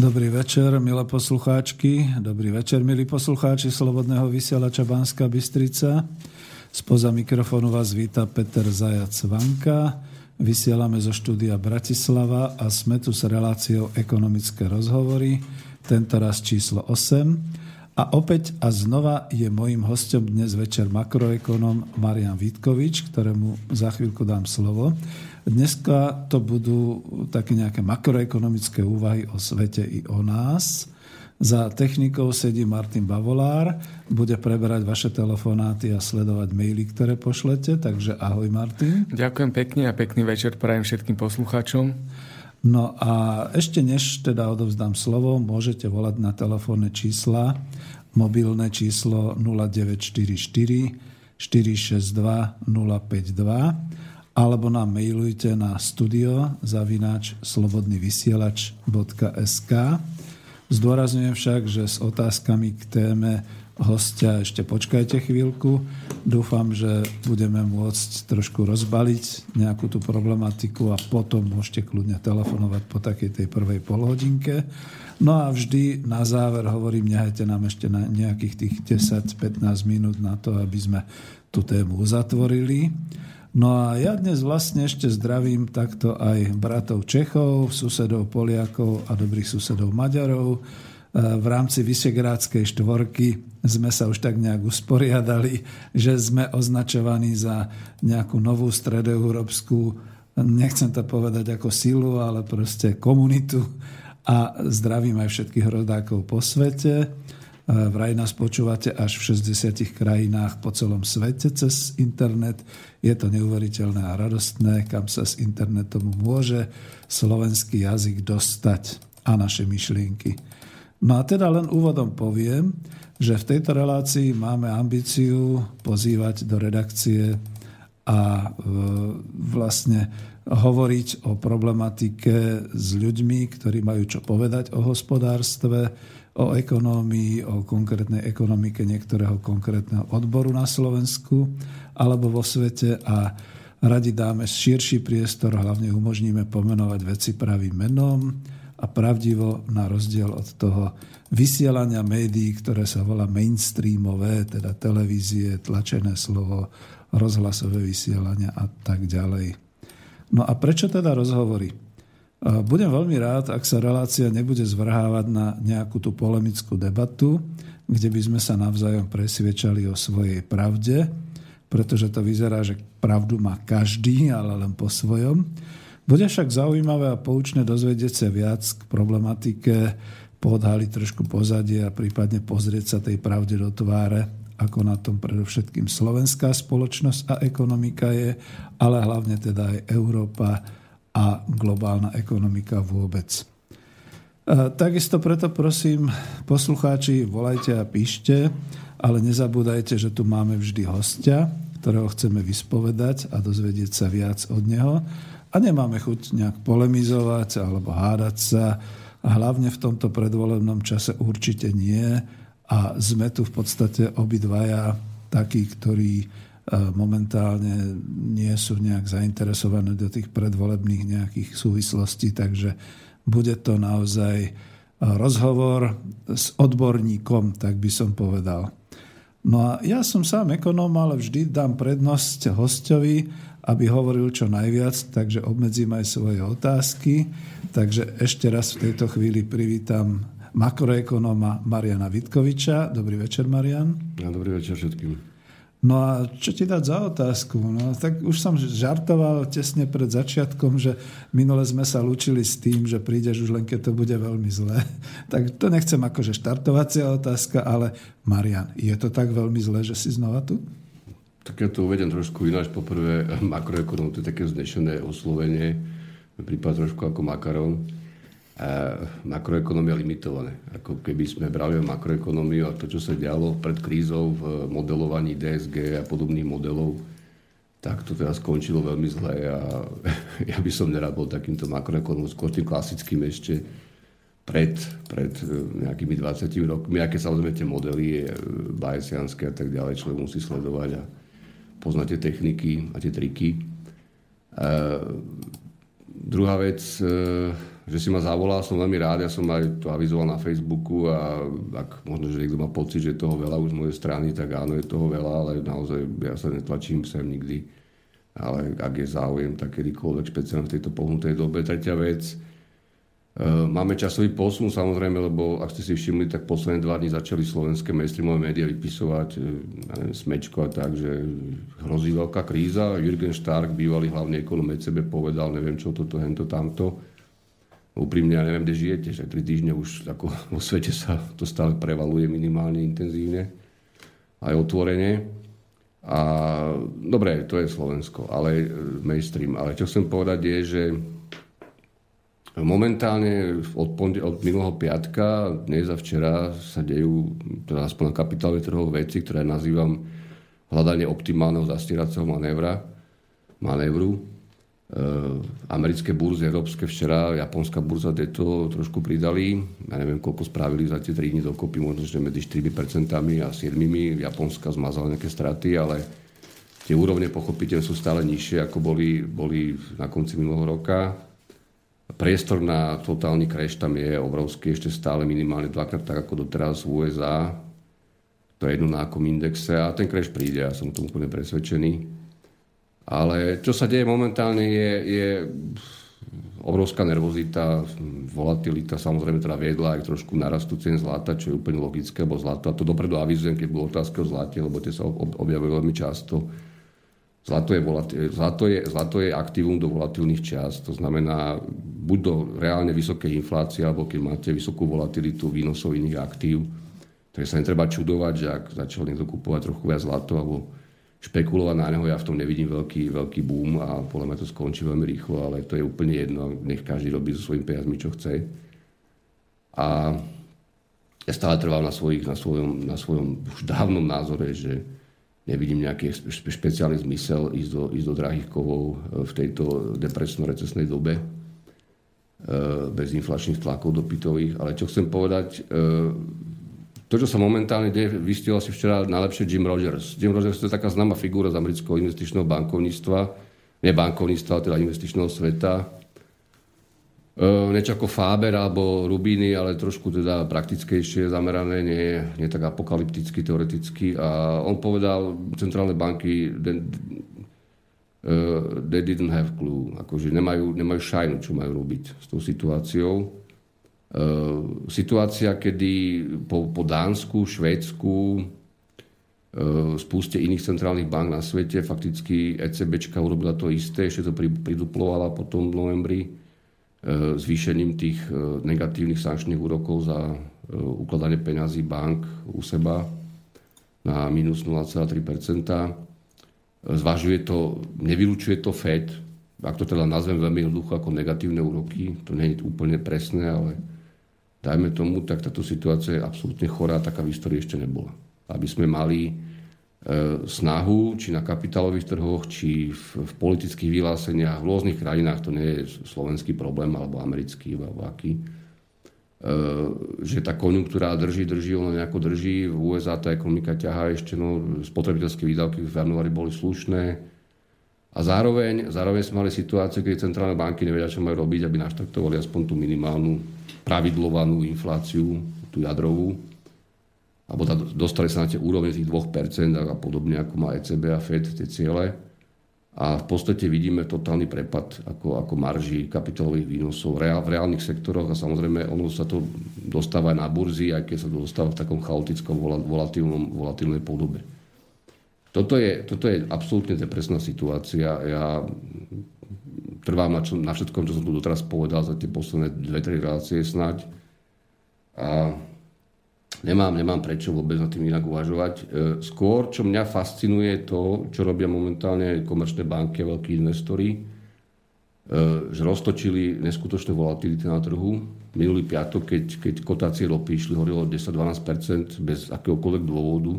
Dobrý večer, milé poslucháčky, dobrý večer, milí poslucháči Slobodného vysielača Banská Bystrica. Spoza mikrofónu vás víta Peter Zajac-Vanka. Vysielame zo štúdia Bratislava a sme tu s reláciou Ekonomické rozhovory, tentoraz číslo 8. A opäť a znova je mojím hosťom dnes večer makroekonom Marian Vítkovič, ktorému za chvíľku dám slovo. Dneska to budú také nejaké makroekonomické úvahy o svete i o nás. Za technikou sedí Martin Bavolár, bude preberať vaše telefonáty a sledovať maily, ktoré pošlete. Takže ahoj, Martin. Ďakujem pekne a pekný večer prajem všetkým poslucháčom. No a ešte než teda odovzdám slovo, môžete volať na telefónne čísla, mobilné číslo 0944 462 052 alebo nám mailujte na studio@slobodnyvysielac.sk. Zdôrazňujem však, že s otázkami k téme hostia ešte počkajte chvíľku. Dúfam, že budeme môcť trošku rozbaliť nejakú tú problematiku a potom môžete kľudne telefonovať po takej tej prvej polhodinke. No a vždy na záver hovorím, nehajte nám ešte na nejakých tých 10-15 minút na to, aby sme tú tému uzatvorili. No a ja dnes vlastne ešte zdravím takto aj bratov Čechov, susedov Poliakov a dobrých susedov Maďarov. V rámci Vyšegrádskej štvorky sme sa už tak nejak usporiadali, že sme označovaní za nejakú novú stredoeurópsku, nechcem to povedať ako silu, ale proste komunitu. A zdravím aj všetkých rodákov po svete. Vraj nás počúvate až v 60 krajinách po celom svete cez internet. Je to neuveriteľné a radostné, kam sa s internetom môže slovenský jazyk dostať a naše myšlienky. No a teda len úvodom poviem, že v tejto relácii máme ambíciu pozývať do redakcie a vlastne hovoriť o problematike s ľuďmi, ktorí majú čo povedať o hospodárstve, o ekonómii, o konkrétnej ekonomike niektorého konkrétneho odboru na Slovensku alebo vo svete a radi dáme širší priestor, hlavne umožníme pomenovať veci pravým menom a pravdivo na rozdiel od toho vysielania médií, ktoré sa volá mainstreamové, teda televízie, tlačené slovo, rozhlasové vysielania a tak ďalej. No a prečo teda rozhovory? Budem veľmi rád, ak sa relácia nebude zvrhávať na nejakú tú polemickú debatu, kde by sme sa navzájom presviečali o svojej pravde, pretože to vyzerá, že pravdu má každý, ale len po svojom. Bude však zaujímavé a poučné dozvedieť sa viac k problematike, poodhaliť trošku pozadie a prípadne pozrieť sa tej pravde do tváre, ako na tom predovšetkým slovenská spoločnosť a ekonomika je, ale hlavne teda aj Európa a globálna ekonomika vôbec. Takisto preto prosím, poslucháči, volajte a píšte, ale nezabúdajte, že tu máme vždy hostia, ktorého chceme vyspovedať a dozvedieť sa viac od neho. A nemáme chuť nejak polemizovať alebo hádať sa. A hlavne v tomto predvolebnom čase určite nie. A sme tu v podstate obidvaja takí, ktorí momentálne nie sú nejak zainteresované do tých predvolebných nejakých súvislostí, takže bude to naozaj rozhovor s odborníkom, tak by som povedal. No a ja som sám ekonóm, ale vždy dám prednosť hosťovi, aby hovoril čo najviac, takže obmedzím aj svoje otázky. Takže ešte raz v tejto chvíli privítam makroekonóma Mariana Vítkoviča. Dobrý večer, Marian. Ja, dobrý večer všetkým. No a čo ti dať za otázku? No, tak už som žartoval tesne pred začiatkom, že minule sme sa lúčili s tým, že prídeš už len keď to bude veľmi zlé. Tak to nechcem akože štartovacia otázka, ale Marian, je to tak veľmi zlé, že si znova tu? Tak ja to uvedem trošku ináč. Poprvé, makroekonóm, to je také vznešené oslovenie, prípad trošku ako makarón. Makroekonomia limitované. Ako keby sme brali makroekonómiu a to, čo sa dialo pred krízou v modelovaní DSG a podobných modelov, tak to teraz skončilo veľmi zle a ja by som nerad bol takýmto makroekonómom, skôr tým klasickým ešte pred nejakými 20 rokmi. Aké samozrejme tie modely bayesianské a tak ďalej, človek musí sledovať a poznať tie techniky a tie triky. Druhá vec, že si ma zavolal, som veľmi rád, ja som aj to avizoval na Facebooku a ak možno, že niekto má pocit, že je toho veľa už z mojej strany, tak áno, je toho veľa, ale naozaj ja sa netlačím sem nikdy. Ale ak je záujem, tak kedykoľvek, špeciálne v tejto pohnutej dobe. Tretia vec, máme časový posun samozrejme, lebo ak ste si všimli, tak posledné 2 dni začali slovenské mainstreamové médiá vypisovať smečko a tak, že hrozí veľká kríza. Jürgen Stark, bývalý hlavný ekonom ECB, povedal, neviem čo, toto, hento, tamto. Úprimne, ja neviem, kde žijete, že 3 týždne už ako vo svete sa to stále prevaluje minimálne intenzívne, aj otvorene. A dobre, to je Slovensko, ale mainstream. Ale čo chcem povedať je, že momentálne od minulého piatka, dnes a včera sa dejú, teda aspoň na kapitálových trhoch veci, ktoré nazývam hľadanie optimálneho zastieracieho manévru. Americké burzy, európske včera, japonská burza to trošku pridali. Ja neviem, koľko spravili za tie 3 dní dokopy, možno, že medzi 4% a 7%. Japonska zmazala nejaké straty, ale tie úrovne pochopiteľne sú stále nižšie, ako boli na konci minulého roka. Priestor na totálny crash tam je obrovský, ešte stále minimálne 2-krát tak ako doteraz v USA. To je jedno na akom indexe a ten crash príde, ja som tomu úplne presvedčený. Ale čo sa deje momentálne je obrovská nervozita, volatilita, samozrejme teda viedla aj trošku narastu cien zlata, čo je úplne logické, lebo zlato, a to dopredu avizujem, keď bolo otázka o zlate, lebo tie sa objavujú veľmi často. Zlato je aktívum do volatilných čias, to znamená buď do reálne vysokej inflácie, alebo keď máte vysokú volatilitu výnosov iných aktív, tak sa netreba čudovať, že ak začal niekto kupovať trochu viac zlato, alebo špekulovať na neho, ja v tom nevidím veľký boom a podľa mňa to skončí veľmi rýchlo, ale to je úplne jedno, nech každý robí so svojimi peniazmi, čo chce. A ja stále trvám na svojom už dávnom názore, že nevidím nejaký špeciálny zmysel ísť do drahých kovov v tejto depresno-recesnej dobe bez inflačných tlakov dopytových. Ale čo chcem povedať, to, čo sa momentálne deje, vystihol si včera najlepšie Jim Rogers. Jim Rogers je taká známa figura z amerického investičného bankovníctva, nie bankovníctva, ale teda investičného sveta. Niečo ako Faber alebo Rubini, ale trošku teda praktickejšie zamerané, nie tak apokalypticky, teoreticky. A on povedal, centrálne banky they didn't have clue, akože nemajú šajnu, čo majú robiť s tou situáciou. Situácia, kedy po Dánsku, Švédsku, spúste iných centrálnych bank na svete, fakticky ECBčka urobila to isté, ešte to priduplovala potom v novembri zvýšením tých negatívnych sankčných úrokov za ukladanie peňazí bank u seba na minus 0,3%. Zvažuje to, nevylučuje to Fed, ak to teda nazvem veľmi jednoducho ako negatívne úroky, to nie je úplne presné, ale dajme tomu, tak táto situácia je absolútne chorá, taká v histórii ešte nebola. Aby sme mali snahu, či na kapitálových trhoch, či v politických vyhláseniach, v rôznych krajinách, to nie je slovenský problém, alebo americký, alebo aký, že tá konjunktúra drží, ono nejako drží. V USA tá ekonomika ťahá ešte, spotrebiteľské výdavky v januári boli slušné. A zároveň sme mali situáciu, keď centrálne banky nevedia, čo majú robiť, aby naštartovali aspoň tú minimálnu pravidlovanú infláciu, tú jadrovú, alebo dostali sa na tie úrovne tých 2% a podobne, ako má ECB a Fed, tie ciele. A v podstate vidíme totálny prepad ako marží kapitálových výnosov v reálnych sektoroch a samozrejme ono sa to dostáva aj na burzy, aj keď sa to dostáva v takom chaotickom, volatilnej podobe. Toto je absolútne depresná situácia. Ja trvám na všetkom, čo som tu doteraz povedal za tie posledné 2-3 relácie snáď. A nemám prečo vôbec na tým inak uvažovať. Skôr, čo mňa fascinuje, je to, čo robia momentálne komerčné banky a veľkí investori, že roztočili neskutočné volatility na trhu. Minulý piatok, keď kotácie ropy išli hore o 10-12% bez akéhokoľvek dôvodu.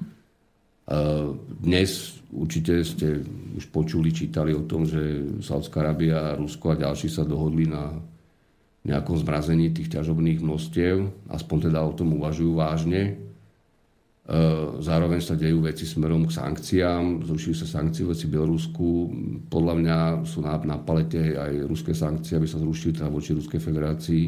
Dnes určite ste už počuli, čítali o tom, že Saudská Arábia, Rusko a ďalší sa dohodli na nejakom zmrazení tých ťažobných množstiev. Aspoň teda o tom uvažujú vážne. Zároveň sa dejú veci smerom k sankciám, zrušujú sa sankcie voči Bielorusku. Podľa mňa sú na palete aj ruské sankcie, aby sa zrušili teda voči Ruskej federácii,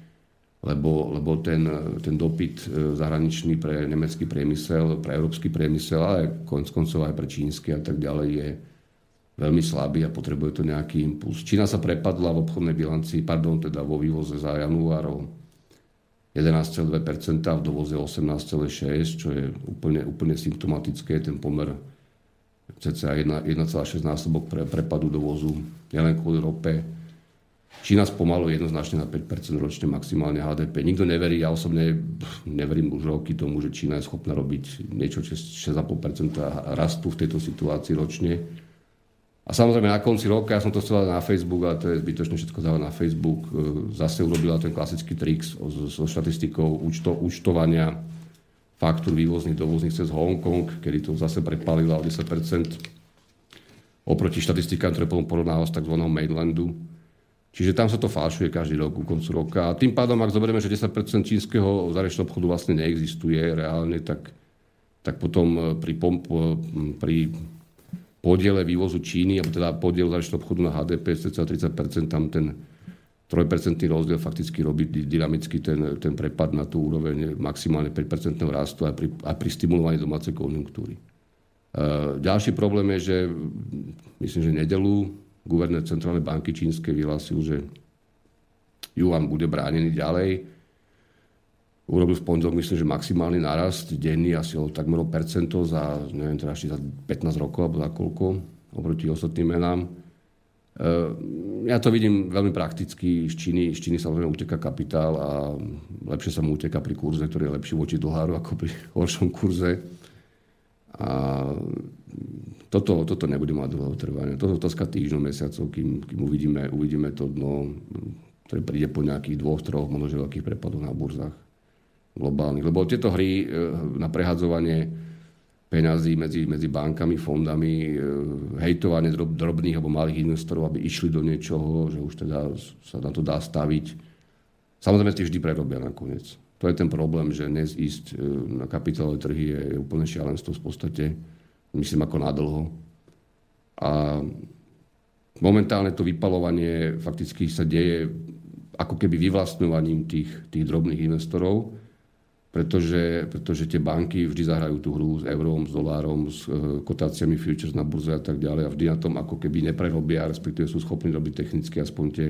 lebo ten dopyt zahraničný pre nemecký priemysel, pre európsky priemysel, ale konec koncov aj pre čínsky a tak ďalej je veľmi slabý a potrebuje to nejaký impuls. Čína sa prepadla v obchodnej bilancii, teda vo vývoze za január o 11,2%, v dovoze 18,6%, čo je úplne symptomatické, ten pomer cca 1,6 násobok prepadu dovozu, nielen kvôli rope. Čína spomaluje jednoznačne na 5% ročne maximálne HDP. Nikto neverí, ja osobne neverím už roky tomu, že Čína je schopná robiť niečo 6,5% rastu v tejto situácii ročne. A samozrejme na konci roka, ja som to chcel dať na Facebook, ale to je zbytočne všetko dávať na Facebook, zase urobila ten klasický trik so štatistikou účtovania faktúr vývozných, dovozných cez Hongkong, kedy to zase prepálila o 10% oproti štatistikám, ktoré potom porovnáva z tzv. Mainlandu. Čiže tam sa to falšuje každý rok, ku koncu roka. A tým pádom, ak zoberieme, že 10% čínskeho zahraničného obchodu vlastne neexistuje reálne, tak potom pri podiele vývozu Číny, alebo teda podiel zahraničného obchodu na HDP, cca 30%, tam ten 3% rozdiel fakticky robí dynamicky ten prepad na tú úroveň maximálne 5% rastu aj pri stimulovaní domácej konjunktúry. Ďalší problém je, že myslím, že nedeľu guvernér Centrálnej banky čínskej vyhlásil, že juan bude bránený ďalej. Urobil v pondelok, myslím, že maximálny nárast denný asi o takmer percento za, neviem, teda ešte za 15 rokov, alebo za koľko, oproti ostatným menám. Ja to vidím veľmi prakticky. Z Číny samozrejme uteká kapitál a lepšie sa mu uteká pri kurze, ktorý je lepší voči doláru ako pri horšom kurze. A toto nebude mať dlho trvania. Toto je otázka týždňov, mesiacov, kým uvidíme to dno, ktoré príde po nejakých 2-3 možno veľkých prepadoch na burzách globálnych. Lebo tieto hry na prehadzovanie peňazí medzi bankami, fondami, hejtovanie drobných alebo malých investorov, aby išli do niečoho, že už teda sa na to dá staviť. Samozrejme, tí vždy prerobia nakoniec. To je ten problém, že dnes ísť na kapitálové trhy je úplne šialenstvo v podstate, myslím, ako nadlho. A momentálne to vypaľovanie fakticky sa deje ako keby vyvlastňovaním tých drobných investorov, pretože tie banky vždy zahrajú tú hru s eurom, s dolárom, s kotáciami futures na burze a tak ďalej a vždy na tom ako keby neprerobia, respektíve sú schopní robiť technicky aspoň tie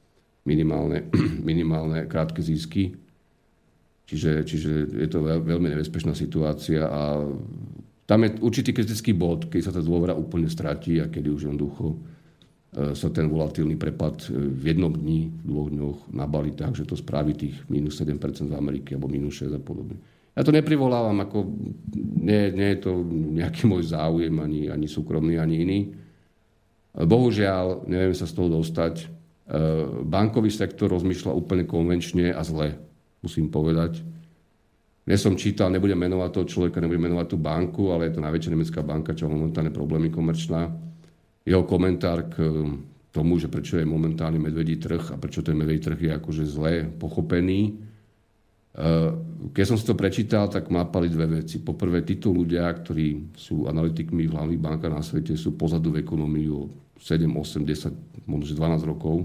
minimálne krátke zisky. Čiže je to veľmi nebezpečná situácia a tam je určitý kritický bod, keď sa tá dôvera úplne stratí a kedy už jednoducho sa ten volatilný prepad v jednom dni, v 2 dňoch nabalí tak, že to spraví tých minus 7% v Amerike alebo minus 6 a podobne. Ja to neprivolávam, ako nie je to nejaký môj záujem, ani súkromný, ani iný. Bohužiaľ, neviem sa z toho dostať. Bankový sektor rozmýšľa úplne konvenčne a zle, musím povedať. Dnes som čítal, nebudem menovať toho človeka, nebudem menovať tú banku, ale je to najväčšia nemecká banka, čo má momentálne problémy komerčná. Jeho komentár k tomu, že prečo je momentálny medvedí trh a prečo ten medvedí trh je akože zle pochopený. Keď som si to prečítal, tak ma napali 2 veci. Poprvé, títo ľudia, ktorí sú analytikmi v hlavných bankách na svete, sú pozadu v ekonomii o 7, 8, 10, možno 12 rokov.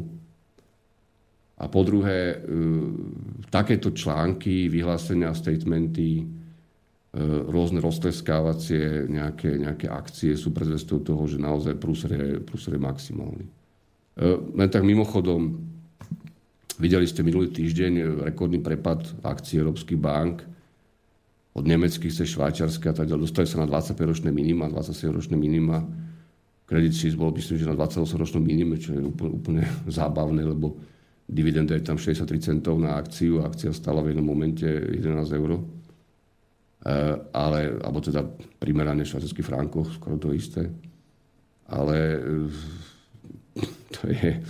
A po druhé, takéto články, vyhlásenia, statementy, rôzne roztleskávacie nejaké akcie sú predzvestou toho, že naozaj prúser je maximálny. Len tak mimochodom, videli ste minulý týždeň rekordný prepad akcií európskych bank od nemeckých cez švajčiarske a tak ďalej. Dostali sa na 25-ročné minima, 27-ročné minima. Credit Suisse bol, myslím, že na 28-ročnom minime, čo je úplne zábavné, lebo dividenda je tam 63 centov na akciu a akcia stala v jednom momente 11 €. Alebo teda primerane v švajčiarskych frankoch, skoro to isté. Ale to je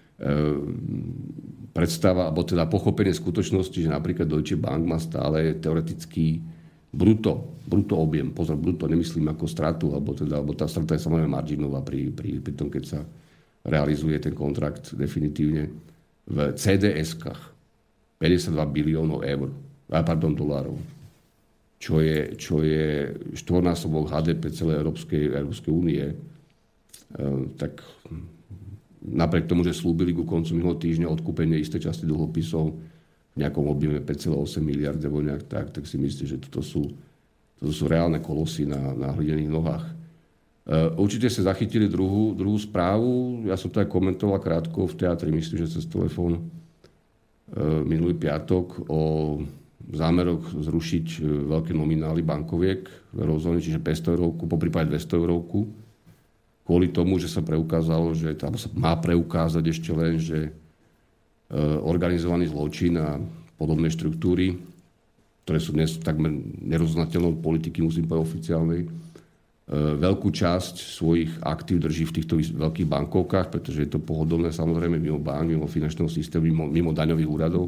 predstava, alebo teda pochopenie skutočnosti, že napríklad Deutsche Bank má stále teoretický bruto objem. Pozor, bruto nemyslím ako stratu, alebo tá strata je samozrejme marginová pri tom, keď sa realizuje ten kontrakt definitívne v CDS-kách 52 biliónov $. čo je štvornásobok HDP celej Európskej únie, tak napriek tomu, že slúbili ku koncu minulého týždňa odkúpenie isté časti dlhopisov v nejakom objeme 5,8 miliard alebo nejak tak si myslím, že toto sú reálne kolosy na hlinených nohách. Určite ste zachytili druhú správu. Ja som to aj komentoval krátko v teatri, myslím, že cez telefón minulý piatok o zámeroch zrušiť veľké nominály bankoviek v eurozóne, čiže 500 eurovku, poprípade 200 eurovku, kvôli tomu, že sa preukázalo, alebo sa má preukázať ešte len, že organizovaný zločin a podobné štruktúry, ktoré sú dnes takmer nerozoznateľné od politiky, musím povedať oficiálnej, veľkú časť svojich aktív drží v týchto veľkých bankovkách, pretože je to pohodlné samozrejme mimo bank, mimo finančného systému, mimo daňových úradov.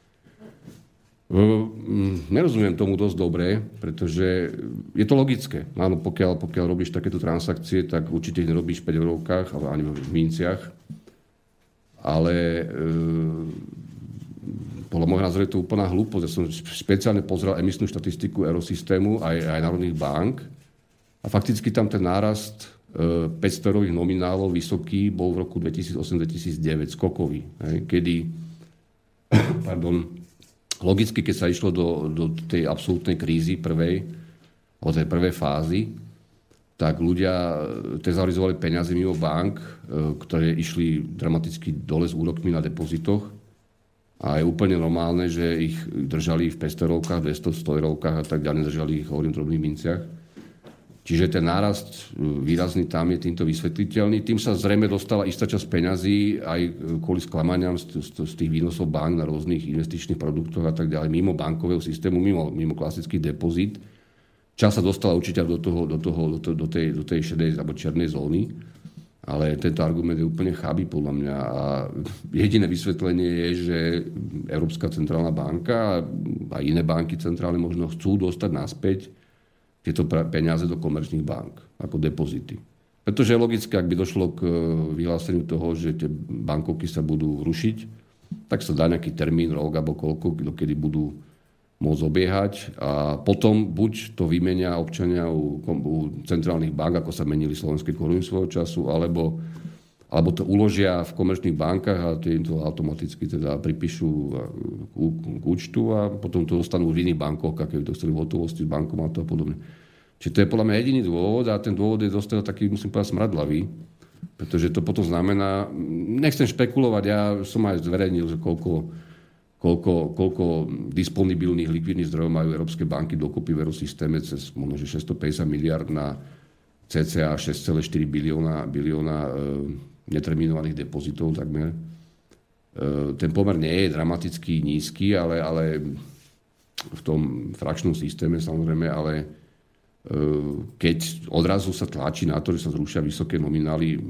Nerozumiem tomu dosť dobre, pretože je to logické. Áno, pokiaľ robíš takéto transakcie, tak určite ich nerobíš v 5 eurovkách, ale ani v minciach. Ale podľa môjho názoru je to úplná hlúposť. Ja som špeciálne pozrel emisnú štatistiku Eurosystému aj národných bank a fakticky tam ten nárast 500 eurových nominálov vysoký bol v roku 2008-2009 skokový. Kedy logicky, keď sa išlo do tej absolútnej krízy prvej fázy, tak ľudia tezorizovali peniaze mimo bank, ktoré išli dramaticky dole s úrokmi na depozitoch. A je úplne normálne, že ich držali v 500 eurovkách, 200, 100 eurovkách a tak ďalej, držali ich, hovorím, v drobných minciach. Čiže ten nárast výrazný tam je týmto vysvetliteľný. Tým sa zrejme dostala istá časť peňazí aj kvôli sklamaniam z tých výnosov bank na rôznych investičných produktoch a tak ďalej, mimo bankového systému, mimo klasických depozít. Čas sa dostala určite do tej šedej alebo černej zóny, ale tento argument je úplne chabý podľa mňa. A jediné vysvetlenie je, že Európska centrálna banka a iné banky centrálne možno chcú dostať naspäť tieto peniaze do komerčných bank ako depozity. Pretože je logické, ak by došlo k vyhláseniu toho, že tie bankovky sa budú rušiť, tak sa dá nejaký termín, rok alebo koľko, dokedy budú môcť obiehať a potom buď to vymenia občania u centrálnych bank, ako sa menili slovenské koruny svojho času, alebo to uložia v komerčných bankách a tie to automaticky teda pripíšu k účtu a potom to dostanú v iných bankoch, keď to chceli v hotovosti, v bankomatu a podobne. Čiže to je podľa mňa jediný dôvod a ten dôvod je dosť taký, musím povedať, smradlavý, pretože to potom znamená, nechcem špekulovať, ja som aj zverejnil, že koľko disponibilných likvidných zdrojov majú európske banky dokopy v eurosystéme cez možno 650 miliard na cca 6,4 bilióna neterminovaných depozitov takmer. Ten pomer nie je dramaticky nízky, ale v tom frakčnom systéme samozrejme, ale keď odrazu sa tlačí na to, že sa zrušia vysoké nominály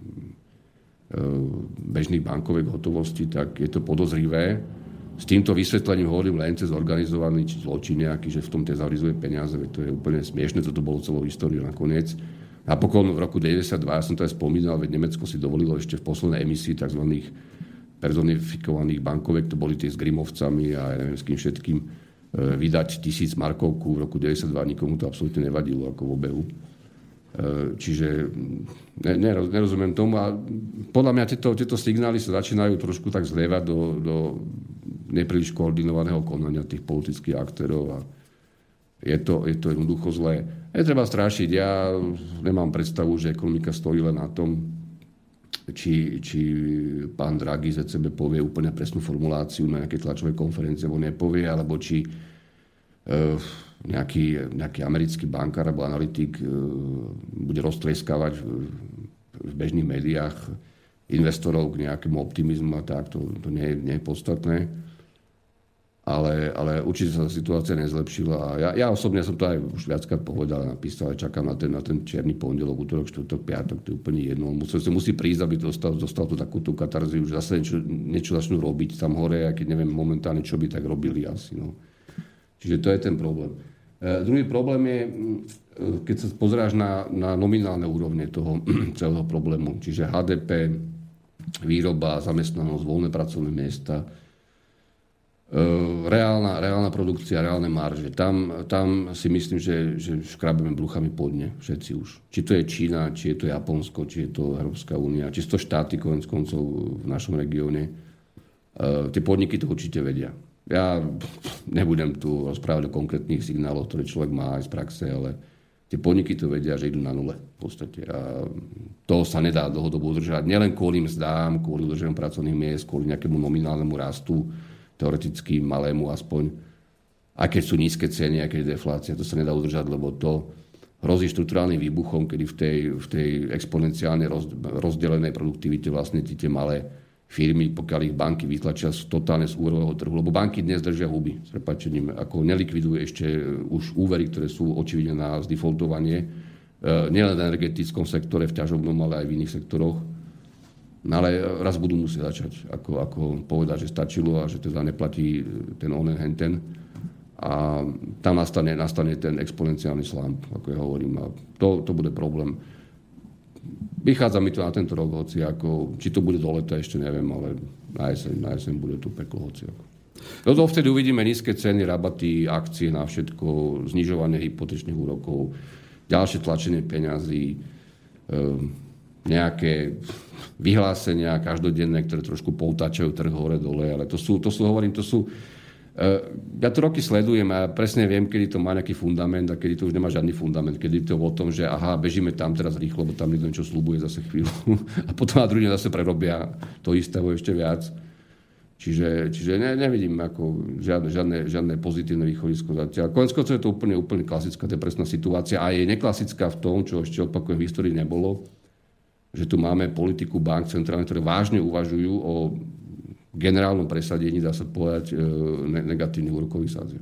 bežných bankoviek hotovosti, tak je to podozrivé. S týmto vysvetlením hovorím len cez organizovaný zločin nejaký, že v tom tezorizuje peniaze, to je úplne smiešne, toto bolo celou históriu nakoniec. Napokon v roku 1992, ja som to aj spomínal, veď Nemecko si dovolilo ešte v poslednej emisii tzv. Personifikovaných bankoviek, to boli tie s Grimovcami a ja neviem s kým všetkým, vydať 1000 markovku v roku 1992, nikomu to absolútne nevadilo ako v obehu. Čiže nerozumiem tomu a podľa mňa tieto signály sa začínajú trošku tak zlievať do nepríliš koordinovaného konania tých politických aktérov a je to jednoducho zlé. Netreba strašiť, ja nemám predstavu, že ekonomika stojí len na tom, či pán Draghi z ECB povie úplne presnú formuláciu na nejakej tlačovej konferencii, alebo nepovie, alebo či nejaký americký bankár alebo analytik bude roztlieskavať v bežných médiách investorov k nejakému optimizmu a tak, to nie je podstatné. Ale určite sa situácia nezlepšila a ja osobne som to aj už viackrát povedal a napísal, ale čakám na ten čierny pondelok, útorok, štvrtok, piatok, to je úplne jedno. Musí prísť, aby dostal tú takúto katarziu, už zase niečo začnú robiť tam hore, a keď neviem momentálne, čo by tak robili asi. No. Čiže to je ten problém. Druhý problém je, keď sa pozeráš na nominálne úrovne toho celého problému, čiže HDP, výroba, zamestnanosť, voľné pracovné miesta, reálna produkcia, reálne marže. Tam si myslím, že škrabeme bruchami po dne, všetci už. Či to je Čína, či je to Japonsko, či je to Európska únia, či sú to štáty konec koncov v našom regióne. Tie podniky to určite vedia. Ja nebudem tu rozprávať o konkrétnych signáloch, ktoré človek má aj z praxe, ale tie podniky to vedia, že idú na nule v podstate. A to sa nedá dlhodobo udržať. Nielen kvôli mzdám, kvôli udržaniu pracovných miest, kvôli nejakému nominálnemu rastu, teoreticky malému aspoň. Aj keď sú nízke ceny, aj keď je deflácia, to sa nedá udržať, lebo to hrozí štruktúrálnym výbuchom, kedy v tej exponenciálne rozdelenej produktivite vlastne tie malé firmy, pokiaľ ich banky vytlačia totálne z úverového trhu, lebo banky dnes držia huby, s prepáčením, ako nelikvidujú ešte už úvery, ktoré sú očividne na zdefaultovanie, nielen v energetickom sektore, v ťažobnom, ale aj v iných sektoroch. No ale raz budú musieť začať, ako povedať, že stačilo a že teda neplatí ten onen henten. A tam nastane ten exponenciálny slump, ako ja hovorím. A to bude problém. Vychádza mi to na tento rok, hoci ako, či to bude do leta, ešte neviem, ale na jeseň bude to peklo, hoci ako. Vtedy uvidíme nízke ceny, rabaty, akcie na všetko, znižovanie hypotečných úrokov, ďalšie tlačenie peňazí, nejaké vyhlásenia každodenné, ktoré trošku poutáčajú trh hore-dole, ale to sú ja to roky sledujem a presne viem, kedy to má nejaký fundament a kedy to už nemá žiadny fundament, kedy to o tom, že aha, bežíme tam teraz rýchlo, lebo tam niekto niečo sľubuje zase chvíľu a potom na druhý deň zase prerobia to isté alebo ešte viac. Čiže nevidím ako žiadne pozitívne východisko zatiaľ. Konec koncov je to úplne klasická depresná situácia a je neklasická v tom, čo ešte opakujem v histórii nebolo, že tu máme politiku bank centrálnych, ktoré vážne uvažujú o generálnom presadení, dá sa povedať, negatívnych úrokových sádzieb.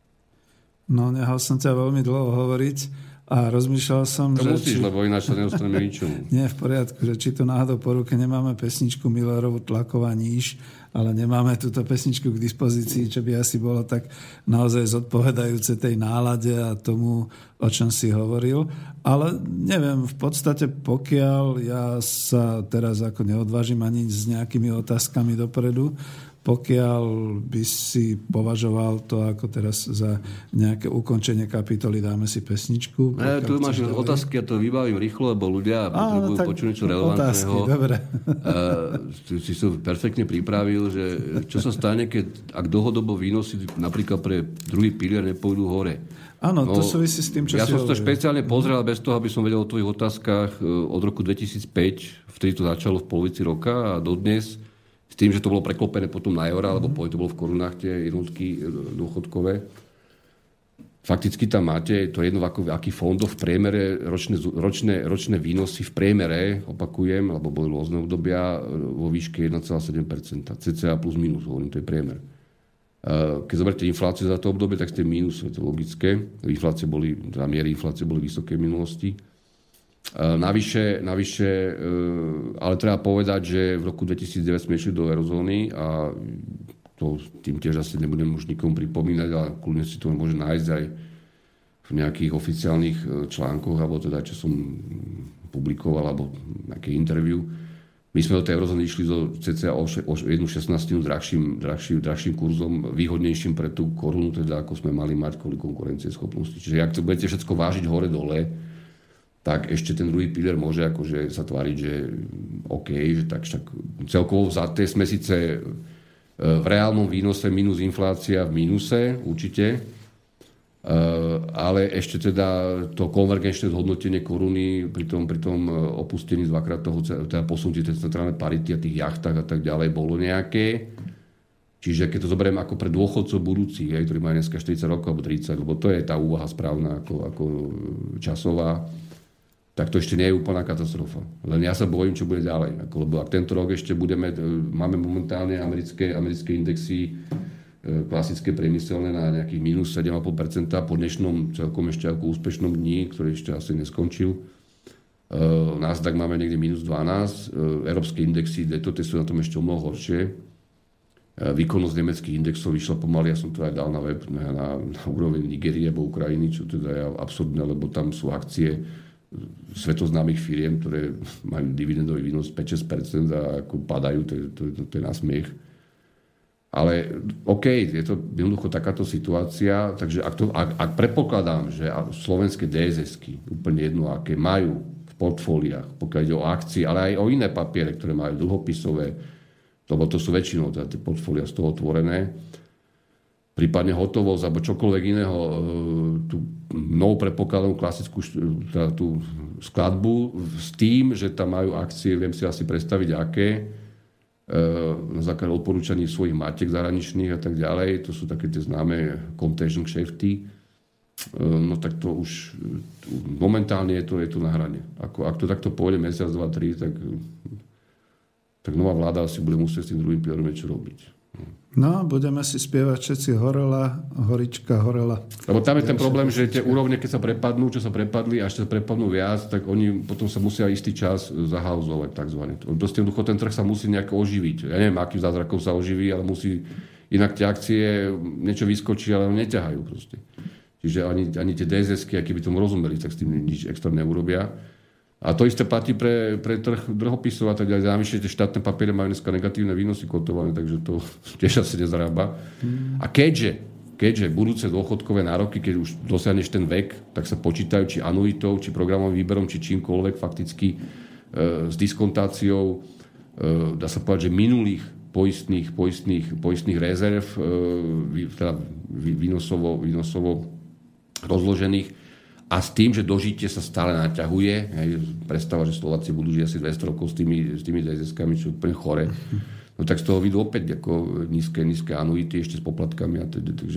No, nechal som ťa veľmi dlho hovoriť a rozmýšľal som, to musíš, lebo ináč sa nedostaneme ničomu. Nie, v poriadku, že či tu náhodou po ruke nemáme pesničku Millerovú Tlaková níž, ale nemáme túto pesničku k dispozícii, čo by asi bolo tak naozaj zodpovedajúce tej nálade a tomu, o čom si hovoril. Ale neviem, v podstate pokiaľ ja sa teraz ako neodvážim ani s nejakými otázkami dopredu, pokiaľ by si považoval to ako teraz za nejaké ukončenie kapitoly, dáme si pesničku. Tu máš otázky, ja to vybavím rýchlo, lebo ľudia potrebujú počuť niečo relevantného. Otázky, dobre. Si sa perfektne pripravil, že čo sa stane, ak dlhodobo výnosy napríklad pre druhý pilier nepôjdu hore. Áno, to súvisí s tým, čo ja si som to špeciálne pozrel bez toho, aby som vedel o tvojich otázkach od roku 2005, vtedy to začalo v polovici roka a dodnes, s tým, že to bolo preklopené potom na eurá, lebo to bolo v korunách tie jednotky dôchodkové. Fakticky tam máte, to je jedno aký fondov v priemere, ročné výnosy v priemere, opakujem, lebo boli rôzne obdobia, vo výške 1,7%, cca plus minus, hovorím, to je priemer. Keď zoberte infláciu za to obdobie, tak ste minus, je to logické. Miery inflácie boli vysoké v minulosti. Navyše, ale treba povedať, že v roku 2009 sme išli do eurozóny a to tým tiež asi nebudem už nikomu pripomínať, ale kľudne si to môže nájsť aj v nejakých oficiálnych článkoch, alebo teda, čo som publikoval, alebo nejaké interview. My sme do tej eurozóny išli cca o 1,16 drahším kurzom, výhodnejším pre tú korunu, teda ako sme mali mať kvôli konkurencieschopnosti. Čiže ak to budete všetko vážiť hore-dole, tak ešte ten druhý pilier môže akože sa tváriť, že OK, že tak celkovo vzaté sme síce v reálnom výnose minus inflácia v mínuse, určite, ale ešte teda to konvergenčné zhodnotenie koruny pri tom opustení dvakrát toho, teda posunutí tej centrálnej parity a tých jachtách a tak ďalej bolo nejaké. Čiže keď to zoberiem ako pre dôchodcov budúcich, ktorí majú dneska 40 rokov alebo 30, lebo to je tá úvaha správna ako časová, tak to ešte nie je úplná katastrofa. Len ja sa bojím, čo bude ďalej. Lebo ak tento rok ešte máme momentálne americké indexy klasické priemyselné na nejakých minus 7,5% po dnešnom celkom ešte ako úspešnom dni, ktorý ešte asi neskončil. Nasdaq máme niekde minus 12. Európske indexy, to sú na tom ešte o mnoho horšie. Výkonnosť nemeckých indexov vyšla pomaly, ja som to aj dal na web, na úroveň Nigérie alebo Ukrajiny, čo teda je absurdné, lebo tam sú akcie svetoznámych firiem, ktoré majú dividendový výnos 5-6% a ako padajú, to je na smiech. Ale OK, je to jednoducho takáto situácia, takže ak predpokladám, že slovenské DSS-ky, úplne jedno, aké majú v portfóliách, pokiaľ ide o akcie, ale aj o iné papiere, ktoré majú dlhopisové, lebo to sú väčšinou tie portfólia z toho tvorené, prípadne hotovosť alebo čokoľvek iného, tú novú predpokladanú klasickú tú skladbu s tým, že tam majú akcie, viem si asi predstaviť aké, na základe odporúčaní svojich matiek zahraničných a tak ďalej. To sú také tie známe contagion kšefty. No tak to už momentálne je to na hrane. Ak to takto pôjde mesiac, 2, 3, tak nová vláda si bude musieť s tým druhým pilierom niečo robiť. No, budeme si spievať všetci horela, horička, horela. Lebo tam je ten problém, že tie úrovne, keď sa prepadnú, čo sa prepadli, a ešte sa prepadnú viac, tak oni potom sa musia istý čas zahauzovať, takzvané. Proste jednoducho ten trh sa musí nejako oživiť. Ja neviem, akým zázrakom sa oživí, ale musí, inak tie akcie niečo vyskočí, ale neťahajú proste. Čiže ani tie DSS-ky, aký by tomu rozumeli, tak s tým nič extra neurobia. A to isté platí pre trh dlhopisov a tak ďalej. Navyše tie štátne papiere majú dneska negatívne výnosy kotované, takže to tiež asi nezarába. A keďže budúce dôchodkové nároky, keď už dosiahneš ten vek, tak sa počítajú či anuitou, či programovým výberom, či čímkoľvek fakticky s diskontáciou, dá sa povedať, že minulých poistných rezerv, teda výnosovo rozložených, a s tým, že dožitie sa stále naťahuje, predstava, že Slováci budú žiť asi 200 rokov s tými DSS-kami, čo je úplne chore, no tak z toho vidú opäť ako nízke anuity ešte s poplatkami. Takže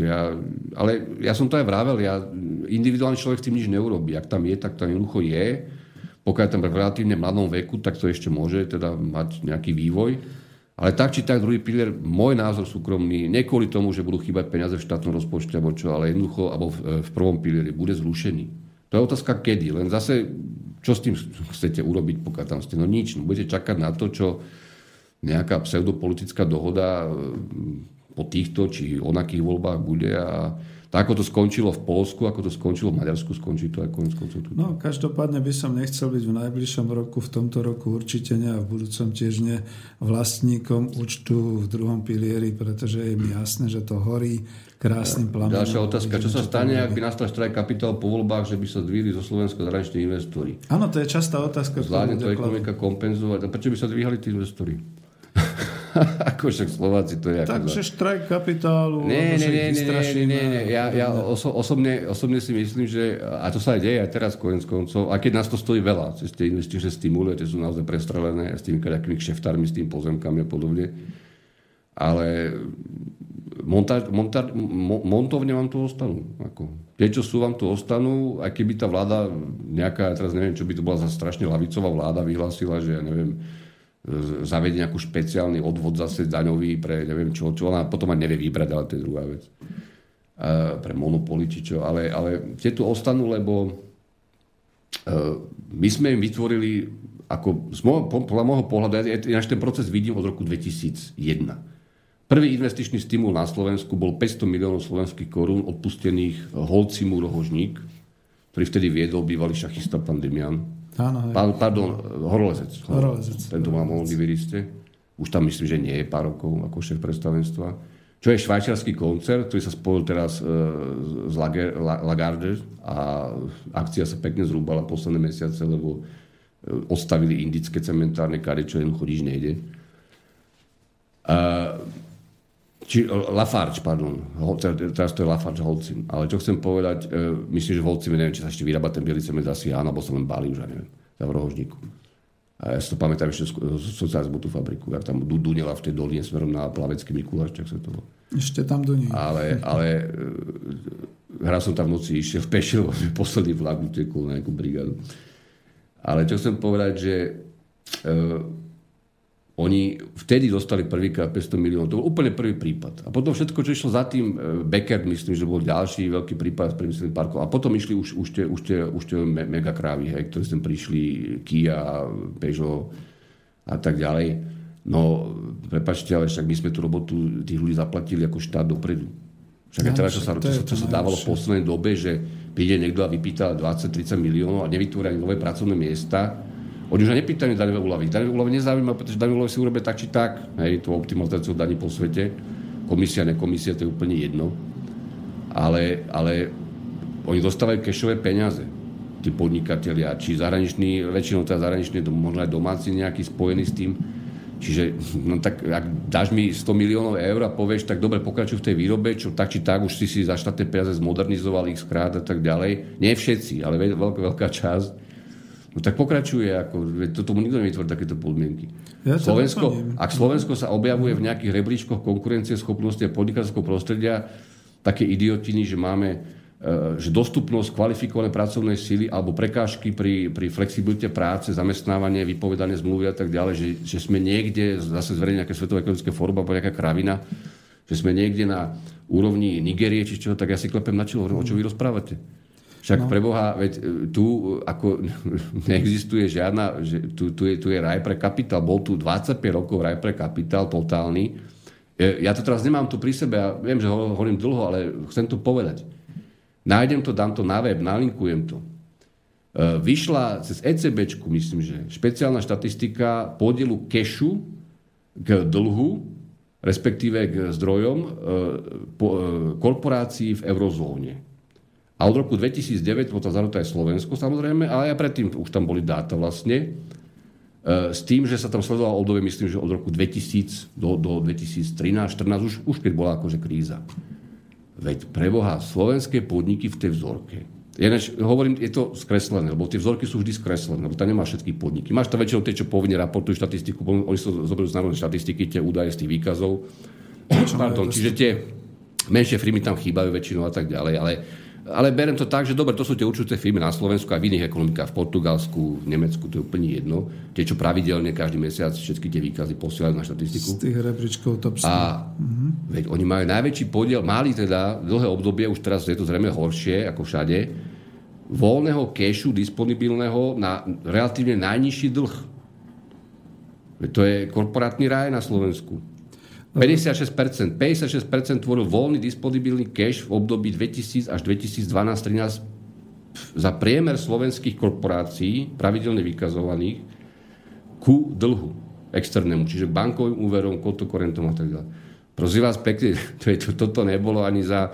ja som to aj vravel, individuálny človek s tým nič neurobí. Ak tam je, tak tam jednoducho je. Pokiaľ je tam v relatívne mladom veku, tak to ešte môže teda mať nejaký vývoj. Ale tak či tak druhý pilier, môj názor súkromný, nie kvôli tomu, že budú chýbať peniaze v štátnom rozpočte alebo čo, ale jednoducho, alebo v prvom pilieri bude zrušený. To je otázka kedy, len zase, čo s tým chcete urobiť, pokiaľ tam ste? No nič, budete čakať na to, čo nejaká pseudopolitická dohoda po týchto či onakých voľbách bude a tak, ako to skončilo v Poľsku, ako to skončilo v Maďarsku, skončí to aj koniec koncov. No, každopádne by som nechcel byť v najbližšom roku, v tomto roku určite nie a v budúcom tiež nie vlastníkom účtu v druhom pilieri, pretože je mi jasné, že to horí krásnym plamenom. Ďalšia otázka, čo sa stane, ak by nastal štrajk kapitál po voľbách, že by sa zdvihli zo Slovenska zahraniční investori? Áno, to je častá otázka. Zvládne to ekonomika kompenzovať. A prečo by sa dvíhali tí investori? Ako však Slováci to je. Takže štrajk kapitálu. Nie. Ja osobne si myslím, že a to sa aj deje aj teraz koniec koncov, a keď nás to stojí veľa, cez tie investičné stimuly, tie sú naozaj prestrelené s tými nejakými kšeftármi, s tými pozemkami a podobne. Ale montovne vám tu ostanú. Tie, čo sú, vám tu ostanú, aj keby tá vláda nejaká, teraz neviem, čo by to bola za strašne ľavicová vláda, vyhlásila, že ja neviem, zavedie nejakú špeciálny odvod zase daňový pre neviem čo ona potom aj nevie vybrať, ale to je druhá vec. Pre monopoly či čo. Ale tie tu ostanú, lebo my sme im vytvorili, ako podľa môjho pohľadu, ja ten proces vidím od roku 2001. Prvý investičný stimul na Slovensku bol 500 miliónov slovenských korún odpustených Holcimu Rohožník, ktorý vtedy viedol bývalý šachista pán Demian. Áno, Horolezec. Tento má mohol vyvieť. Už tam myslím, že nie je pár rokov ako šéf predstavenstva. Čo je švajčiarsky koncert, ktorý sa spojil teraz s Lagarde a akcia sa pekne zrúbala posledné mesiace, lebo odstavili indické cementárne kary, čo jednoducho nič nejde. Lafarge, pardon. Teraz to je Lafarge Holcim. Ale čo chcem povedať, myslím, že v Holcime, neviem, či sa ešte vyrába ten bielý cement, asi áno, alebo sa len balí už, ja neviem, tam v Rohožníku. A ja si to pamätám ešte socializmu tú fabriku, jak tam dunila v tej doline smerom na Plavecký Mikuláš, čak sa to bolo. Ešte tam duní. Ale hral som tam v noci, išiel pešil, posledný vlak utekol na nejakú brigádu. Ale čo chcem povedať, že oni vtedy dostali prvýkrát 500 miliónov. To bol úplne prvý prípad. A potom všetko, čo išlo za tým, Becker, myslím, že bol ďalší veľký prípad s priemyselným parkom. A potom išli už tie mega krávy, ktoré sem prišli, Kia, Peugeot a tak ďalej. No, prepáčte, ale však my sme tú robotu tých ľudí zaplatili ako štát dopredu. Však aj teraz, čo sa dávalo v poslednej dobe, že príde niekto a vypýta 20-30 miliónov a nevytvoria nové pracovné miesta. Oni už nepýtajú daňové úľavy. Daňové úľavy nezaujíma, pretože daňové úľavy si urobia tak či tak, tú optimalizáciu daní po svete. komisia, nekomisia, to je úplne jedno. Ale oni dostávajú kešové peniaze, tí podnikatelia, či zahraniční, väčšinou teda zahraniční, možno aj domáci nejaký spojený s tým. Čiže, no tak, ak dáš mi 100 miliónov eur a povieš, tak dobre, pokračuj v tej výrobe, čo tak či tak už si za štátne peniaze zmodernizoval ich skrát a tak ďalej. Nie všetci, ale veľká časť. No tak pokračuje, tomu nikto nevytvorí takéto podmienky. Ja Slovensko sa objavuje v nejakých rebríčkoch konkurencieschopnosti a podnikateľského prostredia také idiotiny, že máme že dostupnosť kvalifikovanej pracovnej síly alebo prekážky pri flexibilite práce, zamestnávanie, vypovedanie zmluvy a tak ďalej, že sme niekde, zase zverejne nejaké Svetové ekonomické fórum alebo nejaká kravina, že sme niekde na úrovni Nigérie či čo, tak ja si klepem na čelo, o čo vy rozprávate. Však preboha, veď tu ako neexistuje žiadna, že tu je raj pre kapitál, bol tu 25 rokov raj pre kapitál totálny. Ja to teraz nemám tu pri sebe, ja viem, že hovorím dlho, ale chcem to povedať. Nájdem to, dám to na web, nalinkujem to. Vyšla cez ECBčku, myslím, že špeciálna štatistika podielu kešu k dlhu, respektíve k zdrojom korporácií v eurozóne. A od roku 2009, potom zahrnuté aj Slovensko samozrejme, ale aj predtým už tam boli dáta vlastne, s tým, že sa tam sledoval obdobie, myslím, že od roku 2000 do 2013-14, už keď bola akože kríza. Veď preboha, slovenské podniky v tej vzorke. Hovorím, je to skreslené, lebo tie vzorky sú vždy skreslené, lebo tam nemáš všetky podniky. Máš tam väčšinou tie, čo povinne raportujú štatistiku, oni sa zoberú z národnej štatistiky, tie údaje z tých výkazov. Čiže tie menšie firmy tam chýbajú väčšinou a tak ďalej, ale beriem to tak, že dobre, to sú tie určité firmy na Slovensku a v iných ekonomikách, v Portugalsku, v Nemecku, to je úplne jedno. Tie, čo pravidelne každý mesiac všetky tie výkazy posielajú na štatistiku. Z tých rebríčkov top 100. A veď oni majú najväčší podiel, mali teda dlhé obdobie, už teraz je to zrejme horšie ako všade, voľného kešu disponibilného na relatívne najnižší dlh. Veď to je korporátny ráj na Slovensku. 56% tvoril voľný disponibilný cash v období 2000 až 2012-13 za priemer slovenských korporácií, pravidelne vykazovaných, ku dlhu externému, čiže bankovým úverom, kontokorentom a tak ďalej. Prosím vás pekne, toto nebolo ani za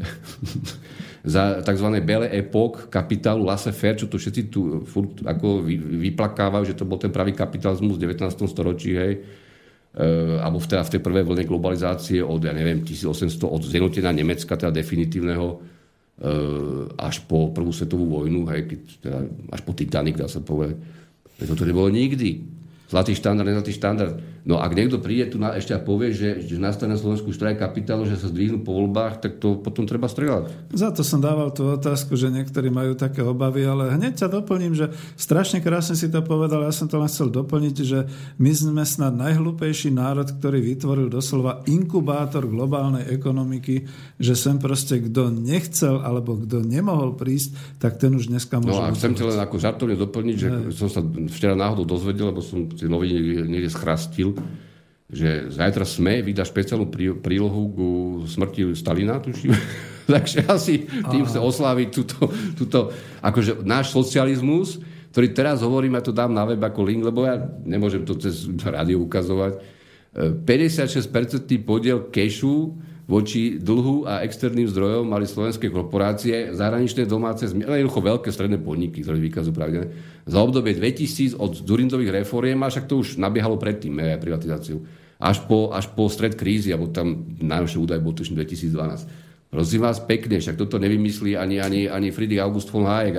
tzv. Belle Époque kapitálu laissez-faire, čo to všetci tu furt ako vyplakávajú, že to bol ten pravý kapitalizmus v 19. storočí, hej, alebo v tej prvej vlne globalizácie od, ja neviem, 1800, od zjednotenia Nemecka, teda definitívneho, až po prvú svetovú vojnu, hej, teda až po Titanic, dá sa povedať. Toto nebolo nikdy. Zlatý štandard, nezlatý štandard. No ak niekto príde tu ešte a povie, že nastane na Slovensku štrajk kapitálu, že sa zdvihnú po voľbách, tak to potom treba strieľať. Za to som dával tú otázku, že niektorí majú také obavy, ale hneď ťa doplním, že strašne krásne si to povedal, ja som to len chcel doplniť, že my sme snad najhlúpejší národ, ktorý vytvoril doslova inkubátor globálnej ekonomiky, že sem proste kto nechcel alebo kto nemohol prísť, tak ten už dneska môže... No a chcem len ako žartovne doplniť, že som sa včera náhodou dozvedel, lebo som tie noviny niekde schrastil, že zajtra SME vydá špeciálnu prílohu ku smrti Stalina, tuším. Takže asi tým chce osláviť túto akože náš socializmus, ktorý teraz hovorím, ja to dám na web ako link, lebo ja nemôžem to cez rádio ukazovať. 56% podiel cashu voči dlhu a externým zdrojom mali slovenské korporácie, zahraničné domáce, jednoducho veľké stredné podniky, ktoré vykazujú pravidelne. Za obdobie 2000 od Dzurindových reforiem, a však to už nabiehalo predtým, privatizáciu, až po stred krízy, alebo tam najnovšie údaj bol tuším 2012. Prosím vás pekne, však toto nevymyslí ani Friedrich August von Hayek,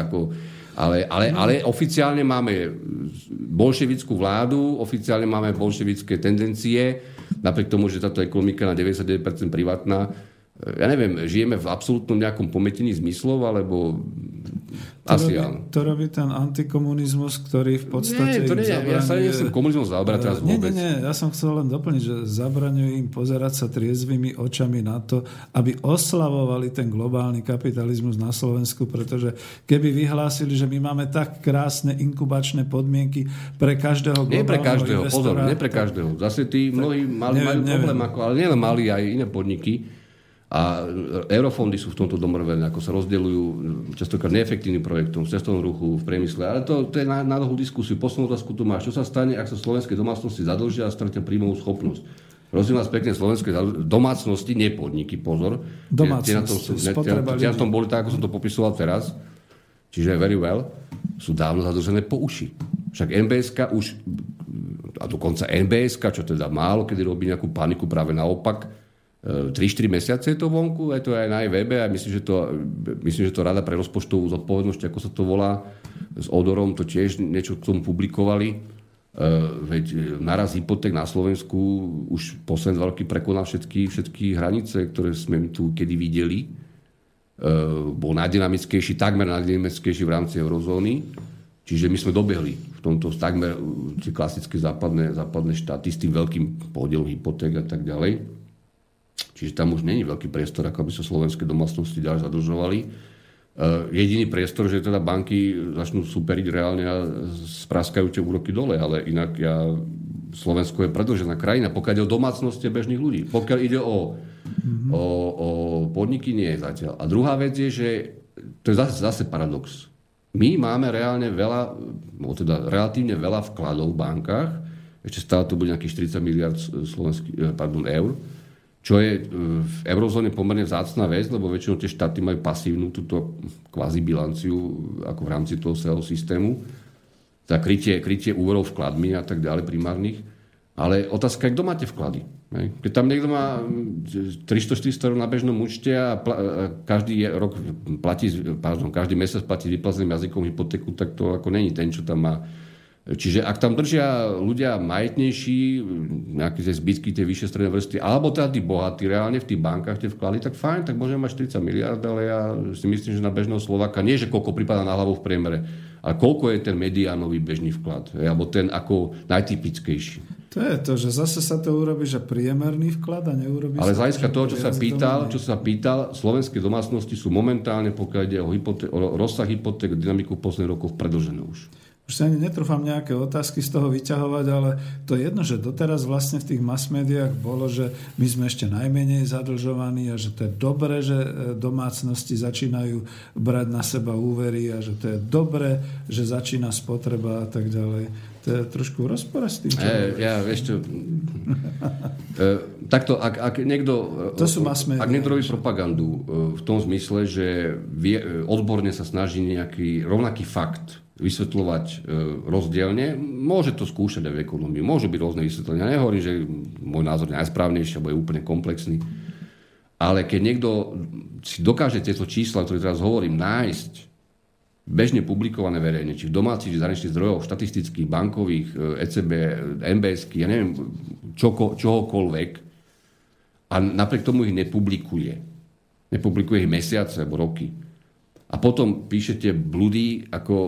ale oficiálne máme bolševickú vládu, oficiálne máme bolševické tendencie, napriek tomu, že táto ekonomika na 99% privátna. Ja neviem, žijeme v absolútnom nejakom pometení zmyslov, alebo asi áno. To robí ten antikomunizmus, ktorý v podstate zabraňuje... Ja sa nechcem komunizmus zaoberať teraz vôbec. Nie, ja som chcel len doplniť, že zabraňuje im pozerať sa triezvými očami na to, aby oslavovali ten globálny kapitalizmus na Slovensku, pretože keby vyhlásili, že my máme tak krásne inkubačné podmienky pre každého globálneho investora... Nie pre každého, pozor, nie pre každého. Zase tí mnohí majú problém, ale nielen mali aj iné podniky. A eurofondy sú v tomto domrvené, ako sa rozdeľujú častokrát neefektívnym projektom v cestovnom ruchu, v priemysle. Ale to je na dlhú diskusiu. Poslednú otázku tu máš. Čo sa stane, ak sa slovenské domácnosti zadlžia a stratia príjmovú schopnosť? Prosím vás pekne, slovenské domácnosti, nie podniky, pozor. Domácnosti, spotreba ľudí. Na tom boli tak, ako som to popisoval teraz, čiže very well, sú dávno zadlžené po uši. Však NBS-ka už, a dokonca NBS-ka, čo teda málo kedy robí nejakú paniku, práve naopak, 3-4 mesiace je to vonku, je to aj na jej webe a myslím, že to Rada pre rozpočtovú zodpovednosť, ako sa to volá, s Odorom, to tiež niečo k tomu publikovali. Veď naraz hypoték na Slovensku už posledné 2 roky prekonal všetky hranice, ktoré sme tu kedy videli. Bol najdynamickejší, takmer najdynamickejší v rámci eurozóny. Čiže my sme dobehli v tomto takmer tie klasické západné štáty s tým veľkým podielom hypoték a tak ďalej. Čiže tam už není veľký priestor, ako by sa slovenské domácnosti ďalej zadlžovali. Jediný priestor, že teda banky začnú superiť reálne a spraskajú tie úroky dole, ale inak Slovensko je predĺžená krajina, pokiaľ ide o domácnosti bežných ľudí. Pokiaľ ide o podniky, nie je zatiaľ. A druhá vec je, že to je zase paradox. My máme relatívne veľa vkladov v bankách, ešte stále to bude nejakých 40 miliard eur, čo je v eurozóne pomerne vzácna vec, lebo väčšinou tie štáty majú pasívnu túto kvázi bilanciu ako v rámci toho celého systému. Za krytie úverov vkladmi a tak ďalej primárnych. Ale otázka je, kto máte vklady. Keď tam niekto má 300-400 eur na bežnom účte a každý mesiac platí vyplaceným jazykom hypotéku, tak to ako není ten, čo tam má. Čiže ak tam držia ľudia majetnejší, nejaké zbytky tie vyššie stredné vrstvy, alebo teda tí bohatí reálne v tých bankách tie vklady, tak fajn, tak môžeme mať 40 miliard, ale ja si myslím, že na bežného Slováka nie, že koľko prípada na hlavu v priemere, ale koľko je ten mediánový bežný vklad, alebo ten ako najtypickejší. To je to, že zase sa to urobí, že priemerný vklad a neurobí ale sa... Ale z hľadiska toho, čo sa pýtal, slovenské domácnosti sú momentálne, pokiaľ ide o rozsah hypoték, dynamiku v posledných rokoch predĺžené už. Už sa ani netrúfam nejaké otázky z toho vyťahovať, ale to je jedno, že doteraz vlastne v tých mass médiách bolo, že my sme ešte najmenej zadlžovaní a že to je dobré, že domácnosti začínajú brať na seba úvery a že to je dobré, že začína spotreba a tak ďalej. To je trošku rozpor s tým, čo takto, ak niekto ak niekto robí propagandu v tom zmysle, že odborne sa snaží nejaký rovnaký fakt vysvetľovať rozdielne, môže to skúšať aj v ekonomii. Môžu byť rôzne vysvetlenia. Nehovorím, že môj názor je najsprávnejší, alebo je úplne komplexný. Ale keď niekto si dokáže tieto čísla, ktoré teraz hovorím, nájsť bežne publikované verejne, či v domácich, či zahraničných zdrojoch, štatistických, bankových, ECB, MBSky, ja neviem, čohokoľvek, a napriek tomu ich nepublikuje. Nepublikuje ich mesiace alebo roky. A potom píšete blúdy,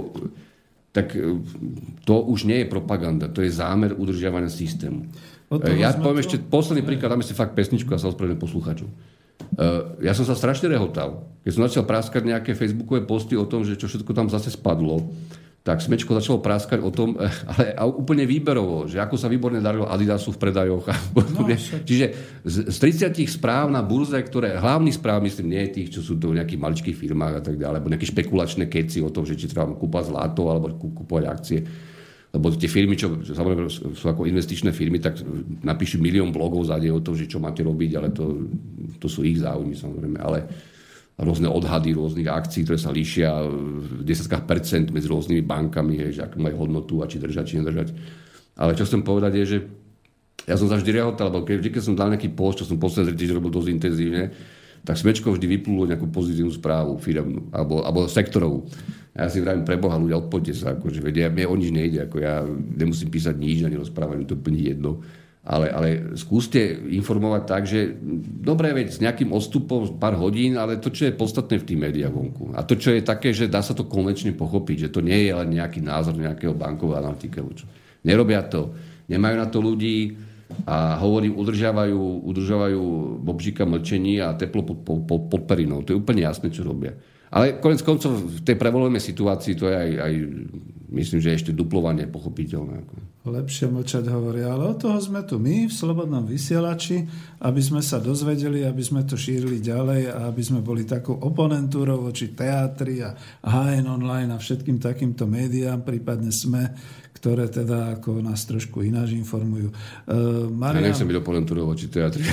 tak to už nie je propaganda, to je zámer udržiavania systému. Ja poviem ešte posledný príklad, dáme si fakt pesničku a sa ospravedlňujem poslucháčov. Ja som sa strašne rehotal, keď som začal práskať nejaké facebookové posty o tom, že čo všetko tam zase spadlo, tak Smečko začalo práskať o tom, ale úplne výberovo, že ako sa výborne darilo Adidasu v predajoch. Čiže z 30 správ na burze, ktoré hlavný správ, myslím, nie tých, čo sú do nejakých maličkých firmách a tak ďalej, alebo nejaké špekulačné keci o tom, že či treba kúpať zlato alebo kúpovať akcie. Lebo tie firmy, čo samozrejme sú ako investičné firmy, tak napíšu 1 000 000 blogov záde o tom, že čo máte robiť, ale to sú ich záujmy samozrejme, ale rôzne odhady rôznych akcií, ktoré sa líšia v 10% medzi rôznymi bankami, že akú majú hodnotu a či držať, či nedržať. Ale čo chcem povedať je, že ja som sa vždy rehotal, lebo keď som dal nejaký post, čo som posledný týždeň robil dosť intenzívne, tak Smečko vždy vyplúlo nejakú pozitívnu správu firemnú alebo sektorovú. Ja si vravím, preboha, ľudia, odpoďte sa, akože vedia, mne o nič nejde, ako ja nemusím písať nič, ani rozprávať, to úplne jedno. Ale skúste informovať tak, že dobre, veď s nejakým odstupom pár hodín, ale to, čo je podstatné v tých médiách vonku. A to, čo je také, že dá sa to konvenčne pochopiť, že to nie je len nejaký názor nejakého bankového analytika. Nerobia to, nemajú na to ľudí a hovorím, udržávajú bobžíka mlčení a teplo pod perinou. To je úplne jasné, čo robia. Ale konec koncov v tej prevolenej situácii to je aj myslím, že ešte duplovanie pochopiteľné. Lepšie mlčať hovoria, ale od toho sme tu my v Slobodnom vysielači, aby sme sa dozvedeli, aby sme to šírili ďalej a aby sme boli takou oponentúrou voči teatri a HN Online a všetkým takýmto médiám, prípadne SME, ktoré teda ako nás trošku ináč informujú. Ja nechcem byť oponentúrou voči teatri.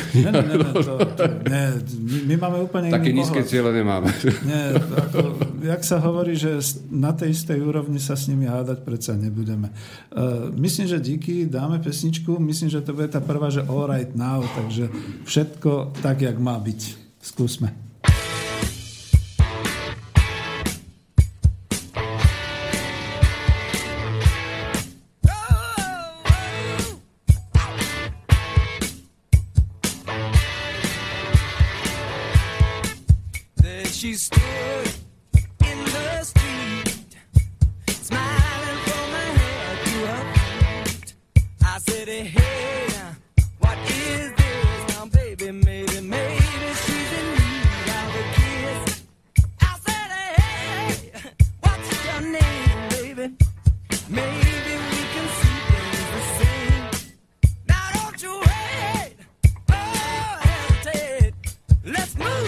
My máme úplne také iný nízke pohľad. ciele nemáme. Nie, jak sa hovorí, že na tej istej úrovni sa s nimi hádať predsa nebudeme. Myslím, že díky, dáme pesničku. Myslím, že to bude tá prvá, že All Right Now, takže všetko tak, jak má byť. Skúsme. She stood in the street, smiling from her head to her feet. I said, hey, what is this? Now, baby, maybe she's in need of a kiss. I said, hey, what's your name, baby? Maybe we can see things the same. Now, don't you wait, oh, hesitate. Let's move.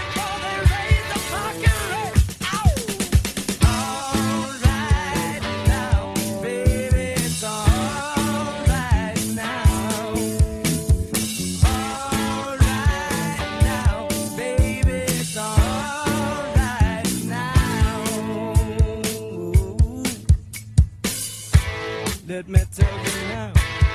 Let me tell you now.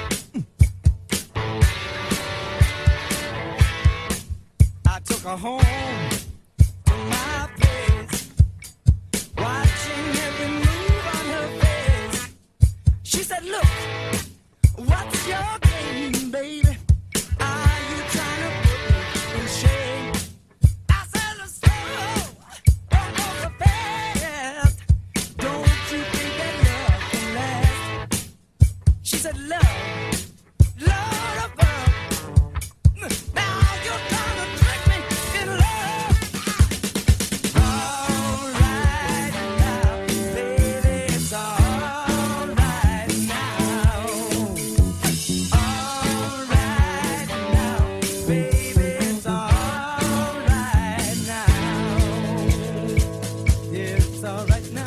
I took her home to my place, watching every move on her face. She said, look, what's your game, baby? Are you trying to put me in shame? I said, let's go, don't go so fast. Don't you think that love can last? She said, Lord above, now you're trying to trick me in love. All right now, baby, it's all right now. All right now, baby, it's all right now. Yeah, it's all right now.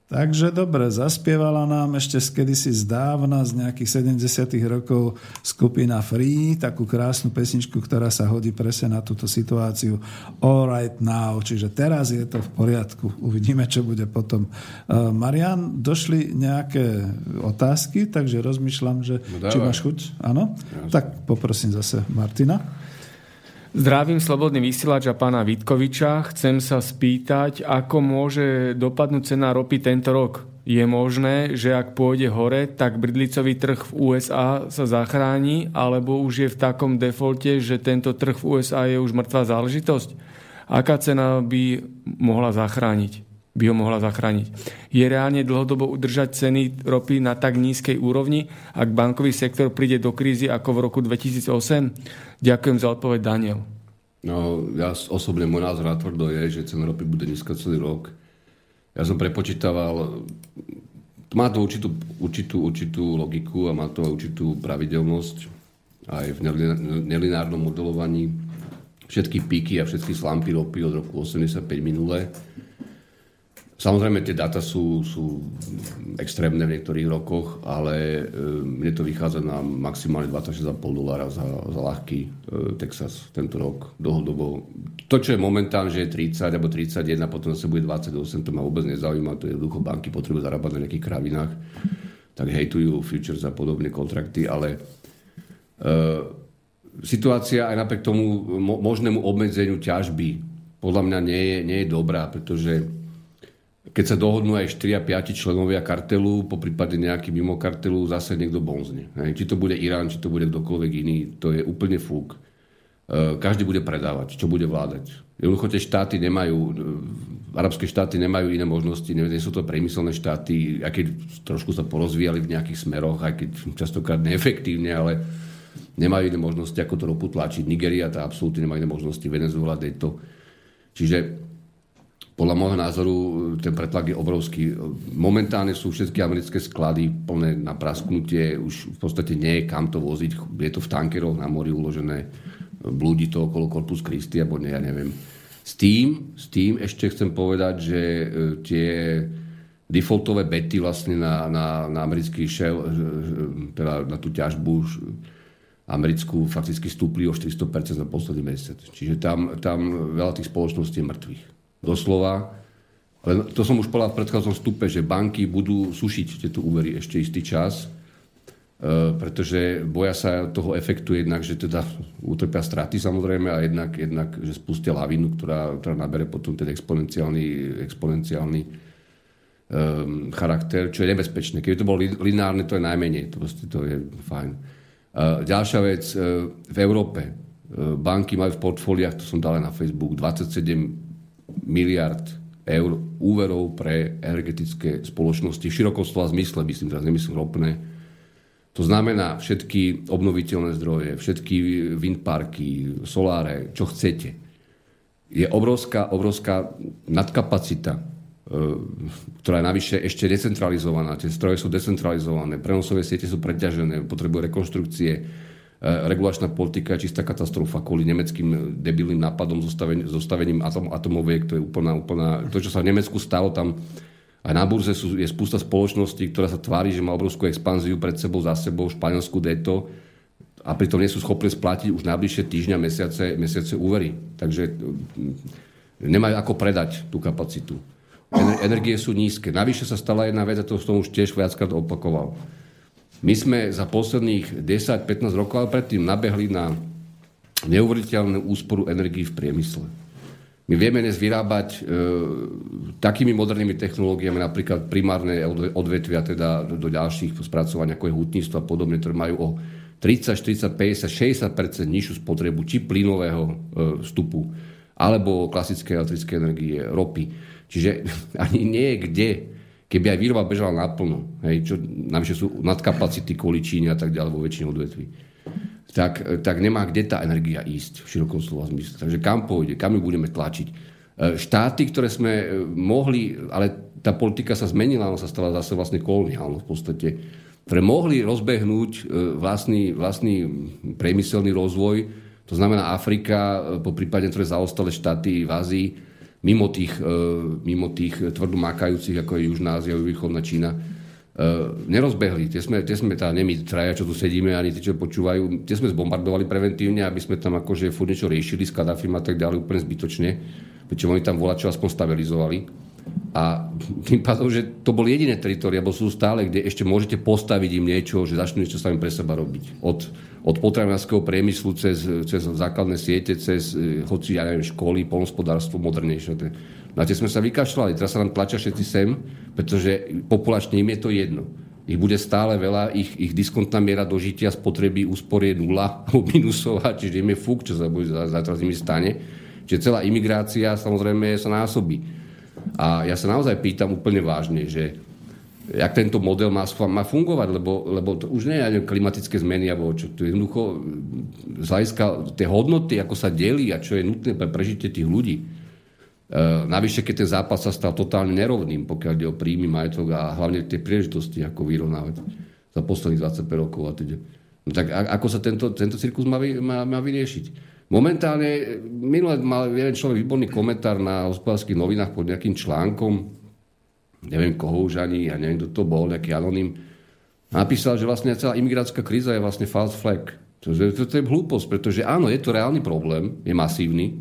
Takže dobre, zaspievala nám ešte kedysi zdávna, z nejakých 70. rokov skupina Free, takú krásnu pesničku, ktorá sa hodí presne na túto situáciu All Right Now, čiže teraz je to v poriadku. Uvidíme, čo bude potom. Marian, došli nejaké otázky, takže rozmýšľam, že či máš chuť? Áno? Tak poprosím zase Martina. Zdravím Slobodný vysielač a pána Vítkoviča. Chcem sa spýtať, ako môže dopadnúť cena ropy tento rok. Je možné, že ak pôjde hore, tak bridlicový trh v USA sa zachráni, alebo už je v takom defalte, že tento trh v USA je už mŕtvá záležitosť? Aká cena by mohla zachrániť? By ho mohla zachrániť. Je reálne dlhodobo udržať ceny ropy na tak nízkej úrovni, ak bankový sektor príde do krízy ako v roku 2008? Ďakujem za odpoveď, Daniel. No, ja osobne, môj názor natvrdo je, že cena ropy bude nízka celý rok. Ja som prepočítaval, má to určitú logiku a má to určitú pravidelnosť aj v nelineárnom modelovaní. Všetky píky a všetky slampy ropy od roku 85 minulé. Samozrejme, tie dáta sú extrémne v niektorých rokoch, ale mne to vychádza na maximálne $26,5 za ľahký Texas tento rok dlhodobo. To, čo je momentálne, že je 30 alebo 31, potom zase bude 28, to ma vôbec nezaujíma, to je jednoducho banky potrebujú zarábať na nejakých kravinách, tak hejtujú futures a podobné kontrakty, ale situácia aj napriek tomu možnému obmedzeniu ťažby podľa mňa nie je dobrá, pretože keď sa dohodnú aj 4 a 5 členovia kartelu, poprípade nejaký mimo kartelu, zase niekto bonzne. Či to bude Irán, či to bude kdokoľvek iný, to je úplne fúk. Každý bude predávať, čo bude vládať. Jednoducho tie štáty arabské štáty nemajú iné možnosti, nie sú to priemyselné štáty, aj keď trošku sa porozvíjali v nejakých smeroch, aj keď častokrát neefektívne, ale nemajú iné možnosti, ako to ropu tlačiť. Nigeria tá absolútne nemá iné možnosti, Venezuela, to. Čiže podľa môjho názoru ten pretlak je obrovský. Momentálne sú všetky americké sklady plné na prasknutie, už v podstate nie je kam to voziť, je to v tankeroch na mori uložené, blúdi to okolo Corpus Christi, alebo nie, ja neviem. S tým ešte chcem povedať, že tie defaultové bety vlastne na americký shell, teda na tú ťažbu americkú fakticky stúpli o 400% za posledný mesiac. Čiže tam veľa tých spoločností je mŕtvych. Doslova. Len to som už povedal v predchádzom vstupe, že banky budú sušiť tieto úvery ešte istý čas, pretože boja sa toho efektu jednak, že teda utrpia straty samozrejme a jednak že spustia lavínu, ktorá nabere potom ten exponenciálny charakter, čo je nebezpečné. Keby to bolo lineárne, to je najmenej. To je fajn. Ďalšia vec. V Európe banky majú v portfóliách, to som dal na Facebook, 27 miliard eur úverov pre energetické spoločnosti v širokom slova zmysle, nemyslím ropné. To znamená všetky obnoviteľné zdroje, všetky windparky, soláre, čo chcete. Je obrovská nadkapacita, ktorá je navyše ešte decentralizovaná. Tie stroje sú decentralizované, prenosové siete sú preťažené, potrebujú rekonštrukcie. Regulačná politika je čistá katastrofa kvôli nemeckým debilným nápadom zostavením atomoviek. To je úplná... To, čo sa v Nemecku stalo, tam aj na burze je spústa spoločností, ktorá sa tvári, že má obrovskú expanziu pred sebou, za sebou, v Španielsku deto a pritom nie sú schopné splatiť už najbližšie týždňa, mesiace úvery. Takže nemajú ako predať tú kapacitu. Energie sú nízke. Navyše sa stala jedna vec, a to som už tiež viackrát opakoval. My sme za posledných 10-15 rokov, ale predtým nabehli na neuveriteľnú úsporu energií v priemysle. My vieme dnes vyrábať takými modernými technológiami, napríklad primárne odvetvia, teda do ďalších spracovaní, ako je hutníctvo a podobne, ktoré majú o 30, 40, 50, 60% nižšiu spotrebu či plynového vstupu, alebo klasické elektrické energie, ropy. Čiže ani nie je kde. Keby aj výroba bežala naplno, čo navyše sú nadkapacity kvôli Číne a tak ďalej vo väčšine odvetví, tak nemá kde tá energia ísť v širokom slova zmysle. Takže kam pôjde, kam ju budeme tlačiť. Štáty, ktoré sme mohli, ale tá politika sa zmenila, ona sa stala zase vlastne koloniálnou v podstate, ktoré mohli rozbehnúť vlastný priemyselný rozvoj, to znamená Afrika, po prípade, ktoré zaostale štáty v Ázii, mimo tých tvrdomakajúcich, ako je Južná Ázia, východná Čína, nerozbehli. Tie sme tá nemi traja, čo tu sedíme, ani tí, čo počúvajú, tie sme zbombardovali preventívne, aby sme tam akože furt niečo riešili s Kadafim a tak ďalej úplne zbytočne, pretože oni tam volačo aspoň stabilizovali. A tým pádom, že to bol jediné teritória, bo sú stále, kde ešte môžete postaviť im niečo, že začnú niečo sami pre seba robiť. Od potravinárskeho priemyslu cez základné siete, cez hoci, ja neviem, školy, poľnohospodárstvo modernejšie. Na tie sme sa vykašľali, teraz sa nám tlačia všetci sem, pretože populačne im je to jedno. Ich bude stále veľa, ich diskontná miera dožitia spotreby úspory je 0 alebo minusová, čiže im je fúk, čo sa bude zajtra s nimi stane. Čiže celá imigrácia samozrejme sa násobí. A ja sa naozaj pýtam úplne vážne, že jak tento model má fungovať, lebo to už nie je klimatické zmeny, alebo čo, to je jednoducho z hľadiska tie hodnoty, ako sa delí a čo je nutné pre prežitie tých ľudí. Navyše, keď ten západ sa stal totálne nerovným, pokiaľ ide o príjmy, majetok a hlavne tie príležitosti, ako vyrovnávať za posledných 25 rokov a teda. No tak ako sa tento cirkus má vyriešiť? Momentálne, minulé mal jeden človek výborný komentár na Hospodárskych novinách pod nejakým článkom, neviem koho už ani, ja neviem, kto to bol, nejaký anonym, napísal, že vlastne celá imigrácka kríza je vlastne false flag. To je hlúposť, pretože áno, je to reálny problém, je masívny,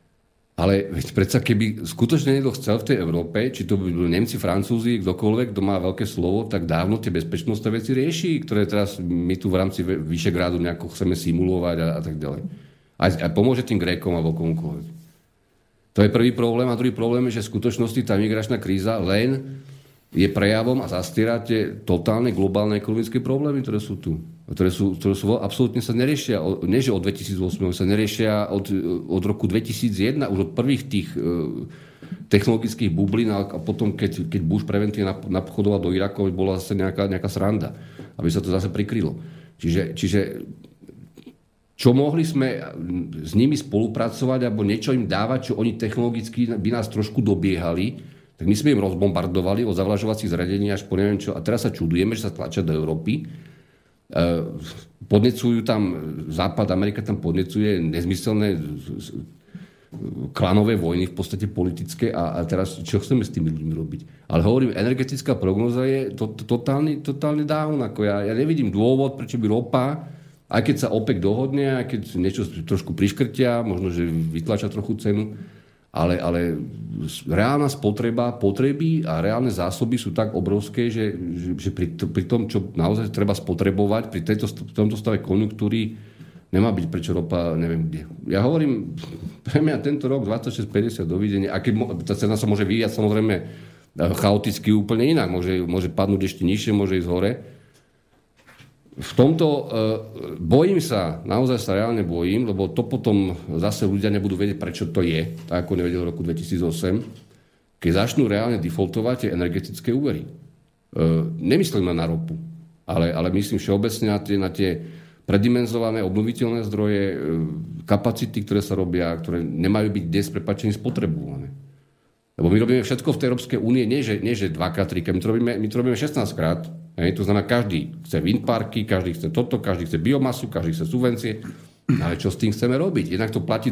ale predsa keby skutočne niekto chcel v tej Európe, či to by boli Nemci, Francúzi, kdokoľvek, kto má veľké slovo, tak dávno tie bezpečnostné veci rieši, ktoré teraz my tu v rámci Vyšegrádu nejako chceme simulovať a tak ďalej. A pomôže tým Grékom alebo komukoľvek. To je prvý problém. A druhý problém je, že v skutočnosti tá migračná kríza len je prejavom a zastiera tie totálne globálne ekonomické problémy, ktoré sú tu. Ktoré sú absolútne sa neriešia, nie že od 2008, sa neriešia od roku 2001, už od prvých tých technologických bublín a potom, keď Bush preventívne napochodoval do Iraku, bola zase nejaká sranda, aby sa to zase prikrylo. Čiže čo mohli sme s nimi spolupracovať alebo niečo im dávať, čo oni technologicky by nás trošku dobiehali, tak my sme im rozbombardovali od zavlažovacích zariadení až po neviem čo. A teraz sa čudujeme, že sa tlačia do Európy. Podnecujú tam, Západ, Amerika tam podnecuje nezmyselné klanové vojny, v podstate politické. A teraz čo chceme s tými ľuďmi robiť? Ale hovorím, energetická prognoza je totálne down. Ako ja nevidím dôvod, prečo by ropa, aj keď sa OPEC dohodne, aj keď niečo trošku priškrtia, možno, že vytlačia trochu cenu, ale reálna potreby a reálne zásoby sú tak obrovské, že pri tom, čo naozaj treba spotrebovať, pri tomto stave konjunktúry nemá byť prečo ropa, neviem kde. Ja hovorím, pre mňa tento rok 26,50 dovidenia, a keď tá cena sa môže vyvíjať samozrejme chaoticky úplne inak, môže padnúť ešte nižšie, môže ísť hore. V tomto bojím sa, naozaj sa reálne bojím, lebo to potom zase ľudia nebudú vedieť, prečo to je, tak ako nevedel v roku 2008, keď začnú reálne defaultovať tie energetické úvery. Nemyslím na ropu, ale myslím všeobecne na tie predimenzované obnoviteľné zdroje, kapacity, ktoré sa robia, ktoré nemajú byť dnes prepáčení spotrebované. Lebo my robíme všetko v tej Európskej únie, nie že 2x, 3x, my to robíme 16-krát. To znamená, každý chce windparky, každý chce toto, každý chce biomasu, každý chce subvencie. Ale čo s tým chceme robiť? Jednak to platí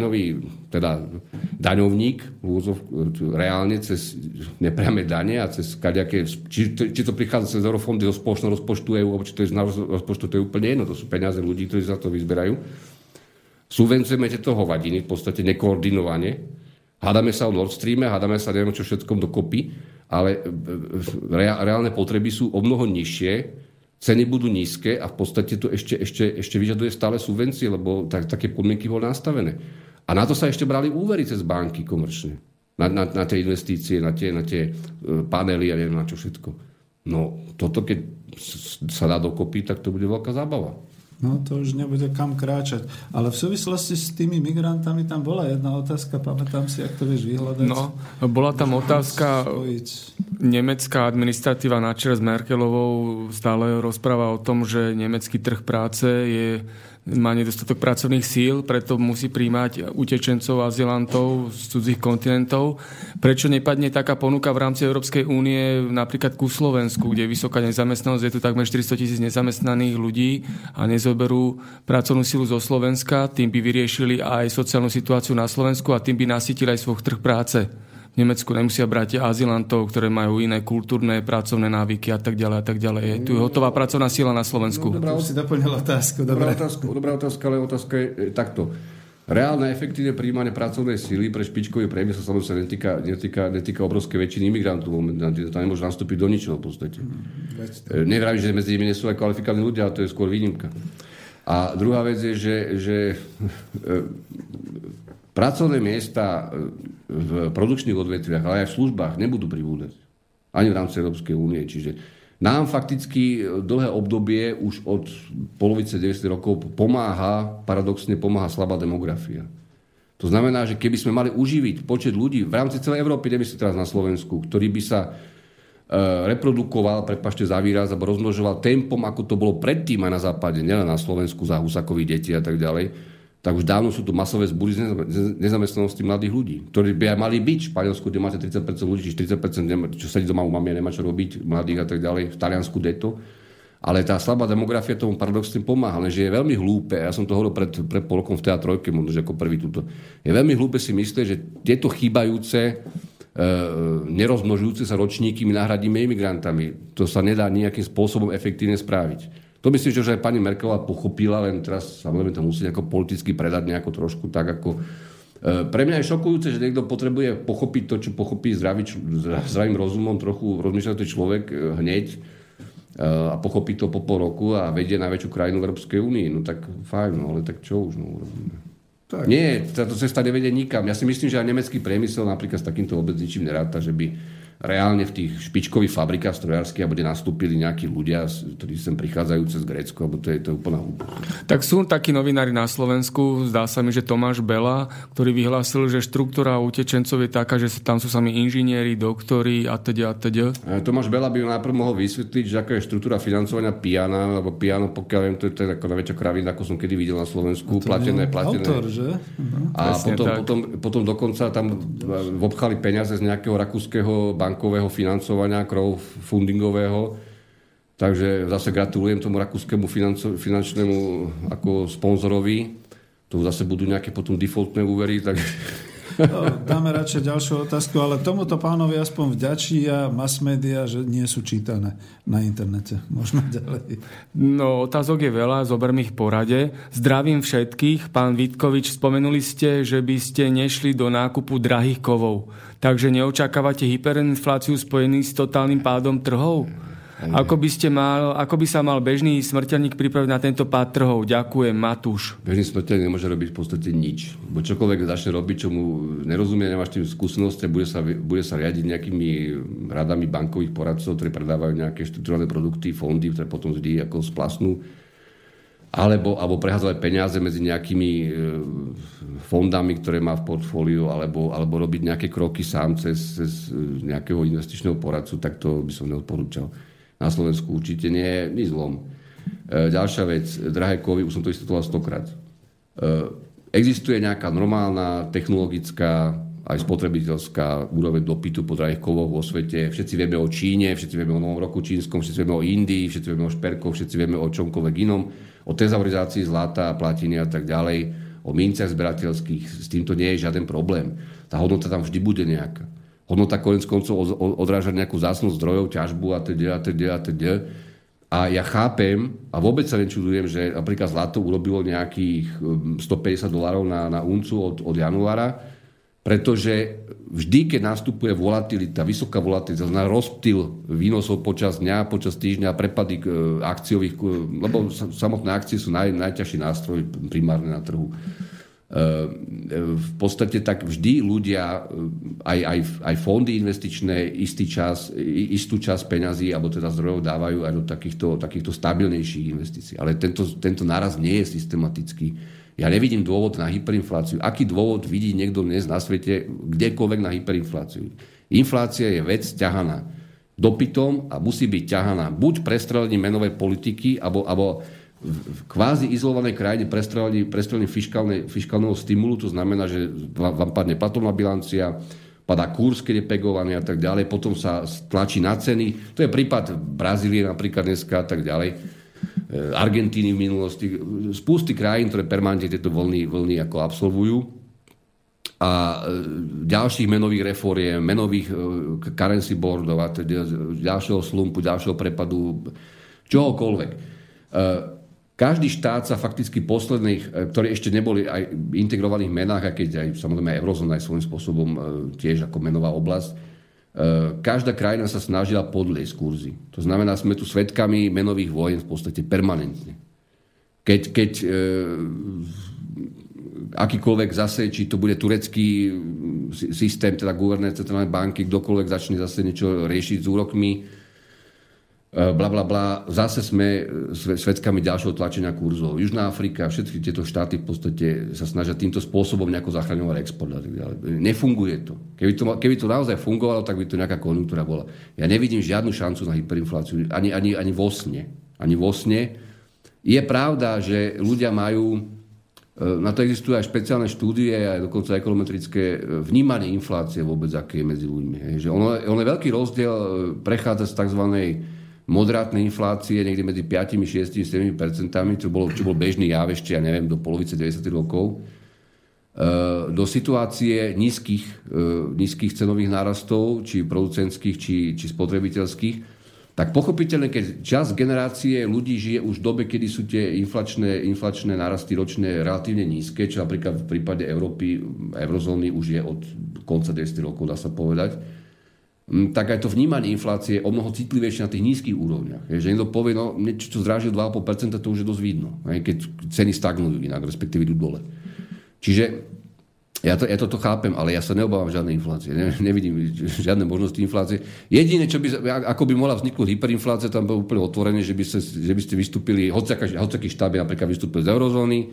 daňovník reálne cez nepriame dane a cez kadejaké, či to prichádza cez eurofondy do spoločného rozpočtu EU, alebo či to je z rozpočtu, to je úplne jedno. To sú peniaze ľudí, ktorí za to vyzberajú. Subvencujeme tieto hovadiny, v podstate nekoordinovane. Hádame sa o Nord Streame, hádame sa neviem čo všetkom dokopy, ale reálne potreby sú o mnoho nižšie, ceny budú nízke a v podstate to ešte vyžaduje stále subvencie, lebo také podmienky boli nastavené. A na to sa ešte brali úvery cez banky komerčne. Na tie investície, na tie panely a neviem na čo všetko. No toto keď sa dá dokopy, tak to bude veľká zábava. No to už nebude kam kráčať. Ale v súvislosti s tými migrantami tam bola jedna otázka, pamätám si, ak to vieš vyhľadať. No, bola tam otázka, nemecká administratíva na čele s Merkelovou stále rozpráva o tom, že nemecký trh práce je má nedostatok pracovných síl, preto musí prijímať utečencov, azylantov z cudzích kontinentov. Prečo nepadne taká ponuka v rámci Európskej únie napríklad ku Slovensku, kde je vysoká nezamestnanosť, je tu takmer 400 000 nezamestnaných ľudí a nezoberú pracovnú silu zo Slovenska, tým by vyriešili aj sociálnu situáciu na Slovensku a tým by nasytili aj svoj trh práce. V Nemecku nemusia brať azylantov, ktoré majú iné kultúrne, pracovné návyky a tak ďalej a tak ďalej. Je tu hotová pracovná sila na Slovensku. Dobrá, si doplnil otázku. Dobrá otázka, ale otázka je takto. Reálne efektívne prijímanie pracovnej síly pre špičkový priemysel samozrejme netýka obrovské väčšiny imigrantov momentálne. To nemôže nastúpiť do ničoho v podstate. Nevravím, že medzi nimi nie sú aj kvalifikovaní ľudia, ale to je skôr výnimka. A druhá vec je, že pracovné miesta v produkčných odvetviach, ale aj v službách nebudú pribúdať. Ani v rámci Európskej únie. Čiže nám fakticky dlhé obdobie už od polovice 90 rokov paradoxne pomáha slabá demografia. To znamená, že keby sme mali uživiť počet ľudí v rámci celej Európy, nemyslím teraz na Slovensku, ktorý by sa reprodukoval, prepáčte za výraz, alebo rozmnožoval tempom, ako to bolo predtým aj na západe, nielen na Slovensku za Husákových detí a tak ďalej, tak už dávno sú tu masové zbúry z nezamestnanosti mladých ľudí, ktorí by aj mali byť. V Španielsku, kde máte 30% ľudí, či 40%, čo sedí doma u mami a nemá čo robiť, mladých a tak ďalej, v Taliansku deto. Ale tá slabá demografia tomu paradoxne pomáha, lenže je veľmi hlúpe, ja som to hovoril pred pol rokom v TA3, možno že ako prvý túto, je veľmi hlúpe si myslieť, že tieto chýbajúce, nerozmnožujúce sa ročníky my nahradíme imigrantami. To sa nedá nejakým spôsobom efektívne spraviť. To myslím, že aj pani Merkelová pochopila, len teraz samozrejme to musí nejako politicky predať nejako trošku tak, ako... Pre mňa je šokujúce, že niekto potrebuje pochopiť to, čo pochopí zdravým rozumom, trochu rozmýšľajúci človek hneď a pochopí to po pol roku a vedie najväčšiu krajinu v Európskej únii. No tak fajn, no ale tak čo už? No, tak. Nie, táto cesta nevedie nikam. Ja si myslím, že aj nemecký priemysel napríklad s takýmto vôbec ničím neráta, že by reálne v tých špičkových fabrikách strojárskych, alebo kde nastúpili nejakí ľudia, ktorí sem prichádzajú cez Grécko, alebo to je úplná hlúposť. Tak sú takí novinári na Slovensku, zdá sa mi, že Tomáš Bela, ktorý vyhlásil, že štruktúra utečencov je taká, že tam sú sami inžinieri, doktori a teda. Tomáš Bela by najprv mohol vysvetliť, že aká je štruktúra financovania Piana, alebo Piano, pokiaľ viem, to je ako najväčšia kravina, ako som kedy videl na Slovensku, platené. Autor, že? A potom dokonca tam obchali peniaze z nejakého rakúskeho bankového financovania, crowdfundingového. Takže zase gratulujem tomu rakúskemu finančnému ako sponzorovi. Tu zase budú nejaké potom defaultné úvery. Tak... No, dáme radšej ďalšiu otázku, ale tomuto pánovi aspoň vďačí a mass media, že nie sú čítané na internete. Môžeme ďalej. No, otázok je veľa, zoberme ich po rade. Zdravím všetkých. Pán Vítkovič, spomenuli ste, že by ste nešli do nákupu drahých kovov. Takže neočakávate hyperinfláciu spojený s totálnym pádom trhov? Ako by sa mal bežný smrteľník pripraviť na tento pád trhov? Ďakujem, Matúš. Bežný smrteľník nemôže robiť v podstate nič. Bo čokoľvek začne robiť, čo mu nerozumie, nemáš tým skúsenosti a bude sa riadiť nejakými radami bankových poradcov, ktorí predávajú nejaké štruktúrne produkty, fondy, ktoré potom vždy ako splasnú. Alebo preházovať peniaze medzi nejakými fondami, ktoré má v portfóliu, alebo robiť nejaké kroky sám cez nejakého investičného poradcu, tak to by som neodporúčal. Na Slovensku určite nie je nič zlom. Ďalšia vec, drahé kovy, už som to istotoval 100-krát. Existuje nejaká normálna, technologická, aj spotrebiteľská úroveň dopytu po drahých kovoch vo svete. Všetci vieme o Číne, všetci vieme o Novom roku čínskom, všetci vieme o Indii, všetci vieme o šperkoch, všetci vieme o čomkoľvek inom, o tezaurizácii zlata, platiny a tak ďalej, o minciach zberateľských. S týmto nie je žiaden problém. Tá hodnota tam vždy bude nejaká. Hodnota konec koncov odráža nejakú vzácnosť zdrojov, ťažbu a teda. A ja chápem a vôbec sa nečudujem, že napríklad zlato urobilo nejakých $150 na uncu od januára, pretože vždy, keď nastupuje volatilita, vysoká volatilita, znamená rozptyl výnosov počas dňa, počas týždňa, prepady akciových, lebo samotné akcie sú najťažší nástroj primárne na trhu. V podstate tak vždy ľudia, aj fondy investičné istú časť peňazí alebo teda zdrojov dávajú aj do takýchto stabilnejších investícií. Ale tento náraz nie je systematický. Ja nevidím dôvod na hyperinfláciu. Aký dôvod vidí niekto dnes na svete kdekoľvek na hyperinfláciu? Inflácia je vec ťahaná dopytom a musí byť ťahaná buď prestrelením menovej politiky, alebo v kvázi izolovanej krajine prestrelení fiškálneho stimulu, to znamená, že vám padne platobná bilancia, padá kurz, keď je pegovaný a tak ďalej, potom sa tlačí na ceny. To je prípad Brazílie napríklad dneska a tak ďalej. Argentíny v minulosti. Spusty krajín, ktoré permanentne tieto vlny ako absolvujú. A ďalších menových reforiem, menových currency boardov a teda ďalšieho slumpu, ďalšieho prepadu, čohokoľvek. Každý štát sa fakticky posledných, ktorí ešte neboli aj v integrovaných menách, a keď aj samozrejme eurozóna aj svojím spôsobom tiež ako menová oblasť, každá krajina sa snažila podliesť kurzy. To znamená, sme tu svedkami menových vojen v podstate permanentne. Keď akýkoľvek zase, či to bude turecký systém, teda guvernér centrálnej banky, kdokoľvek začne zase niečo riešiť s úrokmi, blablabla, zase sme svedkami ďalšieho tlačenia kurzov. Južná Afrika, všetky tieto štáty v podstate sa snažia týmto spôsobom nejako zachraňovať export a tak ďalej. Nefunguje to. Keby to naozaj fungovalo, tak by to nejaká konjunktúra bola. Ja nevidím žiadnu šancu na hyperinfláciu, ani vo sne. Ani vo sne. Je pravda, že ľudia majú, na to existujú aj špeciálne štúdie, aj dokonca ekonometrické vnímanie inflácie vôbec, aké je medzi ľuďmi. Že ono je veľký rozdiel prechádza z tzv. Moderátnej inflácie niekde medzi 5, 6, 7%, čo bol bežný jav ešte, ja neviem, do polovice 90. rokov, do situácie nízkych cenových nárastov, či producentských, či spotrebiteľských, tak pochopiteľne, keď časť generácie ľudí žije už v dobe, kedy sú tie inflačné nárasty ročné relatívne nízke, čo napríklad v prípade Európy, eurozóny už je od konca 10 rokov, dá sa povedať, tak aj to vnímanie inflácie je o mnoho citlivejšie na tých nízkych úrovniach. Že niekto povie, no niečo, čo zdraží o 2,5%, to už je dosť vidno, keď ceny stagnujú inak, respektíve idú dole. Čiže ja to chápem, ale ja sa neobávam žiadnej inflácie. Nevidím žiadne možnosti inflácie. Jediné, ako by mohla vzniknúť hyperinflácia, tam bolo úplne otvorené, že by ste vystúpili, hociaký štát by napríklad vystúpil z eurozóny,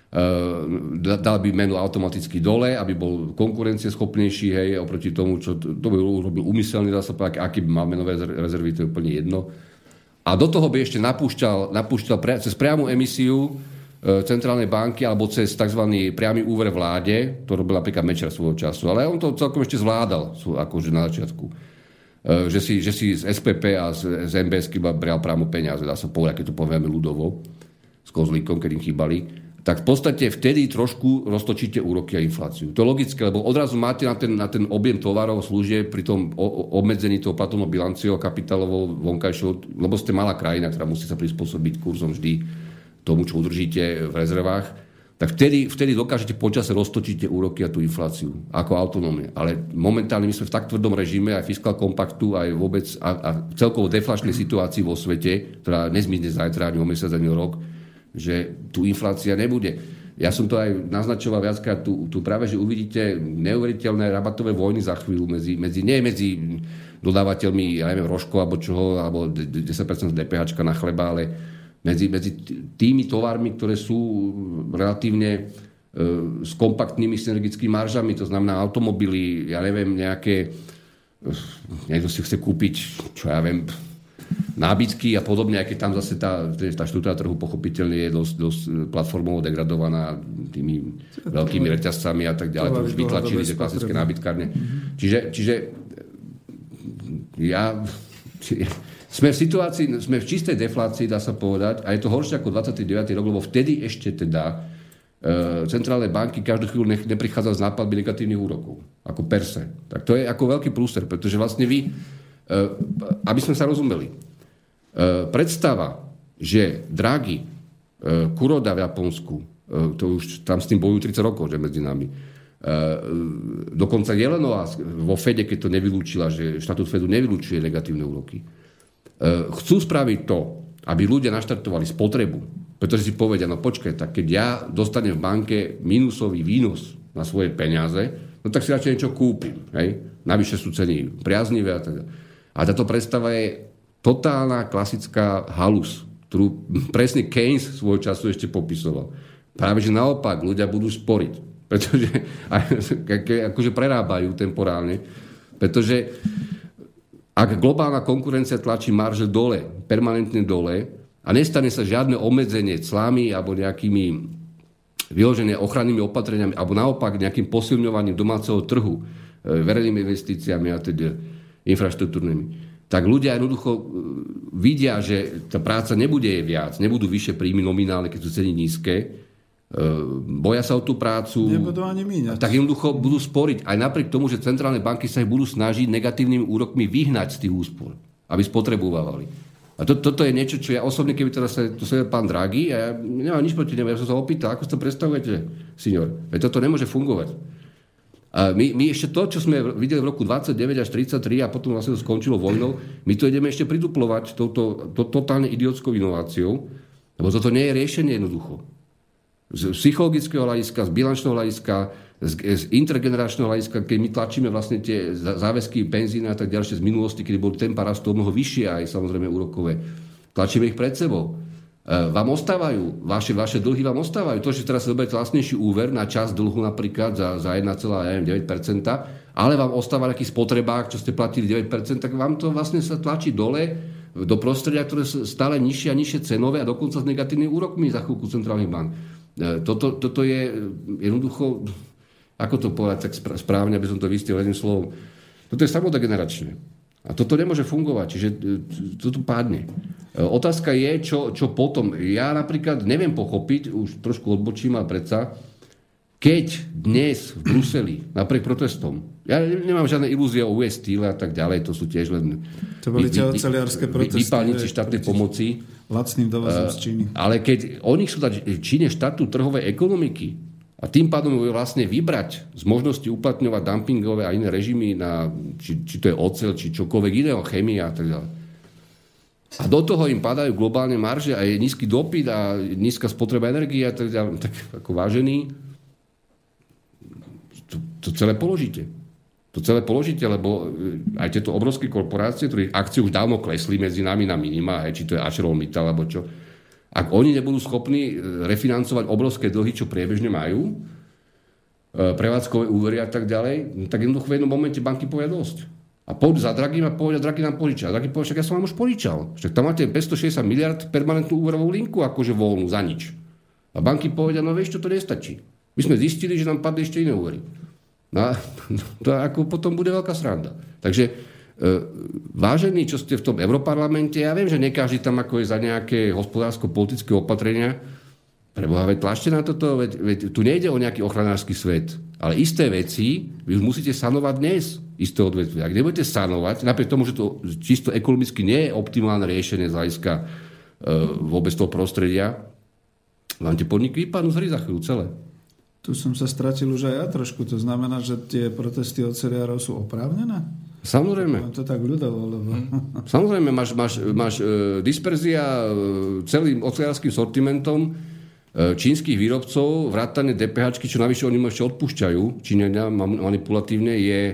dal by menu automaticky dole, aby bol konkurencieschopnejší, hej, oproti tomu, čo to by urobil úmyselne, dá sa povedať, aký by mal menové rezervy, to je úplne jedno. A do toho by ešte napúšťal cez priamu emisiu centrálnej banky alebo cez tzv. Priamy úver vláde, to robil napríklad Mečer svojho času, ale on to celkom ešte zvládal, akože na začiatku. Že si z SPP a z MBSky bral priamo peniaze, dá sa povedať, keď to povieme ľudovo, s Kozlíkom, keď im chýbali, tak v podstate vtedy trošku roztočíte úroky a infláciu. To je logické, lebo odrazu máte na ten objem tovarov služieb pri tom obmedzení toho platobnou bilanciou kapitálovou vonkajšou, lebo ste malá krajina, ktorá musí sa prispôsobiť kurzom vždy tomu, čo udržíte v rezervách, tak vtedy dokážete počase roztočiť úroky a tú infláciu ako autonómie. Ale momentálne my sme v tak tvrdom režime aj fiskál kompaktu, aj vôbec a celkovo deflačnej situácii vo svete, ktorá nezmizne zajtra ani o mesiac, ani o rok, že tu inflácia nebude. Ja som to aj naznačoval viackrát, tu práve, že uvidíte neuveriteľné rabatové vojny za chvíľu medzi dodávateľmi, ja neviem, rožkov alebo čoho, alebo 10% DPH na chleba, ale medzi tými tovarmi, ktoré sú relatívne s kompaktnými synergickými maržami, to znamená automobily, ja neviem, niekto si chce kúpiť, čo ja viem, nábytky a podobne, aj keď tam zase tá štruktúra trhu pochopiteľne je dosť platformovo degradovaná tými veľkými reťazcami a tak ďalej. To už vytlačili tie klasické nábytkárne. Čiže sme v situácii, sme v čistej deflácii, dá sa povedať, a je to horšie ako 29. rok, lebo vtedy ešte teda centrálne banky každú chvíľu neprichádzajú s nápadmi negatívnych úrokov, ako per se. Tak to je ako veľký prúser, pretože vlastne vy, aby sme sa rozumeli, predstava, že Draghi, Kuroda v Japonsku, to už tam s tým bojujú 30 rokov, že medzi nami, dokonca Jelenová vo Fede, keď to nevylúčila, že štatút Fedu nevylúčuje negatívne úroky, chcú spraviť to, aby ľudia naštartovali spotrebu, pretože si povedia, no počkaj, tak keď ja dostanem v banke minusový výnos na svoje peniaze, no tak si radšej niečo kúpim, hej? Navyše sú ceny priaznivé a tak ďalej. A táto predstava je totálna klasická halus, ktorú presne Keynes svojho času ešte popisoval. Práve, že naopak ľudia budú sporiť, pretože akože prerábajú temporálne, pretože ak globálna konkurencia tlačí marže dole, permanentne dole, a nestane sa žiadne obmedzenie clami alebo nejakými vyložené ochrannými opatreniami alebo naopak nejakým posilňovaním domáceho trhu, verejnými investíciami a teda infraštruktúrnymi, tak ľudia jednoducho vidia, že tá práca nebude viac, nebudú vyššie príjmy nominálne, keď sú ceny nízke, boja sa o tú prácu, nebudú ani míňať. Tak jednoducho budú sporiť. Aj napriek tomu, že centrálne banky sa ich budú snažiť negatívnymi úrokmi vyhnať z tých úspor, aby spotrebovávali. A toto je niečo, čo ja osobne, keby teraz tu sedel pán Draghi, a ja nemám nič proti nemu, ja som sa opýtal, ako si to predstavujete, senior? Veď toto nemôže fungovať. A my ešte to, čo sme videli v roku 29 až 33 a potom vlastne to skončilo vojnou, my to ideme ešte priduplovať touto totálne idiotskou inováciou, lebo toto nie je riešenie jednoducho. Z psychologického hľadiska, z bilančného hľadiska, z intergeneračného hľadiska, keď my tlačíme vlastne tie záväzky penzíne a tak ďalšie z minulosti, kedy bol tempa rastu mnoho vyššie aj samozrejme úrokové, tlačíme ich pred sebou. Vám ostávajú, vaše dlhy vám ostávajú. To, že teraz si zoberete vlastnejší úver na čas dlhu napríklad za 1,9%, ale vám ostáva nejaký spotrebák, čo ste platili 9%, tak vám to vlastne sa tlačí dole do prostredia, ktoré sú stále nižšie a nižšie cenové a dokonca s negatívnymi úrokmi za chvíľku centrálnych bank. Toto je jednoducho, ako to povedať tak správne, aby som to vystiel jedným slovom, toto je samodegeneračné. A toto nemôže fungovať, čiže toto padne. Otázka je, čo potom. Ja napríklad neviem pochopiť, už trošku odbočím, ale predsa, keď dnes v Bruseli, napriek protestom, ja nemám žiadne ilúzie o US Steel a tak ďalej, to sú tiež len to boli tie oceliarské protesty, vypálnici štátnej pomoci. Lacným dovozom z Číny. Ale keď oni chcú dať Číne štatút trhovej ekonomiky, a tým pádom vlastne vybrať z možnosti uplatňovať dumpingové a iné režimy na, či to je oceľ, či čokoľvek iného, chémia a tak ďalej. A do toho im padajú globálne marže a je nízky dopyt a nízka spotreba energie a tak ďalej. Tak ako vážený, to celé položíte. To celé položíte, lebo aj tieto obrovské korporácie, ktorých akcie už dávno klesli medzi nami na minima, či to je ArcelorMittal alebo čo, ak oni nebudú schopní refinancovať obrovské dlhy, čo priebežne majú, prevádzkové úvery a tak ďalej, tak jednoducho v jednom momente banky povedia dosť. A pôjdu za Draghim a povedia, Draghi nám požičal. Draghi povedia, však ja som vám už požičal. Však tam máte 560 miliard permanentnú úverovú linku, akože voľnú, za nič. A banky povedia, no vieš, čo to nestačí. My sme zistili, že nám padli ešte iné úvery. No, to ako potom bude veľká sranda. Takže vážení, čo ste v tom Europarlamente, ja viem, že ne každý tam ako je za nejaké hospodársko-politické opatrenia. Preboha, veď tlačte na toto, veď tu nejde o nejaký ochranársky svet. Ale isté veci vy už musíte sanovať dnes, isté odvetvia. Ak nebudete sanovať, napriek tomu, že to čisto ekonomicky nie je optimálne riešenie z hľadiska vôbec toho prostredia, vám tie podniky vypadnú z hry za chvíľu celé. Tu som sa stratil už aj ja trošku. To znamená, že tie protesty oceliarov sú oprávnené? Samozrejme. To tak ľudovo, lebo... Samozrejme, máš disperzia celým oceliarským sortimentom čínskych výrobcov, vrátane DPH, čo navyše oni ešte odpúšťajú, Číňania manipulatívne,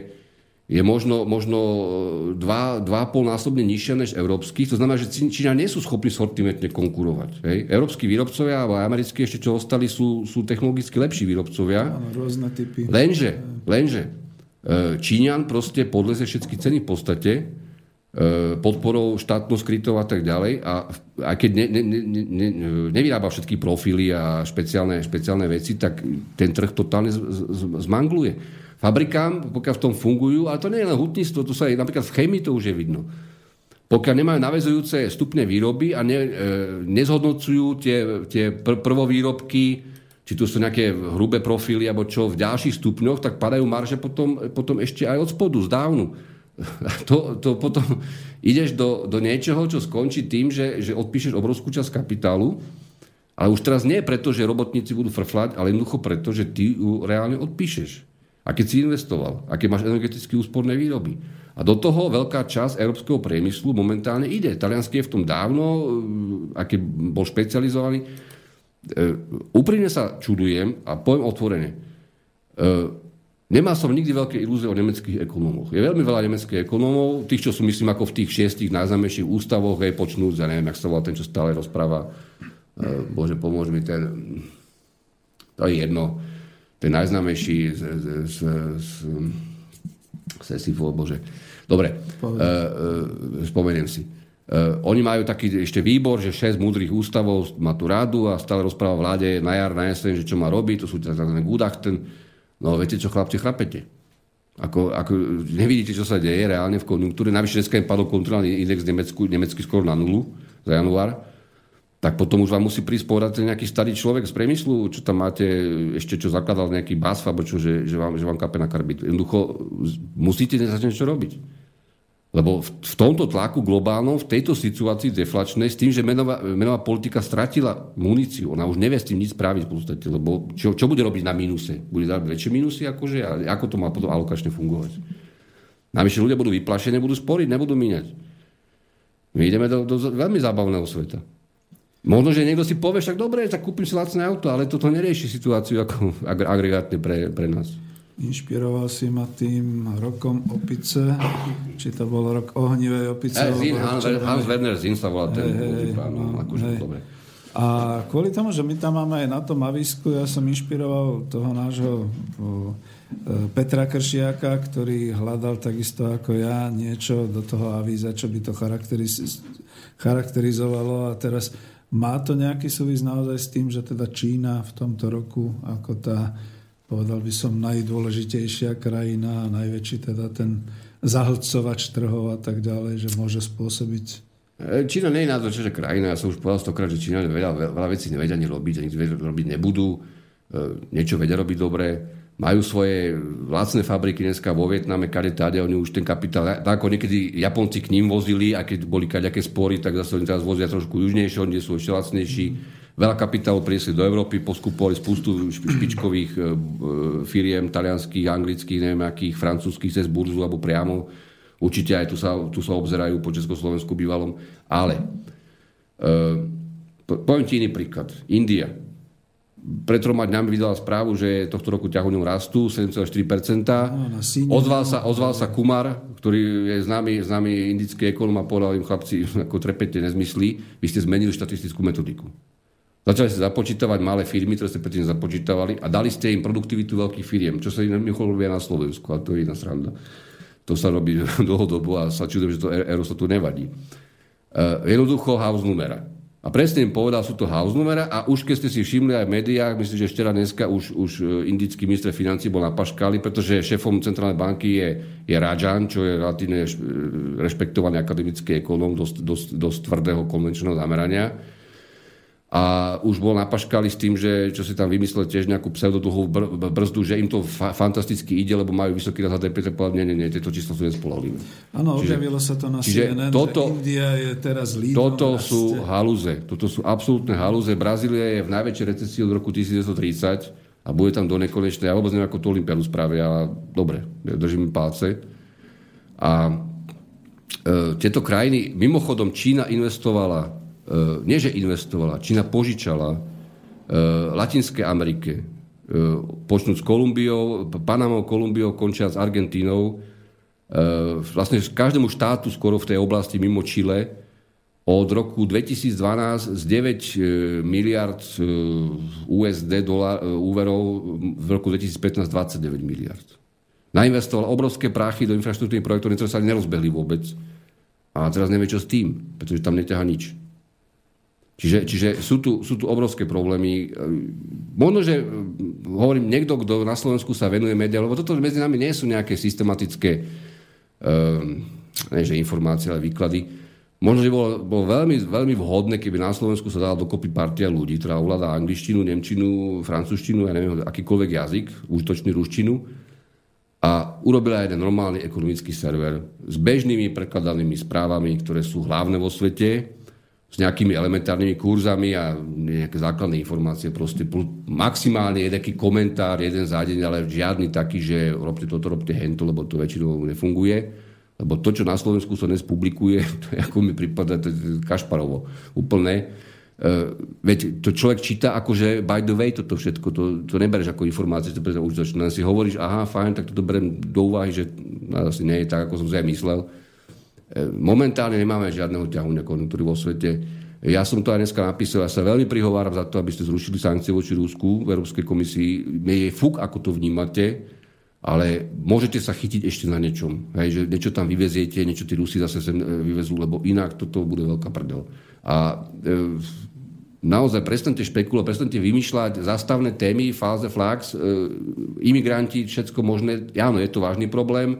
je možno 2,5 násobne nižšie než európskych. To znamená, že Číňania nie sú schopní sortimentne konkurovať. Hej? Európski výrobcovia, alebo americkí ešte čo ostali, sú technologicky lepší výrobcovia. Áno, rôzne typy. Lenže Číňan proste podlezie všetky ceny v podstate podporou štátnou skrytou a tak ďalej a keď nevyrába všetky profily a špeciálne veci, tak ten trh totálne zmangluje. Fabrikám, pokiaľ v tom fungujú, ale to nie je len hutníctvo, to sa aj napríklad v chémii to už je vidno. Pokiaľ nemajú naväzujúce stupne výroby a nezhodnocujú tie prvovýrobky, či tu sú nejaké hrubé profily, alebo čo, v ďalších stupňoch, tak padajú marže potom ešte aj od spodu, z dávnu. To potom ideš do niečoho, čo skončí tým, že odpíšeš obrovskú časť kapitálu, ale už teraz nie preto, že robotníci budú frflať, ale jednoducho preto, že ty ju reálne odpíšeš. A keď si investoval, a keď máš energeticky úsporné výroby. A do toho veľká časť európskeho priemyslu momentálne ide. Talianský je v tom dávno, a keď bol špecializovaný. Úprimne sa čudujem a poviem otvorene. Nemá som nikdy veľké ilúzie o nemeckých ekonómoch. Je veľmi veľa nemeckých ekonómov, tých, čo sú myslím ako v tých 6 najznámejších ústavoch, počnúť, ja neviem, jak sa volá ten, čo stále rozpráva. Bože, pomôž mi ten... To je jedno. Ten najznámejší Bože. Dobre, spomeniem si. Oni majú taký ešte výbor, že 6 múdrych ústavov má tú radu a stále rozpráva vláde na jar, na jeseň, že čo má robiť, to sú tzv. Gutachten. No viete čo, chlapci, chrapete. Ako nevidíte, čo sa deje reálne v konjunktúre. Navyše dneska im padol konjunkturálny index nemecký skoro na nulu za január. Tak potom už vám musí prísť povedať nejaký starý človek z priemyslu, čo tam máte, ešte čo zakladal nejaký BASF, alebo čo, že vám kape na karbit. Jednoducho musíte začať niečo robiť. Lebo v tomto tlaku globálnom, v tejto situácii deflačnej, s tým, že menová politika stratila muníciu, ona už nevie s tým nič spraviť v podstate, lebo čo bude robiť na mínuse? Bude dať väčšie mínusy, akože? A ako to má potom alokačne fungovať? Navyše ľudia budú vyplašení, nebudú sporiť, nebudú míňať. My ideme do veľmi zábavného sveta. Možno, že niekto si povie, však dobre, tak kúpim si lacné auto, ale toto nerieši situáciu ako agregátne pre nás. Inšpiroval si ma tým rokom opice, či to bol rok ohnivej opice. Hans Werner Zinn sa volá ten. Dobre. A kvôli tomu, že my tam máme aj na tom avísku, ja som inšpiroval toho nášho Petra Kršiaka, ktorý hľadal takisto ako ja niečo do toho avíza, čo by to charakterizovalo. A teraz má to nejaký súvis naozaj s tým, že teda Čína v tomto roku ako tá, povedal by som, najdôležitejšia krajina a najväčší teda ten zahlcovač trhov a tak ďalej, že môže spôsobiť. Čína nie je na to, že krajina, ja som už povedal stokrát, že Čína veľa vecí nevedia ani robiť, ani robiť nebudú, niečo vedia robiť dobre, majú svoje lacné fabriky dneska vo Vietname, kade táde, oni už ten kapitál, tak ako niekedy Japonci k ním vozili, a keď boli kadejaké spory, tak zase oni teraz vozia trošku južnejšie, oni sú ešte lacnejší. Veľa kapitálu priniesli do Európy, poskupovali spustu špičkových firiem, talianských, anglických, neviem akých, francúzskych, cez burzu alebo priamo. Určite aj tu sa obzerajú po Československu bývalom. Ale poviem ti iný príklad. India. Pred 3 dňami vydala správu, že tohto roku ťahuňom rastú 7,4%. Ozval sa Kumar, ktorý je známy indický ekonóm a povedal im, chlapci, ako trepete nezmyslí, vy ste zmenili štatistickú metodiku. Začali ste započítavať malé firmy, ktoré ste predtým započítavali a dali ste im produktivitu veľkých firiem, čo sa im robia na Slovensku, a to je iná sranda. To sa robí dlhodobo a sa čudujem, že to Eurostatu nevadí. Jednoducho house numera. A presne im povedal, sú to house numera a už keď ste si všimli aj v médiách, myslím, že ešte dneska už indický minister financií bol na paškáli, pretože šéfom centrálnej banky je Rajan, čo je relatívne rešpektovaný akademický ekonóm dosť tvrdého konvenčného zamerania. A už bol na paškáli s tým, že čo si tam vymyslel tiež nejakú pseudodlhovú brzdu, že im to fantasticky ide, lebo majú vysoký rast HDP, tak povedal, nie, tieto čísla sú nespolahlivé. Áno, objavilo sa to na CNN, že India je teraz lídrom. Toto sú halúze, toto sú absolútne halúze. Brazília je v najväčšej recesii od roku 1930 a bude tam do nekonečnej. Ja vôbec neviem, ako tú olympiádu spravia, ale dobre, držím im palce. A tieto krajiny, mimochodom Čína investovala, Čína požičala Latinskej Amerike, počnúť s Kolumbiou, Panamou, Kolumbiou, končia s Argentínou, vlastne každému štátu skoro v tej oblasti mimo Čile od roku 2012 z 9 miliard USD úverov v roku 2015 29 miliard. Nainvestoval obrovské prachy do infraštruktúrnych projektov, ktoré sa nerozbehli vôbec. A teraz nevie, čo s tým, pretože tam neťahá nič. Čiže sú tu obrovské problémy. Možno, že hovorím, niekto, kto na Slovensku sa venuje médiám, lebo toto medzi nami nie sú nejaké systematické informácie, ale výklady. Možno, že bolo veľmi, veľmi vhodné, keby na Slovensku sa dala dokopy partia ľudí, ktorá ovláda angličtinu, nemčinu, francúzštinu, ja neviem, akýkoľvek jazyk, užitočný ruštinu, a urobila jeden normálny ekonomický server s bežnými prekladanými správami, ktoré sú hlavné vo svete, s nejakými elementárnymi kurzami a nejaké základné informácie, proste maximálne nejaký komentár jeden za deň, ale žiadny taký, že robte toto, robte hento, lebo to väčšinou nefunguje. Lebo to, čo na Slovensku sa dnes publikuje, to je, ako mi prípada, to je Kašparovo úplné. Veď to človek číta akože by the way toto všetko, to nebereš ako informácie, to preto už začína, si hovoríš, aha, fajn, tak toto beriem do úvahy, že asi nie je tak, ako som si aj myslel. Momentálne nemáme žiadneho ťahuňa konjunktúry vo svete. Ja som to aj dneska napísal, ja sa veľmi prihováram za to, aby ste zrušili sankcie voči Rusku v Európskej komisii. Mne je fuk, ako to vnímate. Ale môžete sa chytiť ešte na niečom. Hej, že niečo tam vyveziete, niečo tí Rusi zase sem vyvezú, lebo inak toto bude veľká prdel. A naozaj prestante špekulovať, prestante vymýšľať zástavné témy, false flags, imigranti, všetko možné. Áno, je to vážny problém.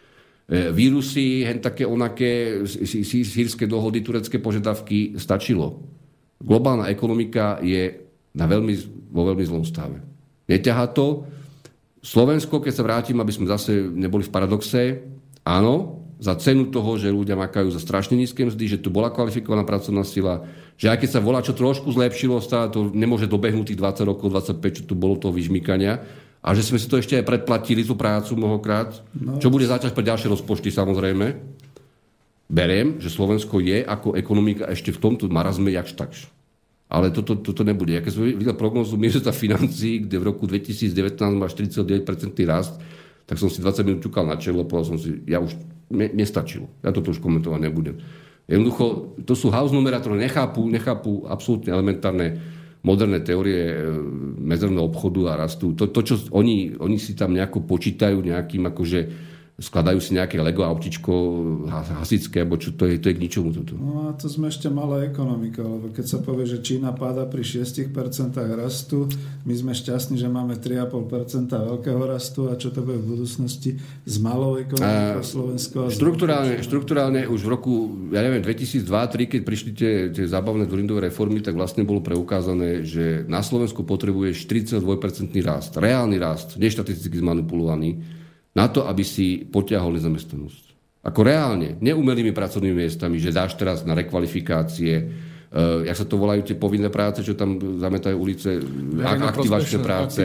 Vírusy, hen také onaké, sýrske dohody, turecké požiadavky, stačilo. Globálna ekonomika je vo veľmi zlom stave. Neťahá to. Slovensko, keď sa vrátim, aby sme zase neboli v paradoxe, áno, za cenu toho, že ľudia makajú za strašne nízke mzdy, že tu bola kvalifikovaná pracovná sila, že aj keď sa volá, čo trošku zlepšilo, stále to nemôže dobehnúť tých 20 rokov, 25, čo tu bolo toho vyžmykania, a že sme si to ešte aj predplatili, tú prácu mnohokrát, čo bude záťaž pre ďalšie rozpočty, samozrejme. Beriem, že Slovensko je ako ekonomika ešte v tomto marazme jakž takž. Ale toto nebude. Ja keď som videl prognozu ministerstva financií, kde v roku 2019 má 49% rast, tak som si 20 minút ťukal na čelo, povedal som si, ja už nestačilo. Ja toto už komentovať nebudem. Jednoducho, to sú house numerá, ktoré nechápu absolútne elementárne moderné teórie medzerného obchodu a rastu. To čo oni si tam nejako počítajú nejakým akože skladajú si nejaké Lego autičko hasičské, alebo čo to je k ničomu toto. No a to sme ešte malá ekonomika, lebo keď sa povie, že Čína páda pri 6% rastu, my sme šťastní, že máme 3,5% veľkého rastu, a čo to bude v budúcnosti s malou ekonomikou Slovensko? Štruktúrálne už v roku, ja neviem, 2002-2003, keď prišli tie zábavné Dzurindové reformy, tak vlastne bolo preukázané, že na Slovensku potrebuje 42% rast, reálny rast, neštatisticky zmanipulovaný, na to, aby si potiahol nezamestnanosť. Ako reálne, neumelými pracovnými miestami, že dáš teraz na rekvalifikácie, jak sa to volajú tie povinné práce, čo tam zametajú ulice, aktivačné práce,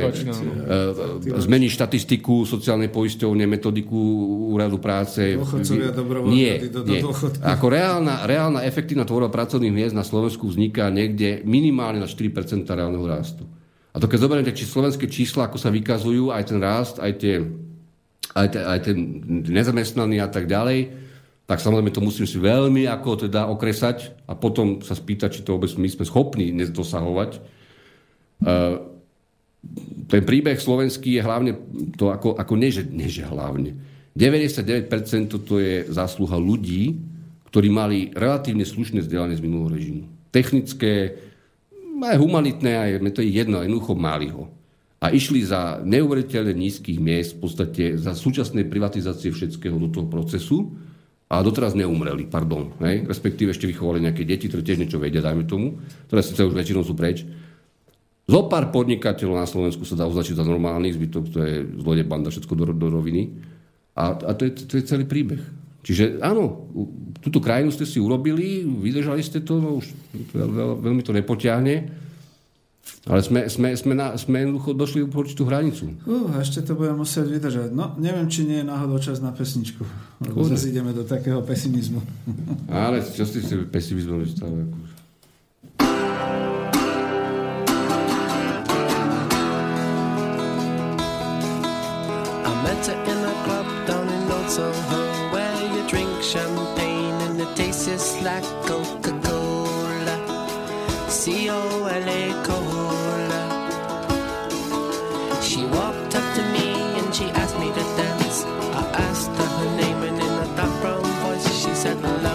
zmení štatistiku sociálnej poisťovne, metodiku úradu práce. Dôchodcovia dobrovoľní do dôchodku. Ako reálna efektívna tvorba pracovných miest na Slovensku vzniká niekde minimálne na 4% reálneho rastu. A to keď zoberiete slovenské čísla, ako sa vykazujú, aj ten rast, aj ten nezamestnaný a tak ďalej, tak samozrejme to musím si veľmi ako teda okresať a potom sa spýtať, či to vôbec my sme schopní dosahovať. Ten príbeh slovenský je hlavne to ako nie, že hlavne. 99% to je zásluha ľudí, ktorí mali relatívne slušné vzdelanie z minulého režimu. Technické, aj humanitné, aj to je jedno, jednoducho mali ho. A išli za neuveriteľne nízkych miest v podstate za súčasnej privatizácie všetkého do toho procesu a doteraz neumreli, respektíve ešte vychovali nejaké deti, ktoré tiež niečo vedia, dajme tomu, ktoré síce už väčšinou sú preč. Zopár podnikateľov na Slovensku sa dá označiť za normálnych, zbytok to je zlodej banda, všetko do roviny. A to je celý príbeh. Čiže áno, túto krajinu ste si urobili, vydržali ste to, už veľmi to nepotiahne. Ale sme jednoducho došli po určitú hranicu. Ešte to budem musieť vydržať. No, neviem, či nie je náhodou čas na pesničku. Lebo zase ideme do takého pesimizmu. Ale čo si pesimizmu vystavuje? I met her in a club down in Old Soho, where you drink champagne and it tastes just like Coca-Cola. C-O-L-A Cola. She walked up to me and she asked me to dance. I asked her her name and in a dark brown voice she said Lola.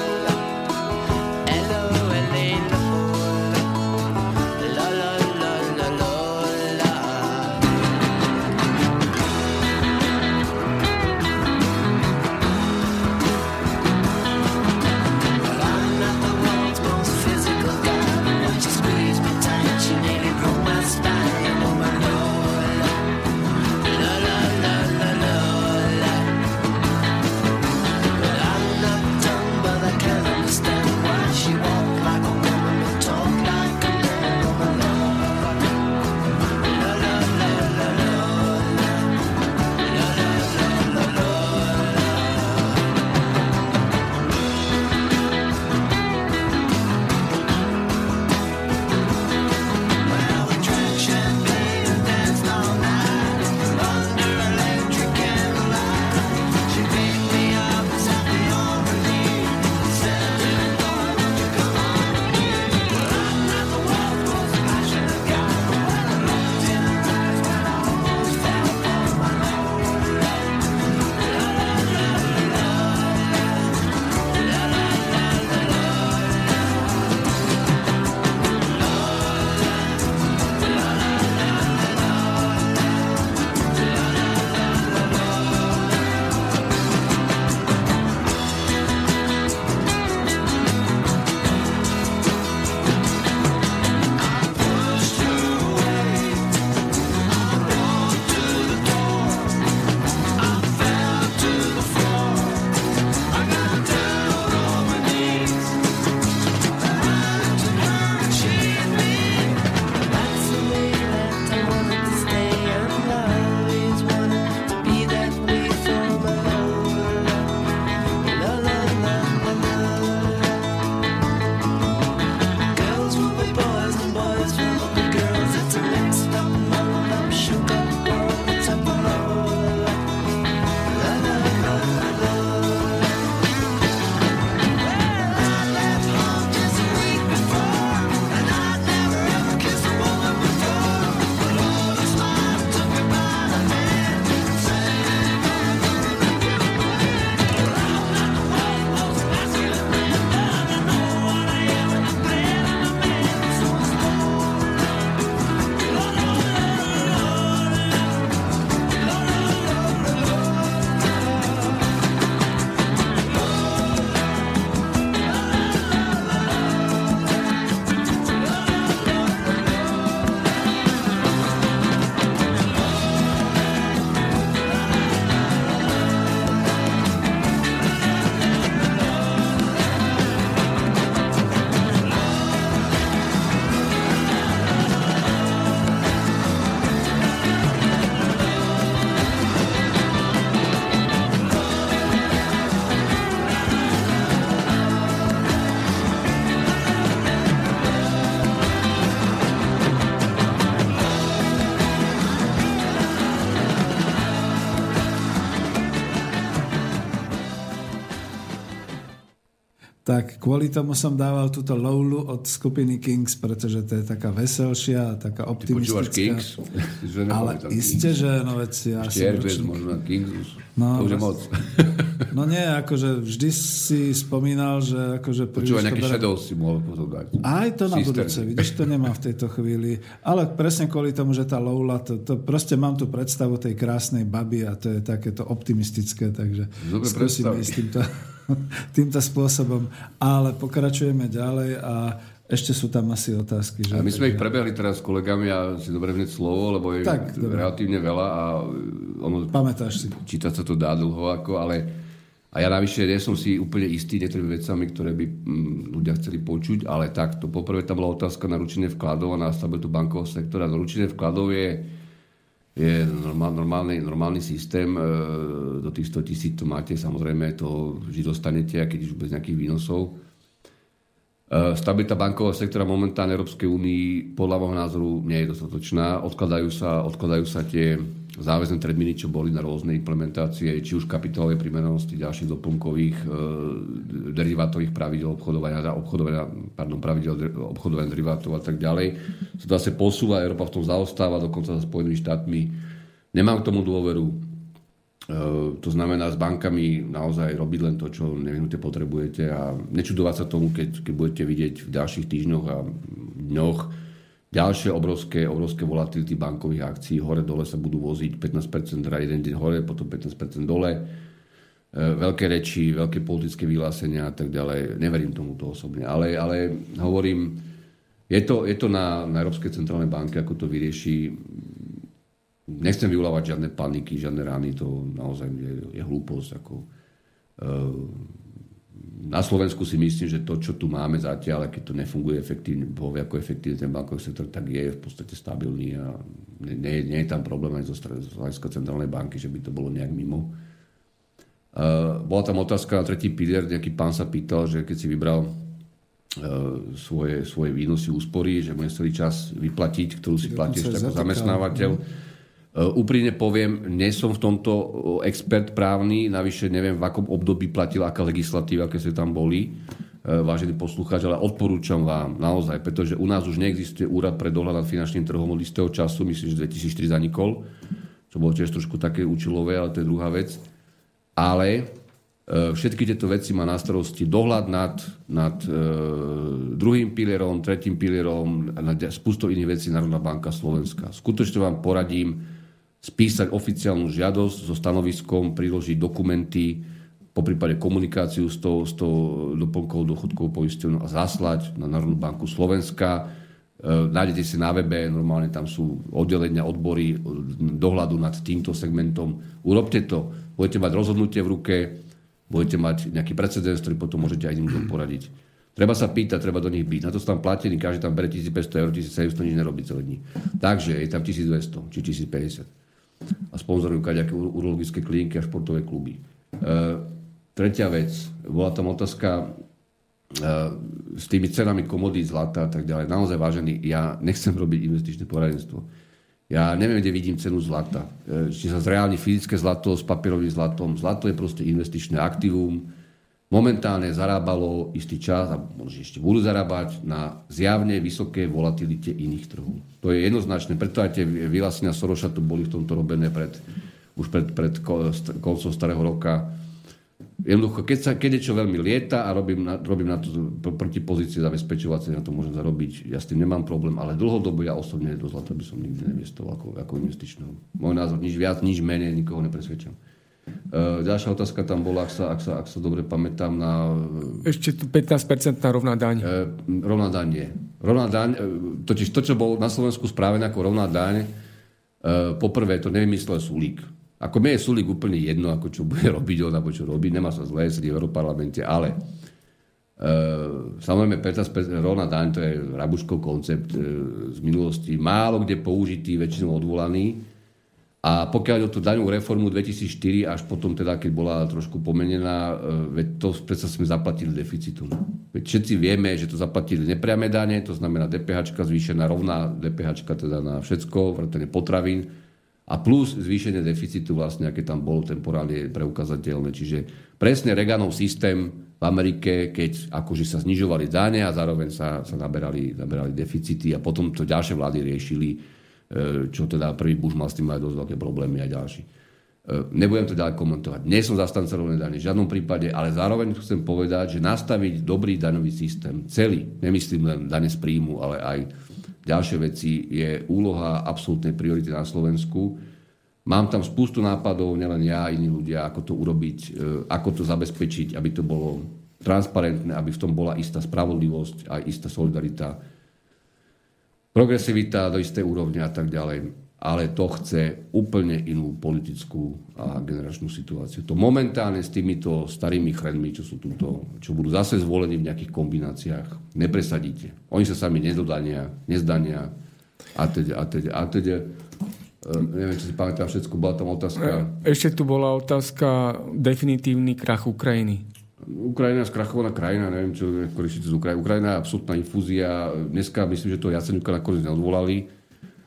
L-O-L-A Lola. La-la-la-la-Lola. Well, I'm not the world's most physical guy, but you squeeze me tight tak kvôli tomu som dával túto Loulu od skupiny Kings, pretože to je taká veselšia, taká optimistická. Ty počúvaš Kings? Ale iste, že no veď ja ešte Airbus, možno Kings. No, to už je moc. No nie, akože vždy si spomínal, že akože... Počúvaj, nejaký Shadows si mohol potom dať. Aj to na budúce, vidíš, to nemám v tejto chvíli. Ale presne kvôli tomu, že tá Loula, to proste mám tú predstavu tej krásnej baby a to je takéto optimistické, takže skúsime ísť týmto spôsobom. Ale pokračujeme ďalej a ešte sú tam asi otázky. Že? A my sme ich prebehli teraz s kolegami a si dobre vnieť slovo, lebo je tak, relatívne veľa a pamätáš si. Čítať sa to dá dlho, ale a ja navyše nie som si úplne istý niektorými vecami, ktoré by ľudia chceli počuť, ale takto. Poprvé tam bola otázka na ručenie vkladov a na stabilitu bankového sektora. No, ručenie vkladov je normálny systém. Do tých 100 000 to máte, samozrejme, to vždy dostanete, a keď už bez nejakých výnosov. Stabilita bankového sektora momentálne Európskej únii podľa môjho názoru nie je dostatočná. Odkladajú sa tie záväzné termíny, čo boli na rôzne implementácie, či už kapitálovej primeranosti, ďalších doplnkových derivátových pravidel pravidel obchodovania derivátov a tak ďalej. To zase posúva, Európa v tom zaostáva, dokonca sa Spojenými štátmi. Nemám k tomu dôveru. To znamená s bankami naozaj robiť len to, čo nevyhnutne potrebujete a nečudovať sa tomu, keď budete vidieť v ďalších týždňoch a dňoch ďalšie obrovské volatility bankových akcií. Hore-dole sa budú voziť 15%, jeden deň hore, potom 15% dole. Veľké reči, veľké politické vyhlásenia a tak ďalej. Neverím tomuto osobne. Ale hovorím, je to na Európskej centrálnej banke, ako to vyrieši. Nechcem vyvolávať žiadne paniky, žiadne rány, to naozaj je hlúposť. Na Slovensku si myslím, že to, čo tu máme zatiaľ, keď to nefunguje efektívne, ako efektívne ten bankový sektor, tak je v podstate stabilný a nie je tam problém aj zo hľadiska centrálnej banky, že by to bolo nejak mimo. Bola tam otázka na tretí pilier, nejaký pán sa pýtal, že keď si vybral svoje výnosy úspory, že mu celý čas vyplatiť, ktorú si platíš ako zamestnávateľ. Úprimne poviem, nie som v tomto expert právny, navyše neviem, v akom období platila aká legislatíva, aké ste tam boli, vážený poslucháč, ale odporúčam vám naozaj, pretože u nás už neexistuje úrad pre dohľad nad finančným trhom od istého času, myslím, že 2004 zanikol, čo bolo tiež trošku také účelové, ale to je druhá vec. Ale všetky tieto veci má na starosti dohľad nad druhým pilierom, tretím pilierom a nad spustou iných vecí Národná banka Slovenska. Skutočne vám poradím spísať oficiálnu žiadosť so stanoviskom, priložiť dokumenty, poprípade komunikáciu s tou doplnkovou dôchodkovou poisťovňou a zaslať na Národnú banku Slovenska. Nájdete si na webe, normálne tam sú oddelenia, odbory dohľadu nad týmto segmentom. Urobte to, budete mať rozhodnutie v ruke, budete mať nejaký precedens, ktorý potom môžete aj iným poradiť. Treba sa pýtať, treba do nich byť. Na to sú tam platení, každý tam bere 1500 eur, 1700, nič nerobí celé dní. Takže je tam 1200 či 1050. A sponzorujú kadejaké urologické kliniky a športové kluby. Tretia vec, bola tam otázka s tými cenami komodít, zlata a tak ďalej. Naozaj vážený, ja nechcem robiť investičné poradenstvo. Ja neviem, kde vidím cenu zlata. Či sa zreálni fyzické zlato s papierovým zlatom. Zlato je proste investičné aktívum. Momentálne zarábalo istý čas a možno ešte budú zarábať na zjavne vysoké volatilite iných trhov. To je jednoznačné. Preto aj tie vyhlásenia Soroša tu boli v tomto robené už pred koncom starého roka. Jednoducho, keď je čo veľmi lieta a robím na to proti pozície zabezpečovacie, na to môžem zarobiť. Ja s tým nemám problém, ale dlhodobo ja osobne do zlata by som nikdy neviestal ako investičného. Môj názor, nič viac, nič menej, nikoho nepresvedčam. Ďalšia otázka tam bola, ak sa dobre pamätám, na... Ešte 15% rovná daň. Rovná daň nie. Rovná daň, totiž to, čo bolo na Slovensku správené ako rovná daň, poprvé to nevymyslel Sulík. Ako mne je Sulík úplne jedno, ako čo bude robiť on, alebo čo robí, nemá sa zlé, sedí v Europarlamente, ale samozrejme 15% rovná daň, to je Rabuškov koncept z minulosti, málo kde použitý, väčšinou odvolaný. A pokiaľ o tú daňovú reformu 2004, až potom teda, keď bola trošku pomenená, to predsa sme zaplatili deficitu. Veď všetci vieme, že to zaplatili nepriame dane, to znamená DPH zvýšená, rovná DPH teda na všetko, vrátane potravín. a plus zvýšenie deficitu vlastne, aké tam bolo temporálne preukazateľné. Čiže presne Reaganov systém v Amerike, keď akože sa znižovali dane a zároveň sa naberali deficity a potom to ďalšie vlády riešili, čo teda prvý Bush mal s tým aj dosť veľké problémy a ďalší. Nebudem to ďalej komentovať. Nie som zastanca rovnej dane v žiadnom prípade, ale zároveň chcem povedať, že nastaviť dobrý daňový systém, celý, nemyslím len dane z príjmu, ale aj ďalšie veci, je úloha absolútnej priority na Slovensku. Mám tam spustu nápadov, nielen ja, iní ľudia, ako to urobiť, ako to zabezpečiť, aby to bolo transparentné, aby v tom bola istá spravodlivosť a istá solidarita, progresivita do istej úrovne a tak ďalej. Ale to chce úplne inú politickú a generačnú situáciu. To momentálne s týmito starými chrenmi, čo sú tuto, čo budú zase zvolení v nejakých kombináciách, nepresadíte. Oni sa sami nezdania a teda. Neviem, či si pamätám všetko, bola tam otázka. Ešte tu bola otázka definitívny krach Ukrajiny. Ukrajina je skrachovaná krajina, neviem, čo riešiť z Ukrajiny. Ukrajina je absolútna infúzia. Dneska myslím, že to Jaceňuka nakoniec neodvolali.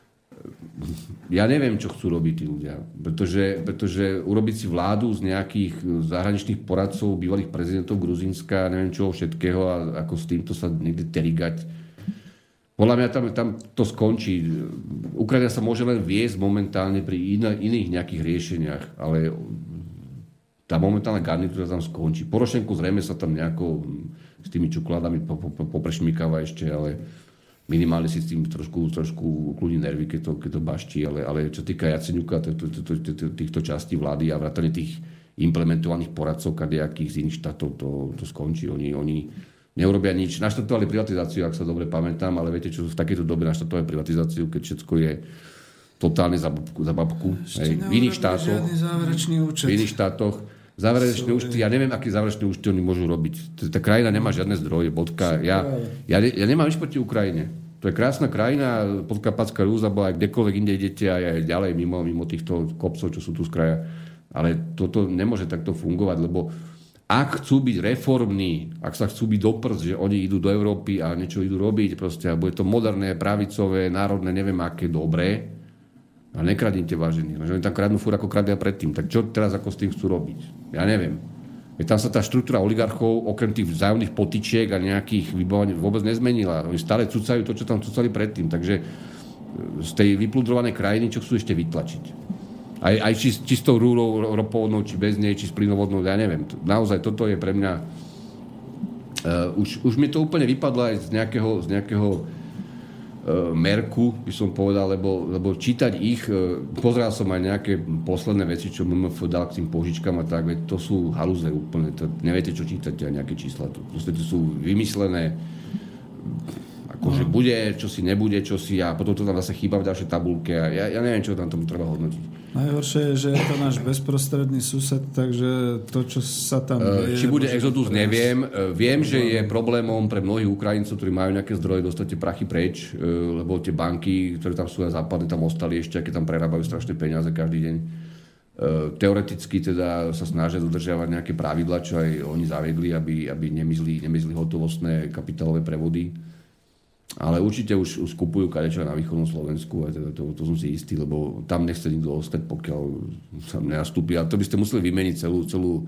Ja neviem, čo chcú robiť tí ľudia. Pretože urobiť si vládu z nejakých zahraničných poradcov, bývalých prezidentov Gruzínska, neviem čoho všetkého a ako s týmto sa niekde terigať. Podľa mňa tam to skončí. Ukrajina sa môže len viesť momentálne pri iných nejakých riešeniach, ale tá momentálna garnitúra tam skončí. Porošenko zrejme sa tam nejako s tými čokoládami poprešmikáva ešte, ale minimálne si s tým trošku ukludní nervy, keď to baští, ale čo týka Jaceňuka, týchto častí vlády a vrátane tých implementovaných poradcov kadejakých z iných štátov, to skončí. Oni neurobia nič. Naštartovali privatizáciu, ak sa dobre pamätám, ale viete, čo v takejto dobe naštartovali privatizáciu, keď všetko je totálne za babku. V iných štátoch. V iných štátoch. Záverečné účty, ja neviem, aké záverečné účty oni môžu robiť. Tá krajina nemá žiadne zdroje, bodka. Ja nemám nič proti Ukrajine. To je krásna krajina, podkarpatská Rúza, bola aj kdekoľvek inde idete aj ďalej mimo týchto kopcov, čo sú tu z kraja. Ale toto nemôže takto fungovať, lebo ak chcú byť reformní, ak sa chcú byť doprs, že oni idú do Európy a niečo idú robiť, proste, a bude to moderné, pravicové, národné, neviem aké, dobré, a nekradnite, vážení. Že oni tam kradnú furt ako kradlia predtým. Tak čo teraz ako s tým chcú robiť? Ja neviem. Tam sa tá štruktúra oligarchov okrem tých vzájomných potičiek a nejakých vybavení vôbec nezmenila. Oni stále cucajú to, čo tam cucali predtým. Takže z tej vypludrovanej krajiny, čo chcú ešte vytlačiť. Aj či s tou rúrou ropovodnou, či bez nej, či s plynovodnou, ja neviem. Naozaj toto je pre mňa... Už mi to úplne vypadlo aj z nejakého merku, by som povedal, lebo čítať ich, pozeral som aj nejaké posledné veci, čo MMF dal k tým požičkám a tak, to sú halúze úplne, neviete, čo čítať, aj nejaké čísla. To sú vymyslené, akože bude, čo si nebude, čo si, a potom to tam zase chýba v ďalšej tabulke a ja neviem, čo tam tomu treba hodnotiť. Najhoršie je, že je to náš bezprostredný sused, takže to, čo sa tam deje... Či bude exodus, neviem. Viem, že je problémom pre mnohých Ukrajincov, ktorí majú nejaké zdroje, dostať tie prachy preč, lebo tie banky, ktoré tam sú aj západné, tam ostali ešte, aké tam prerábajú strašné peniaze každý deň. Teoreticky teda sa snažia dodržiavať nejaké pravidla, čo aj oni zaviedli, aby nemizli hotovostné kapitálové prevody. Ale určite už kupujú kadečo na východnom Slovensku a teda to som si istý, lebo tam nechce nikto ostať, pokiaľ sa nenastúpi. A to by ste museli vymeniť celú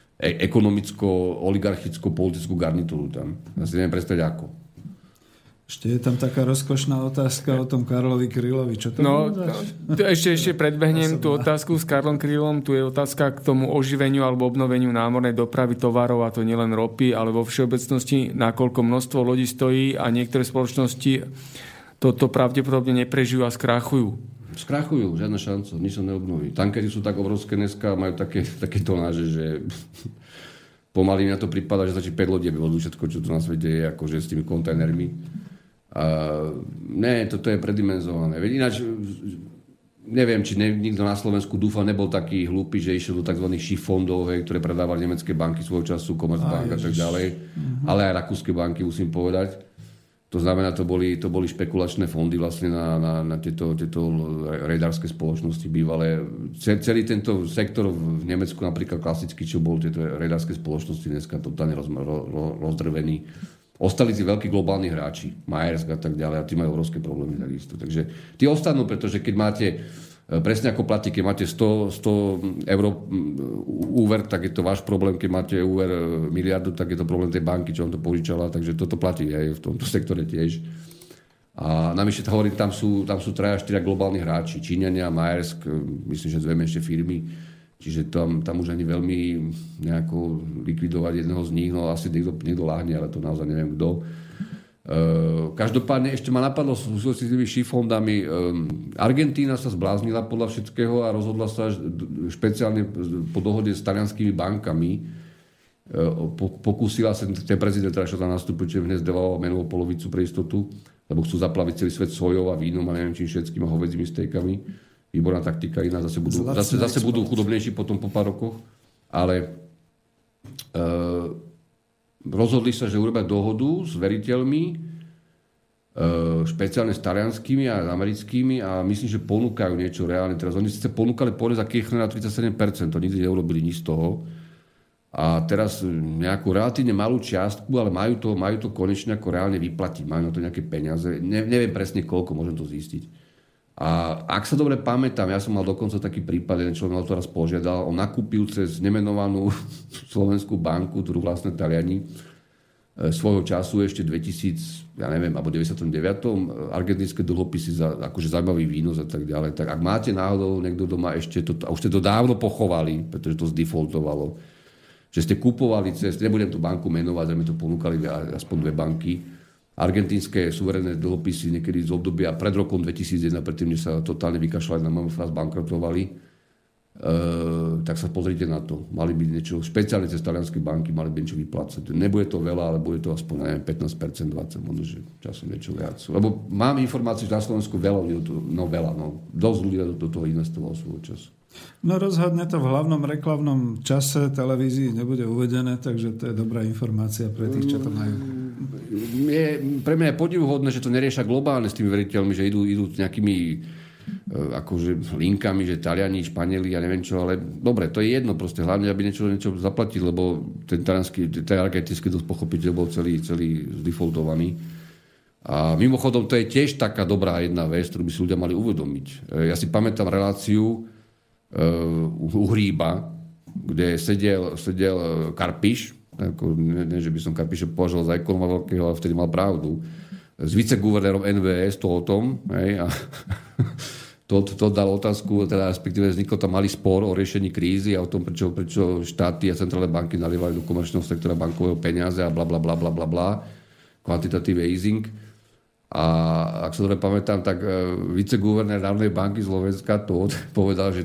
ekonomicko-oligarchicko-politickú garnitúru tam. Ja si neviem predstaviť ako. Ešte je tam taká rozkošná otázka o tom Karlovi Krylovi. Čo to ešte predbehnem tú otázku s Karlom Krylom. Tu je otázka k tomu oživeniu alebo obnoveniu námornej dopravy tovarov, a to nielen ropy, ale vo všeobecnosti, nakoľko množstvo lodí stojí a niektoré spoločnosti toto pravdepodobne neprežijú a skrachujú. Skrachujú, žiadna šanca, nič sa neobnoví. Tankery sú tak obrovské dneska, majú také tonáže, že pomaly mi na to prípada, že stačí 5 lodí, aby vodú všetko, čo tu na svete je, akože s tými kontajnermi. Ne, toto je predimenzované. Veď ináč, neviem, či nikto na Slovensku dúfam nebol taký hlúpy, že išiel do tzv. Fondov, ktoré predávali nemecké banky svojho času, Commerzbank a tak ďalej, ale aj rakúske banky, musím povedať. To znamená, to boli špekulačné fondy vlastne na tieto radárske spoločnosti bývalé. Celý tento sektor v Nemecku napríklad klasicky, čo bol tieto radárske spoločnosti dneska totálne rozdrvený. Ostali tí veľkí globálni hráči, Maersk a tak ďalej, a tí majú obrovské problémy takisto. Takže tí ostanú, pretože keď máte Presne ako platí, keď máte 100 eur úver, tak je to váš problém, keď máte úver miliardu, tak je to problém tej banky, čo vám to požičala, takže toto platí aj v tomto sektore tiež. A navyše hovorím, tam sú 3-4 globálni hráči, Číňania, Maersk, myslím, že 2 menšie firmy, čiže tam už ani veľmi nejako likvidovať jedného z nich, no asi niekto láhne, ale to naozaj neviem kto. Každopádne ešte ma napadlo s tými šifondami. Argentína sa zbláznila podľa všetkého a rozhodla sa špeciálne po dohode s talianskými bankami. Pokúsila sa ten prezident, čo tam nastúpil, že hneď zdevaloval menovú polovicu pre istotu, lebo chcú zaplaviť celý svet sojou a vínom a neviem čím všetkým a hovedzími stejkami. Výborná taktika iná, zase budú chudobnejší potom po pár rokoch. Ale rozhodli sa, že urobia dohodu s veriteľmi, špeciálne s talianskými a americkými a myslím, že ponúkajú niečo reálne. Teraz oni síce ponúkali pôjde za Kirchnera 37%, to nikdy neurobili nič z toho. A teraz nejakú relatívne malú čiastku, ale majú to konečne ako reálne vyplatiť. Majú na to nejaké peniaze. Neviem presne koľko, môžem to zistiť. A ak sa dobre pamätám, ja som mal dokonca taký prípad, jeden človek ma to raz požiadal, on nakúpil cez nemenovanú slovenskú banku, ktorú vlastne Taliani svojho času ešte 2000, ja neviem, alebo 99. argentínske dlhopisy za akože zaujímavý výnos a tak ďalej. Tak ak máte náhodou niekto doma ešte to, a už ste to dávno pochovali, pretože to zdefaultovalo, že ste kupovali cez, nebudem tú banku menovať, sme to ponúkali aspoň 2 banky, argentínske suverénne dlhopisy niekedy z obdobia pred rokom 2001, predtým, než sa totálne vykašľali na MMF, bankrotovali, tak sa pozrite na to. Mali by niečo, špeciálne cez talianské banky, mali by niečo vyplácať. Nebude to veľa, ale bude to aspoň, neviem, 15%, 20%, možno, že časom niečo viac. Lebo mám informáciu, že na Slovensku dosť ľudí do toho investovalo svojho času. No rozhodne to v hlavnom reklamnom čase televízii nebude uvedené, takže to je dobrá informácia pre tých, čo to majú. Pre mňa je podivuhodné, že to neriešia globálne s tými veriteľmi, že idú nejakými akože linkami, že Taliani, Španieli, ja neviem čo, ale dobre, to je jedno proste, hlavne, aby niečo zaplatil, lebo ten argentínsky dosť pochopiteľ bol celý zdefaultovaný. A mimochodom, to je tiež taká dobrá jedna vec, ktorú by si ľudia mali uvedomiť. Ja si pamätám reláciu u Hríba, kde sedel Karpiš, nie, že by som Karpiša považoval za ekonóma veľkého, ale vtedy mal pravdu, s viceguvernérom NBS to o tom, hej, a to dal otázku, teda respektíve vznikol tam malý spor o riešení krízy a o tom, prečo štáty a centrálne banky nalievali do komerčného sektora bankového peniaze a blablabla, quantitative easing. A ak sa dobre pamätám, tak viceguvernér Národnej banky Slovenska to povedal, že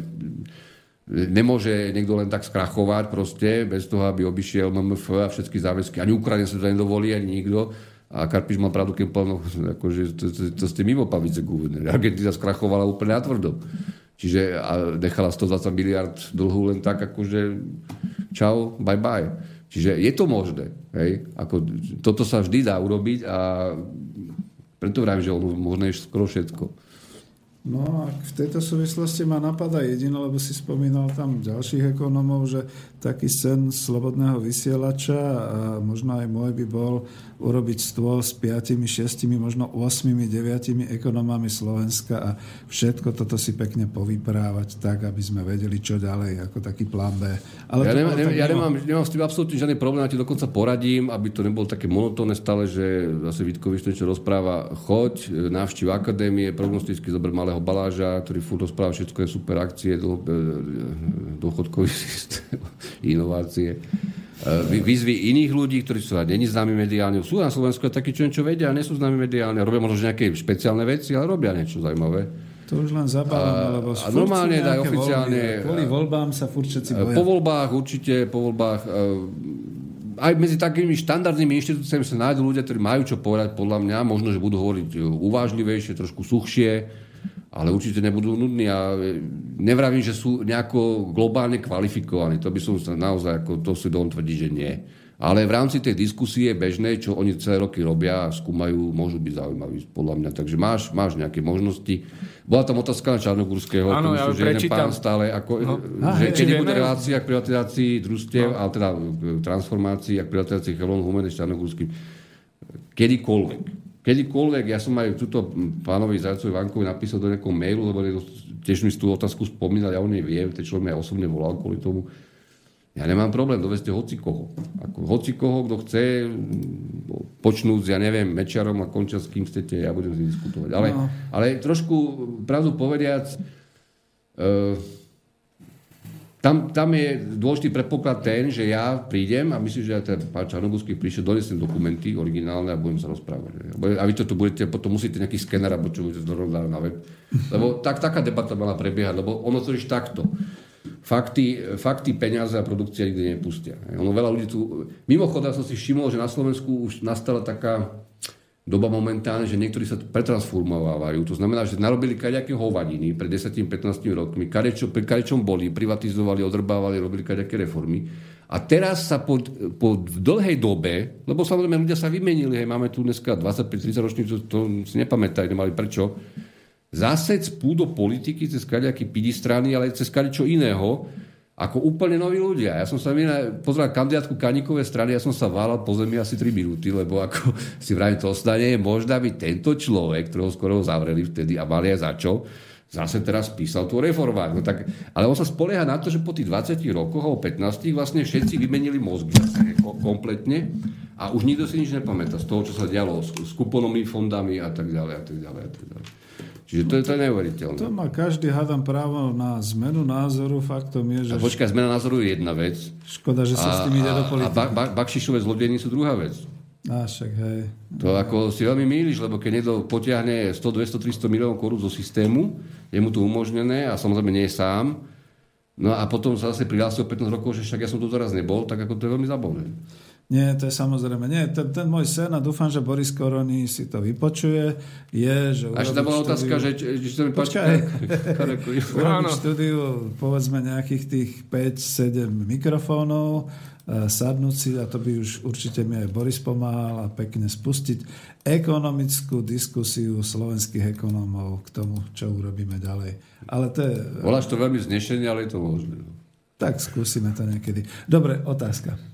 nemôže niekto len tak skrachovať proste, bez toho, aby obišiel MMF a všetky záväzky. Ani Ukrajina sa to nedovolí, ani nikto. A Karpiš mal pravdu, keď povedal, akože to ste mimo, pán viceguvernér. Argentína skrachovala úplne natvrdo. Čiže nechala 120 miliard dlhu len tak, akože čau, bye bye. Čiže je to možné. Hej? Toto sa vždy dá urobiť a preto vravím, že ono možné je skoro všetko. No a v tejto súvislosti ma napadá jediné, lebo si spomínal tam ďalších ekonómov, že taký sen slobodného vysielača a možno aj môj by bol urobiť stôl s 5, 6, možno 8, 9 ekonómami Slovenska a všetko toto si pekne povyprávať tak, aby sme vedeli, čo ďalej, ako taký plán B. Ale ja nemám s tým absolútne žiadny problém, ja ti dokonca poradím, aby to nebolo také monotónne stále, že zase Vítkovič niečo rozpráva, choď, navštív akadémie, prognosticky zober malého Baláža, ktorý furt rozpráva, všetko je super akcie, dôchodkový systém, inovácie. Vyzvi iných ľudí, ktorí sú není známi mediálne. Sú na Slovensku takí, čo niečo vedia, nie sú známi mediálne. Robia možno nejaké špeciálne veci, ale robia niečo zaujímavé. To už len zabávam, lebo a normálne daj oficiálne. Kvôli voľbám sa furt všetci boja. Po voľbách určite, aj medzi takými štandardnými inštitúciami sa nájdú ľudia, ktorí majú čo povedať, podľa mňa. Možno, že budú hovoriť uvážlivejšie, trošku suchšie, ale určite nebudú nudní a nevravím, že sú nejako globálne kvalifikovaní. To by som sa naozaj, to si dovolím tvrdiť, že nie. Ale v rámci tej diskusie bežnej, čo oni celé roky robia a skúmajú, môžu byť zaujímaví podľa mňa. Takže máš nejaké možnosti. Bola tam otázka na Čarnogurského. Áno, ja ju prečítam. Stále, že keď nebude relácia k privatizácii družstiev, ale teda k transformácii a k privatizácii Helon Humen s Čarnogurským, kedykoľvek. kedykoľvek, ja som aj túto pánovi Zajcovi Vankovi napísal do nejakého mailu, lebo tiež mi tú otázku spomínal, ja on neviem, ten človek mi aj osobne volal kvôli tomu. Ja nemám problém, dovezte hocikoho. Hocikoho, kto chce, počnúť, ja neviem, Mečiarom a končia s kým chcete, ja budem s ním diskutovať. Ale trošku, pravdu povediac, tam je dôležitý predpoklad ten, že ja prídem a myslím, že aj ten pán Čarnogórsky prišiel, donesem dokumenty originálne a budem sa rozprávať. A vy to budete, potom musíte nejaký skener, alebo čo budete dorovnať na web. Lebo taká debata mala prebiehať, lebo ono to je takto. Fakty, peniaze a produkcia nikdy nepustia. Ono veľa ľudí tu... Mimochodom som si všimol, že na Slovensku už nastala taká doba momentálne, že niektorí sa pretransformovávajú. To znamená, že narobili kadejaké hovadiny pred 10-15 rokmi, kadečom boli, privatizovali, odrbávali, robili kadejaké reformy. A teraz sa po dlhej dobe, lebo samozrejme ľudia sa vymenili, máme tu dneska 25-30 ročníc, to si nepamätajú, nemali prečo, zase cpú do politiky cez kadejaké pidistrany, ale cez kadečo iného, ako úplne noví ľudia. Ja som sa pozeral kandidátku Kaníkovej strany, ja som sa válal po zemi asi 3 minúty, lebo ako si vravím, to ostane, možno by tento človek, ktorého skoro zavreli vtedy a mali aj za čo, zase teraz písal tú reformách. No tak, ale on sa spolieha na to, že po tých 20 rokoch alebo 15 vlastne všetci vymenili mozgy kompletne a už nikto si nič nepamätá z toho, čo sa dialo s kuponovými fondami a tak ďalej a tak ďalej a tak ďalej. Čiže to je neuveriteľné. To má každý, hádam, právo na zmenu názoru. Faktom je, že... A počkaj, zmena názoru je jedna vec. Škoda, že sa s tým ide do politiky. A Bakšišové zlodejiny sú druhá vec. Však hej. To ako si veľmi mýliš, lebo keď niekto potiahne 100, 200, 300 miliónov korún zo systému, je mu to umožnené a samozrejme nie je sám. No a potom sa zase prihlásil 15 rokov, že však ja som tu teraz nebol, tak ako to je veľmi zabavné. Nie, to je samozrejme. Nie, ten môj sen a dúfam, že Boris Koroni si to vypočuje, je, že... A ešte tam bola otázka, že to mi páči... Urobiť štúdiu, povedzme nejakých tých 5-7 mikrofónov, sadnúť si, a to by už určite mi aj Boris pomáhal, a pekne spustiť ekonomickú diskusiu slovenských ekonómov k tomu, čo urobíme ďalej. Ale to je... Voláš to veľmi znešenie, ale je to možné. Tak skúsime to niekedy. Dobre, otázka.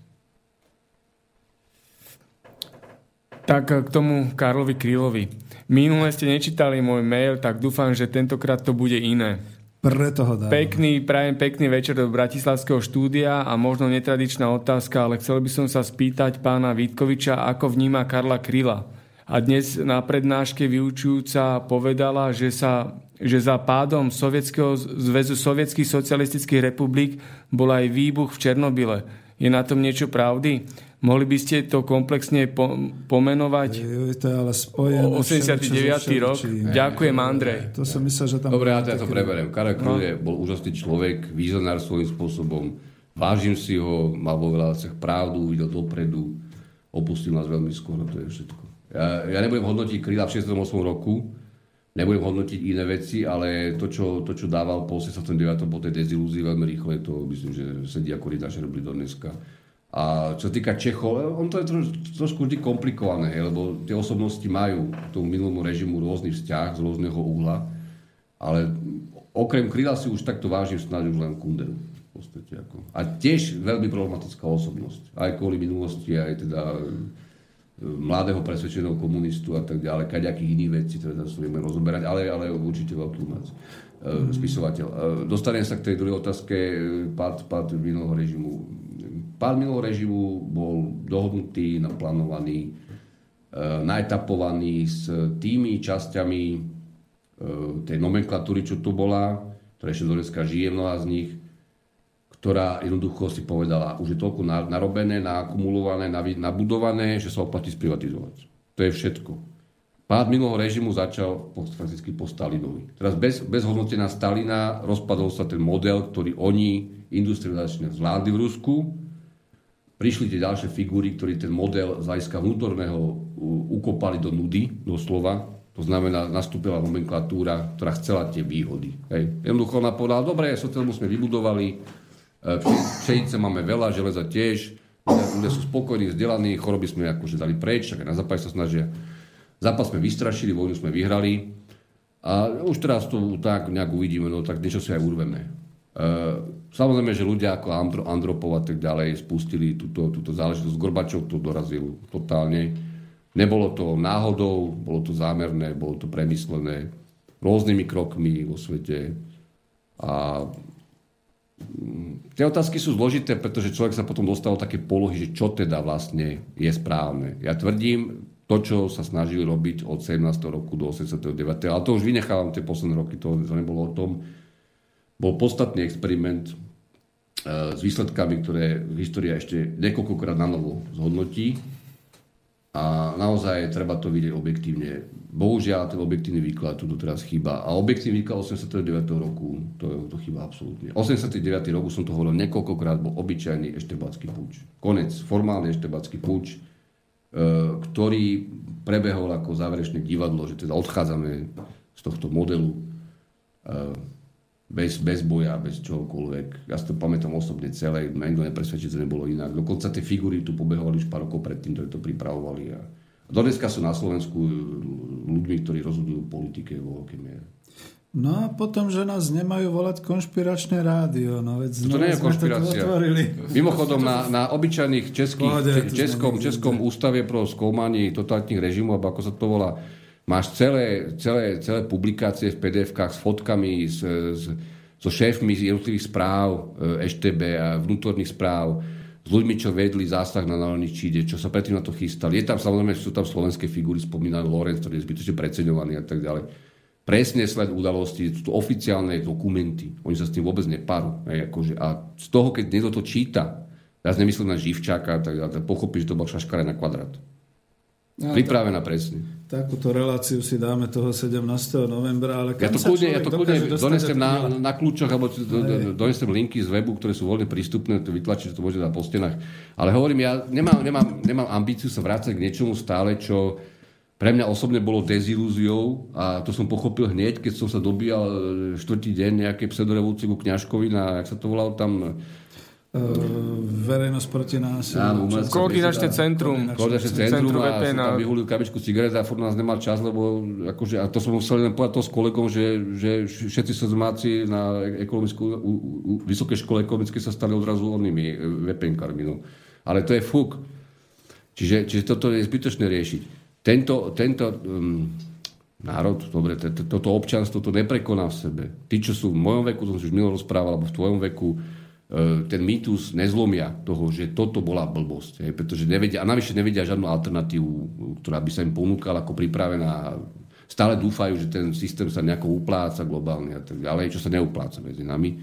Tak k tomu Karlovi Krylovi. Minule ste nečítali môj mail, tak dúfam, že tentokrát to bude iné. Preto ho dávam. Prajem pekný večer do Bratislavského štúdia a možno netradičná otázka, ale chcel by som sa spýtať pána Vítkoviča, ako vníma Karla Kryla. A dnes na prednáške vyučujúca povedala, že za pádom Sovietskeho zväzu sovietských socialistických republik bol aj výbuch v Černobyle. Je na tom niečo pravdy? Mohli by ste to komplexne pomenovať? To je ale spojené. 89. rok. Ďakujem, Andrej. To som myslel, že tam... Dobre, ja to preberiem. Karel Kryl bol úžasný človek, vizionár svojím spôsobom. Vážim si ho, mal vo veľa veciach pravdu, videl dopredu, opustil nás veľmi skoro, to je všetko. Ja nebudem hodnotiť Kryla v 68. roku, nebudem hodnotiť iné veci, ale to, čo dával po 89. po tej dezilúzii veľmi rýchle, to myslím, že sedí ako rytáš robili do dneska. A čo sa týka Čechov, on to je trošku vždy komplikované, lebo tie osobnosti majú k tomu minulému režimu rôzny vzťah z rôzneho uhla, ale okrem Kryla si už takto vážim snáď už len Kunderu. V podstate ako. A tiež veľmi problematická osobnosť. Aj kvôli minulosti, aj teda mladého presvedčeného komunistu a tak ďalej, kaďakých iných vecí, ktoré sa budeme rozoberať, ale určite veľký umelec, spisovateľ. Dostanem sa k tej druhej otázke, pád minulého režimu. Pád minulého režimu bol dohodnutý, naplánovaný, naetapovaný s tými časťami tej nomenklatúry, čo tu bola, ktorá ešte do dneska žije, mnoha z nich, ktorá jednoducho si povedala, už je toľko narobené, naakumulované, nabudované, že sa oplatí sprivatizovať. To je všetko. Pád minulého režimu začal fakticky po Stalinovi. Teraz bez hodnotenia Stalina rozpadol sa ten model, ktorý oni industrializačne zvládli v Rusku. Prišli tie ďalšie figúry, ktorí ten model z hľadiska vnútorného ukopali do nudy, doslova. To znamená, nastúpila nomenklatúra, ktorá chcela tie výhody. Hej. Jednoducho ona povedala, dobre, socializmu sme vybudovali, pšenice máme veľa, železa tiež, ľudia sú spokojní, vzdelaní, choroby sme akože dali preč, tak na západ sa snažia. Zápas sme vystrašili, vojnu sme vyhrali a už teraz to tak nejak uvidíme, no tak niečo si aj urveme. Samozrejme, že ľudia ako Andropov a tak ďalej spustili túto záležitosť. Gorbačov to dorazil totálne. Nebolo to náhodou, bolo to zámerné, bolo to premyslené rôznymi krokmi vo svete. A tie otázky sú zložité, pretože človek sa potom dostal do také polohy, že čo teda vlastne je správne. Ja tvrdím, to, čo sa snažili robiť od 17. roku do 89. Ale to už vynechávam tie posledné roky, to nebolo o tom. Bol podstatný experiment s výsledkami, ktoré história ešte niekoľkokrát na novo zhodnotí. A naozaj treba to vidieť objektívne. Bohužiaľ, ten objektívny výklad tu doteraz chýba. A objektívny výklad 89. roku, to chýba absolútne. 89. roku, som to hovoril niekoľkokrát, bol obyčajný eštebácky púč. Konec, formálny eštebácky púč, ktorý prebehol ako záverečné divadlo, že teda odchádzame z tohto modelu bez boja, bez čohokoľvek. Ja si to pamätám osobne celé, ma nikto nepresvedčil, že nebolo inak. Dokonca tie figúry tu pobehovali už pár rokov predtým, ktorí to pripravovali. A dodneska sú na Slovensku ľuďmi, ktorí rozhodujú v politike vo veľkej miere. No a potom, že nás nemajú volať konšpiračné rádio. No veď to nie je konšpirácia. Mimochodom, na obyčajných českom ústave pro skúmanie totalitných režimov, alebo ako sa to volá, máš celé publikácie v PDF-kách s fotkami, so šéfmi z jednotlivých správ EŠTB a vnútorných správ, s ľuďmi, čo vedli zásah na Národničíde, čo sa predtým na to chystali. Je tam, samozrejme, sú tam slovenské figúry, spomínaný Lorenz, ktorý je zbytočne preceňovaný a tak ďalej. Presne sled udalosti, sú to oficiálne dokumenty. Oni sa s tým vôbec nepárú. A z toho, keď niekto to číta, ja nemyslím na Živčáka, tak pochopí, že to bol šaškare na kvadrát. Pripravená presne. Takúto reláciu si dáme toho 17. novembra, ale ja to kľudne donesem na kľúčoch, alebo donesem linky z webu, ktoré sú voľne prístupné, to vytlačiť, že to môže dať po stenách. Ale hovorím, ja nemám ambíciu sa vrácať k niečomu stále, čo pre mňa osobne bolo dezilúziou a to som pochopil hneď, keď som sa dobíjal štvrtý deň nejakej pseudorevolúcie ku Kňažkovi na, jak sa to volalo tam... Verejnosť proti násilu. Koordinačné centrum. Koordinačné centrum a som tam vyhulil kabičku cigaret a furt nás nemal čas, lebo akože, a to som musel len povedať to s kolegom, že všetci sozomáci na vysokej škole ekonomickej sa stali odrazu onými VPN-kármi. No. Ale to je fuk. Čiže toto je zbytočné riešiť. Tento národ, dobre, toto občanstvo to neprekoná v sebe. Tí, čo sú v mojom veku, to som už minulý rozprával, alebo v tvojom veku, ten mýtus nezlomia toho, že toto bola blbosť. Pretože nevedia, a navyše nevedia žiadnu alternatívu, ktorá by sa im ponúkala ako pripravená. Stále dúfajú, že ten systém sa nejako upláca globálne a tak ďalej, čo sa neupláca medzi nami.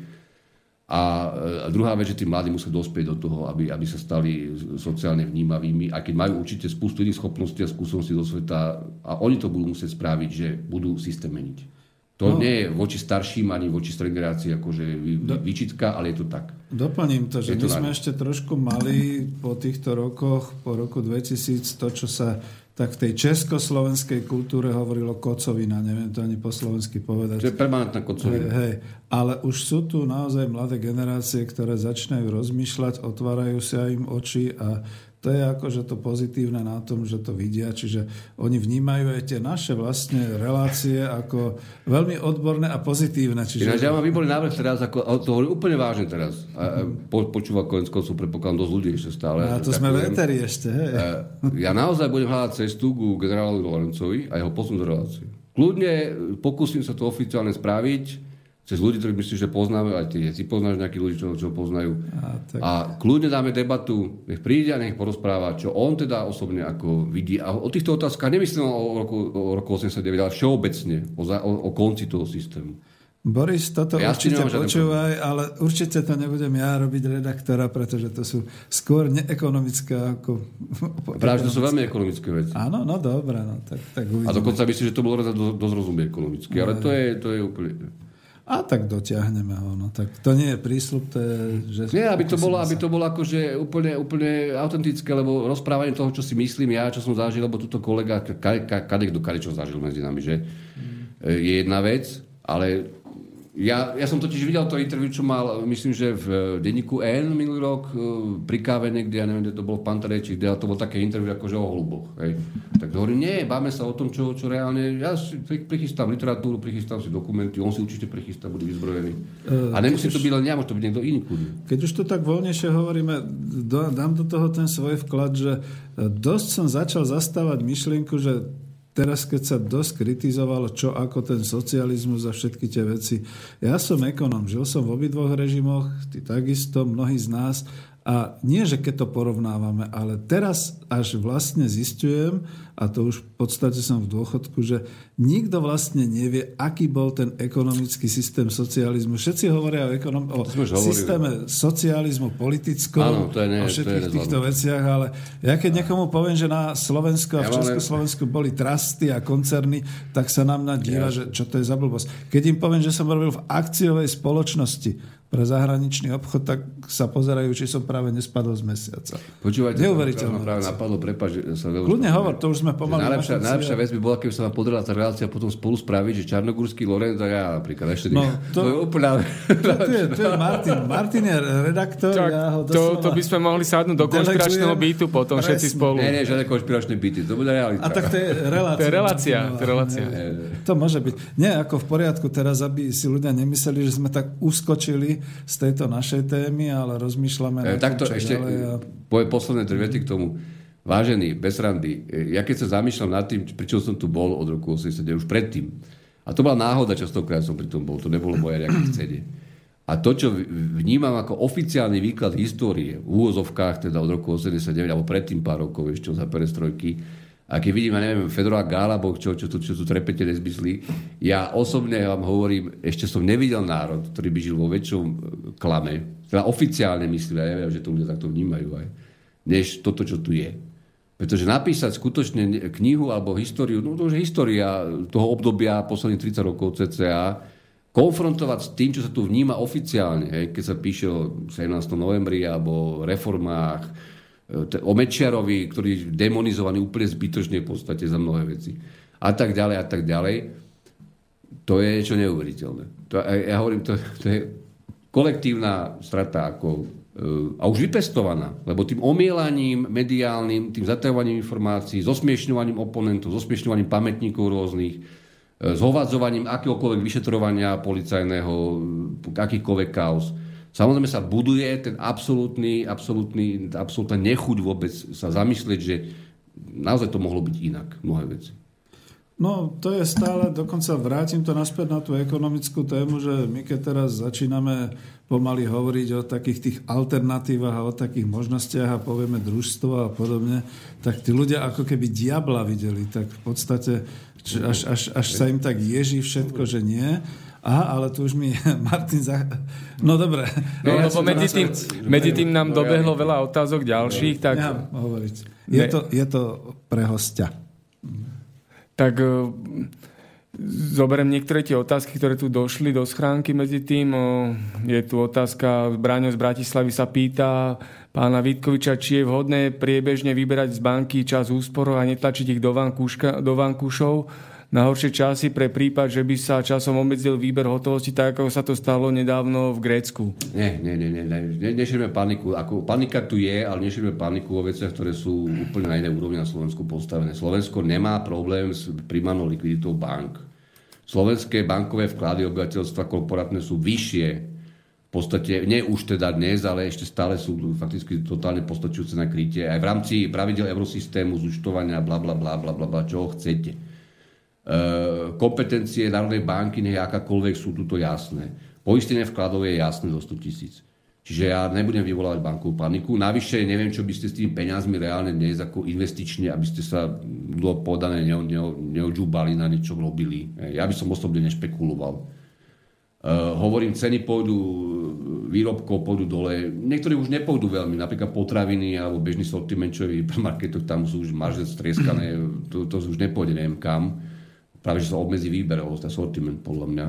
A druhá vec, že tí mladí musia dospieť do toho, aby sa stali sociálne vnímavými, a keď majú určite spustu iných schopností a skúseností do sveta, a oni to budú musieť spraviť, že budú systém meniť. To nie je voči starším ani voči strednej generácii akože výčitka, ale je to tak. Doplním to, že my sme ešte trošku mali po týchto rokoch, po roku 2000, to, čo sa tak v tej československej kultúre hovorilo kocovina, neviem to ani po slovensky povedať. Čiže permanentná kocovina. Hej, ale už sú tu naozaj mladé generácie, ktoré začínajú rozmýšľať, otvárajú sa im oči a to je akože to pozitívne na tom, že to vidia, čiže oni vnímajú aj tie naše vlastne relácie ako veľmi odborné a pozitívne. Čiže... Ja mám výborný návrh teraz, to hovorím úplne vážne teraz. Počúva konec koncov, predpokladám, dosť ľudí ešte stále. A to sme v éteri ešte, hej. Ja naozaj budem hľadať cestu ku generálovi Lorencovi a jeho posun do relácie. Kľudne pokúsim sa to oficiálne spraviť, cez ľudí, ktorí myslíš, že poznáme, aj ty poznáš nejakých ľudí, čo poznajú. A kľudne dáme debatu, nech príde a nech porozpráva, čo on teda osobne ako vidí. A o týchto otázkach nemyslím o roku 89, ale všeobecne, o konci toho systému. Boris, toto určite počúvaj, ale určite to nebudem ja robiť redaktora, pretože to sú skôr neekonomické ako... Práve, že to sú veľmi ekonomické veci. Áno, no dobré, no tak uvidíme. A dokonca myslím, že to bolo dosť rozumie ekonomicky, ale to je úplne... A tak dotiahneme ho, no tak to nie je prísľub, to je... Že nie, aby to bolo akože úplne autentické, lebo rozprávanie toho, čo si myslím ja, čo som zažil, lebo tuto kolega kadekto čo zažil medzi nami, že je jedna vec, ale Ja som totiž videl to interview, čo mal, myslím, že v denníku N minulý rok pri káve niekde, ja neviem, kde to bolo v Pantarej, či kde, to bolo také interview akože o holuboch. Hej. Tak hovorím, nie, báme sa o tom, čo reálne, ja si prichystám literatúru, prichystám si dokumenty, on si určite prichystá, bude vyzbrojený. A nemusí to byť len ja, môže to byť niekto iný. Keď už to tak voľnejšie hovoríme, dám do toho ten svoj vklad, že dosť som začal zastávať myšlienku, že teraz, keď sa dosť kritizovalo, čo ako ten socializmus a všetky tie veci. Ja som ekonom, žil som v obidvoch režimoch, ty takisto, mnohí z nás. A nie, že keď to porovnávame, ale teraz až vlastne zistujem, a to už v podstate som v dôchodku, že nikto vlastne nevie, aký bol ten ekonomický systém socializmu. Všetci hovoria o systéme socializmu politickom, o všetkých týchto veciach, ale ja keď niekomu poviem, že na Slovensku a v Československu boli trusty a koncerny, tak sa nám nadíva, že čo to je za blbosť. Keď im poviem, že som robil v akciovej spoločnosti pre zahraničný obchod, tak sa pozerajú, či som práve nespadol z mesiaca. Počúvajte, neuveriteľné. Práve napadlo, prepáč, že sa veľmi... Kľudne hovor, to už sme pomaly... Najlepšia vec by bola, keby sa ma podarila tá relácia potom spolu spraviť, že Čarnogurský Lorenz a ja napríklad. Ešte to je úplne... To je Martin. Martin je redaktor. Tak, ja ho doslova... to by sme mohli sadnúť do konšpiračného bytu potom všetci spolu. Nie, žiadne konšpiračné byty, to bude realita. A tak to je relácia. To je relácia. To môže byť. Nie, ako v poriadku teraz, aby si ľudia nemysleli, že sme tak uskočili z tejto našej témy, ale rozmýšľame... Takto ešte poviem posledné 3 vety k tomu. Vážený, bez randy, ja keď sa zamýšľam nad tým, pričom som tu bol od roku 89, už predtým, a to bola náhoda, častokrát som pri tom bol, to nebolo moje nejaké chcenie. A to, čo vnímam ako oficiálny výklad histórie, v úvozovkách teda od roku 89, alebo predtým pár rokov ešte za perestrojky, a keď vidím, ja neviem, Fedora Gála, čo tu trepete nezmyslí, ja osobne vám hovorím, ešte som nevidel národ, ktorý by žil vo väčšom klame, teda oficiálne myslím, ja neviem, že to ľudia takto vnímajú aj, než toto, čo tu je. Pretože napísať skutočne knihu alebo históriu, no to už je história toho obdobia posledných 30 rokov cca, konfrontovať s tým, čo sa tu vníma oficiálne, keď sa píše o 17. novembri alebo reformách, o Mečiarovi, ktorý je demonizovaný úplne zbytočne v podstate za mnohé veci. A tak ďalej. To je niečo neuveriteľné. Ja hovorím, to je kolektívna strata a už vypestovaná, lebo tým omielaním mediálnym, tým zatajovaním informácií, zosmiešňovaním oponentov, zosmiešňovaním pamätníkov rôznych, zhovadzovaním akéhokoľvek vyšetrovania policajného, akýchkoľvek kauz. Samozrejme sa buduje ten absolútna nechuť vôbec sa zamyslieť, že naozaj to mohlo byť inak, mnohé veci. No, to je stále, dokonca vrátim to naspäť na tú ekonomickú tému, že my keď teraz začíname pomaly hovoriť o takých tých alternatívach a o takých možnostiach a povieme družstvo a podobne, tak tí ľudia ako keby diabla videli, tak v podstate až sa im tak ježí všetko, že nie. Aha, ale tu už mi Martin... No dobre. No, lebo medzi tým nám dobehlo veľa otázok ďalších. Tak... Nechám hovoriť. Je to pre hostia. Tak zoberiem niektoré tie otázky, ktoré tu došli do schránky medzi tým. Je tu otázka, Bráňo z Bratislavy sa pýta pána Vítkoviča, či je vhodné priebežne vyberať z banky čas úsporov a netlačiť ich do vankúšov na horšie časy pre prípad, že by sa časom obmedzil výber hotovosti, tak ako sa to stalo nedávno v Grécku. Nie. Nešírme paniku. Panika tu je, ale nešírme paniku o veciach, ktoré sú úplne na inej úrovni na Slovensku postavené. Slovensko nemá problém s primárnou likviditou bank. Slovenské bankové vklady obyvateľstva korporátne sú vyššie. V podstate, nie už teda dnes, ale ešte stále sú fakticky totálne postačujúce na krytie. Aj v rámci pravidel eurosystému, zúčtovania, blablabla, čoho chcete. Kompetencie Národnej banky, nech akákoľvek, sú tuto jasné. Poistenie vkladov je jasné do 100 000. Čiže ja nebudem vyvolávať bankovú paniku. Navyše neviem, čo by ste s tými peniazmi reálne dnes ako investične, aby ste sa bolo podané neodžúbali, na niečo robili. Ja by som osobne nešpekuloval. Hovorím, ceny výrobkov pôjdu dole. Niektorí už nepôjdu veľmi, napríklad potraviny alebo bežný sortiment, čo je v hypermarketoch, tam sú už marže strieskané, to už nepôjde neviem kam. Práve, že sa obmedzí výber, ten sortiment, podľa mňa.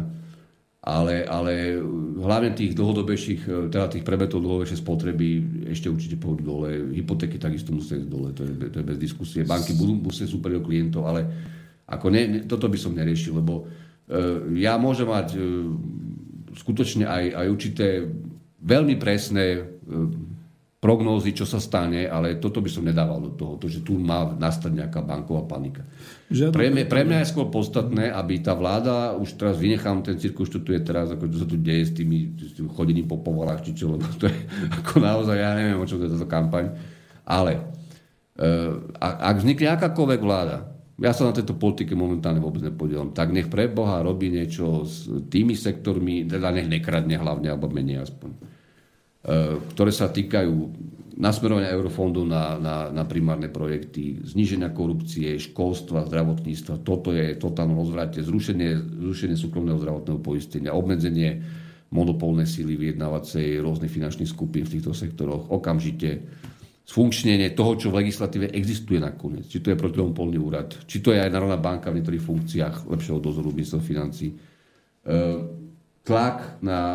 Ale hlavne tých dlhodobejších, teda tých predmetov dlhodobejšej spotreby ešte určite pôjdu dole. Hypotéky takisto musia ísť dole, to je bez diskusie. Banky budú musieť súperiť o klientov, ale ako toto by som neriešil, lebo ja môžem mať skutočne aj určité veľmi presné prognózy, čo sa stane, ale toto by som nedával do toho, že tu má nastať nejaká banková panika. Pre mňa je skôr podstatné, aby tá vláda, už teraz vynechám ten cirkus, čo tu je teraz, ako čo sa tu deje s tým chodením po povolách, či čo, lebo to je ako naozaj, ja neviem, o čom to je táto kampaň, ale ak vznikne akákoľvek vláda, ja sa na tejto politike momentálne vôbec nepodielam, tak nech pre Boha robí niečo s tými sektormi, teda nech nekradne hlavne, alebo menej aspoň, ktoré sa týkajú nasmerovania eurofondov na primárne projekty, zníženia korupcie, školstva, zdravotníctva. Toto je totálne rozvráte, zrušenie súkromného zdravotného poistenia, obmedzenie monopolnej síly vyjednávacej rôznych finančných skupín v týchto sektoroch, okamžite sfunkčnenie toho, čo v legislatíve existuje nakoniec. Či to je protimonopolný úrad, či to je aj Národná banka v niektorých funkciách lepšieho dozoru ministerstva financií. Tlak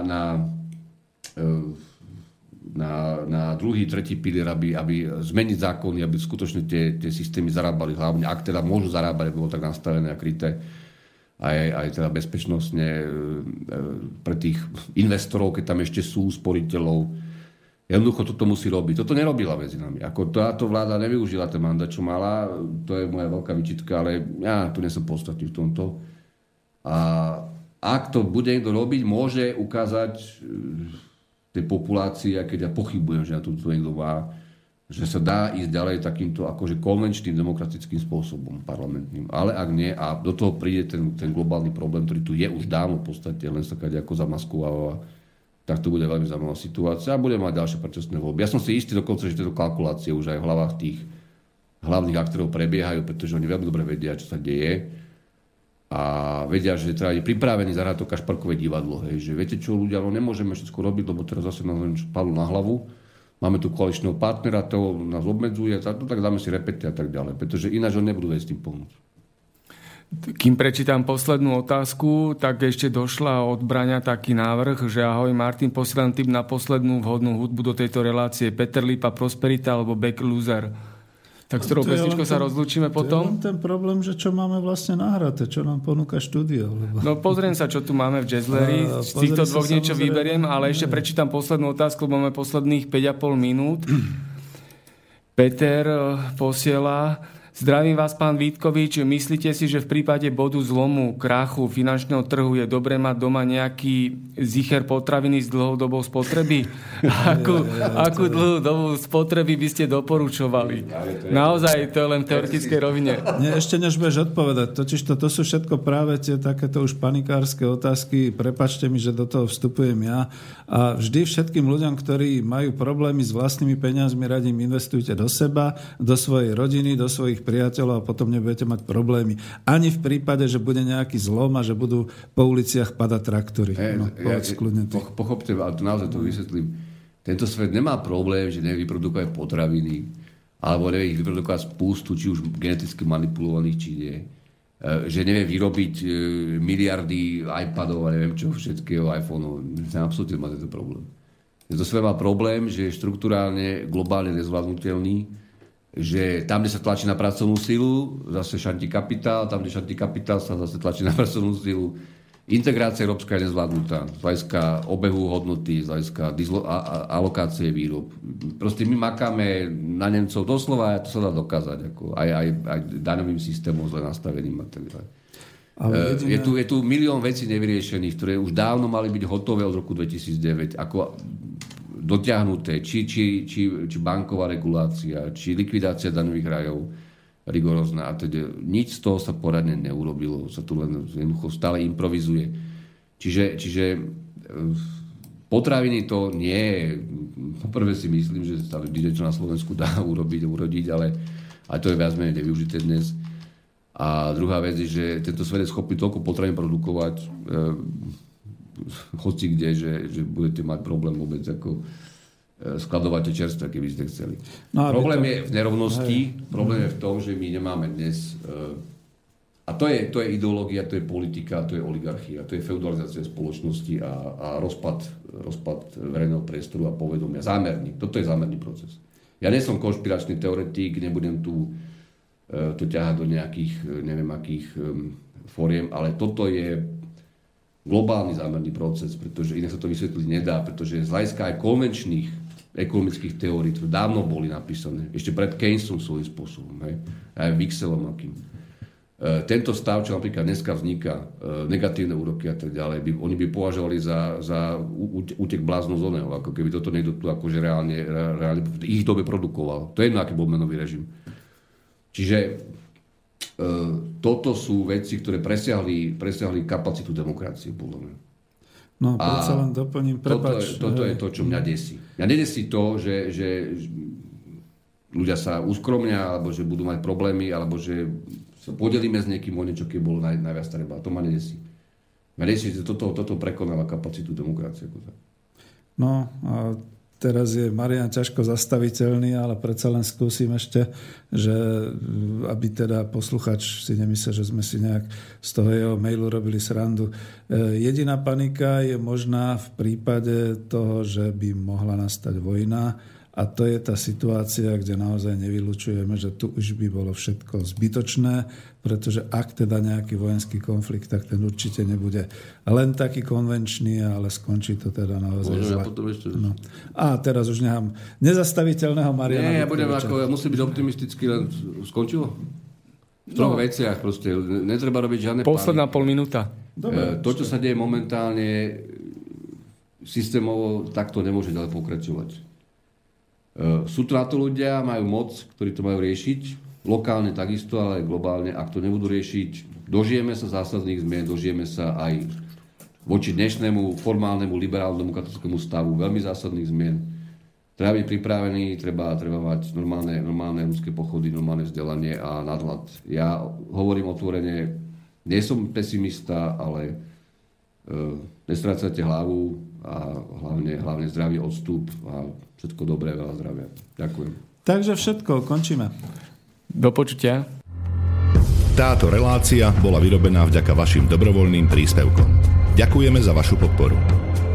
na druhý, tretí pilier, aby zmeniť zákony, aby skutočne tie systémy zarábali, hlavne ak teda môžu zarábať, aby bolo tak nastavené a kryté aj teda bezpečnostne pre tých investorov, keď tam ešte sú sporiteľov. Jednoducho toto musí robiť. Toto nerobila medzi nami. Ako táto vláda nevyužila ten mandát, čo mala, to je moja veľká výčitka, ale ja tu nesom podstatný v tomto. A ak to bude niekto robiť, môže ukázať tej populácii, a keď ja pochybujem, že na to niekto má, že sa dá ísť ďalej takýmto akože konvenčným demokratickým spôsobom parlamentným. Ale ak nie, a do toho príde ten globálny problém, ktorý tu je už dávno v podstate, len sa ako zamaskováva, tak to bude veľmi zaujímavá situácia a budeme mať ďalšie predčasné voľby. Ja som si istý dokonca, že tieto kalkulácie už aj v hlavách tých hlavných aktérov prebiehajú, pretože oni veľmi dobre vedia, čo sa deje a vedia, že treba byť pripravený zahrať to kašparkové divadlo. Hej. Že viete čo, ľudia, no nemôžeme všetko robiť, lebo teraz zase nás padlo na hlavu. Máme tu koaličného partnera, to nás obmedzuje, tak dáme si repety a tak ďalej, pretože ináč oni nebudú vedieť s tým pomôcť. Kým prečítam poslednú otázku, tak ešte došla od Braňa taký návrh, že ahoj Martin, posielam tip na poslednú vhodnú hudbu do tejto relácie. Peter Lipa, Prosperita alebo Back Loser. Tak s ktorou pesničkou sa rozlúčime potom? To je ten problém, že čo máme vlastne nahraté, čo nám ponúka štúdio. Lebo... No pozriem sa, čo tu máme v Jazzleri. Z týchto dvoch niečo vyberiem, ale ešte prečítam poslednú otázku, lebo máme posledných 5,5 minút. Peter posiela... Zdravím vás, pán Vítkovič. Myslíte si, že v prípade bodu zlomu, krachu finančného trhu je dobré mať doma nejaký zicher potraviny s dlhodobou spotreby? Akú dlhú dobu spotreby by ste doporučovali? Naozaj, to je len v teoretickej rovine. Nie, ešte než budeš odpovedať. Totiž to sú všetko práve tie takéto už panikárske otázky. Prepáčte mi, že do toho vstupujem ja. A vždy všetkým ľuďom, ktorí majú problémy s vlastnými peniazmi, radím investujte do seba, do svojej rodiny, do svojich priateľov a potom nebudete mať problémy. Ani v prípade, že bude nejaký zlom a že budú po uliciach padať traktory. Pochopte, ale to naozaj to vysvetlím. Tento svet nemá problém, že nevie vyprodukovať potraviny alebo nevie ich vyprodukovať spústu, či už geneticky manipulovaných, či nie. Že nevie vyrobiť miliardy iPadov a neviem čo, všetkého iPhoneov. Absolutne má tento problém. Tento svet má problém, že je štruktúrálne, globálne nezvládnutelný, že tam, kde sa tlačí na pracovnú silu, zase šantí kapitál, tam, kde šantí kapitál, sa zase tlačí na pracovnú silu. Integrácia európska je nezvládnutá. Z hľadiska obehu hodnoty, z hľadiska alokácie výrob. Proste my makáme na Nemcov doslova a to sa dá dokázať. Ako aj daňovým systémom zle nastaveným a tak ďalej. Je tu milión vecí nevyriešených, ktoré už dávno mali byť hotové od roku 2009. Ako dotiahnuté, či banková regulácia, či likvidácia daňových rajov rigorózna a teda nič z toho sa poradne neurobilo, sa tu len jednoducho stále improvizuje. Čiže potraviny to nie je, poprvé si myslím, že sa niečo na Slovensku dá urodiť, ale to je viac menej nevyužité dnes. A druhá vec je, že tento svet je schopný toľko potravín produkovať, hoci kde, že budete mať problém vôbec ako skladovať tie čerstvé, keby ste chceli. No, problém je v nerovnosti, problém je v tom, že my nemáme dnes a to je ideológia, to je politika, to je oligarchia, to je feudalizácia spoločnosti a rozpad verejného priestoru a povedomia. Zámerný. Toto je zámerný proces. Ja nie som konšpiračný teoretik, nebudem tu to ťahať do nejakých neviem akých fóriem, ale toto je globálny zámerný proces, pretože inak sa to vysvetliť nedá, pretože z hľadiska aj konvenčných ekonomických teórií, ktoré dávno boli napísané, ešte pred Keynesom svojím spôsobom, hej, aj Wixelom akým. Tento stav, čo napríklad dneska vzniká, negatívne úroky a tak ďalej, oni by považovali za útek bláznu z oného, ako keby toto niekto tu akože reálne v ich dobe produkoval. To je jedno, aký bol menový režim. Čiže toto sú veci, ktoré presiahli kapacitu demokracie, podľa mňa. No, predsa len doplním, prepáč. Toto je to, čo mňa desí. Mňa nedesí to, že ľudia sa uskromnia, alebo že budú mať problémy, alebo že sa podelíme s niekým o niečo, keď bolo najviac treba. To ma nedesí. Mňa desí, že toto prekonáva kapacitu demokracie. No, a teraz je Marián ťažko zastaviteľný, ale predsa len skúsim ešte, že aby teda posluchač si nemyslel, že sme si nejak z toho jeho mailu robili srandu. Jediná panika je možná v prípade toho, že by mohla nastať vojna, a to je tá situácia, kde naozaj nevylučujeme, že tu už by bolo všetko zbytočné, pretože ak teda nejaký vojenský konflikt, tak ten určite nebude len taký konvenčný, ale skončí to teda naozaj zle. No. A teraz už nechám nezastaviteľného Mariana. Nie, ja budem ako, musím byť optimistický, len skončilo? V troch veciach proste. Netreba robiť žiadne plány. Posledná pol minúta. Dobre, to, čo sa deje momentálne systémovo, takto nemôže ďalej pokračovať. Sú to na to ľudia, majú moc, ktorí to majú riešiť, lokálne takisto, ale aj globálne. Ak to nebudú riešiť, dožijeme sa zásadných zmien, dožijeme sa aj voči dnešnému formálnemu liberálnemu demokratickému stavu veľmi zásadných zmien. Treba byť pripravený, treba mať normálne ľudské pochody, normálne vzdelanie a nadhľad. Ja hovorím otvorene, nie som pesimista, ale nestrácajte hlavu a hlavne zdravý odstup a všetko dobré, veľa zdravia. Ďakujem. Takže všetko, končíme. Do počutia. Táto relácia bola vyrobená vďaka vašim dobrovoľným príspevkom. Ďakujeme za vašu podporu.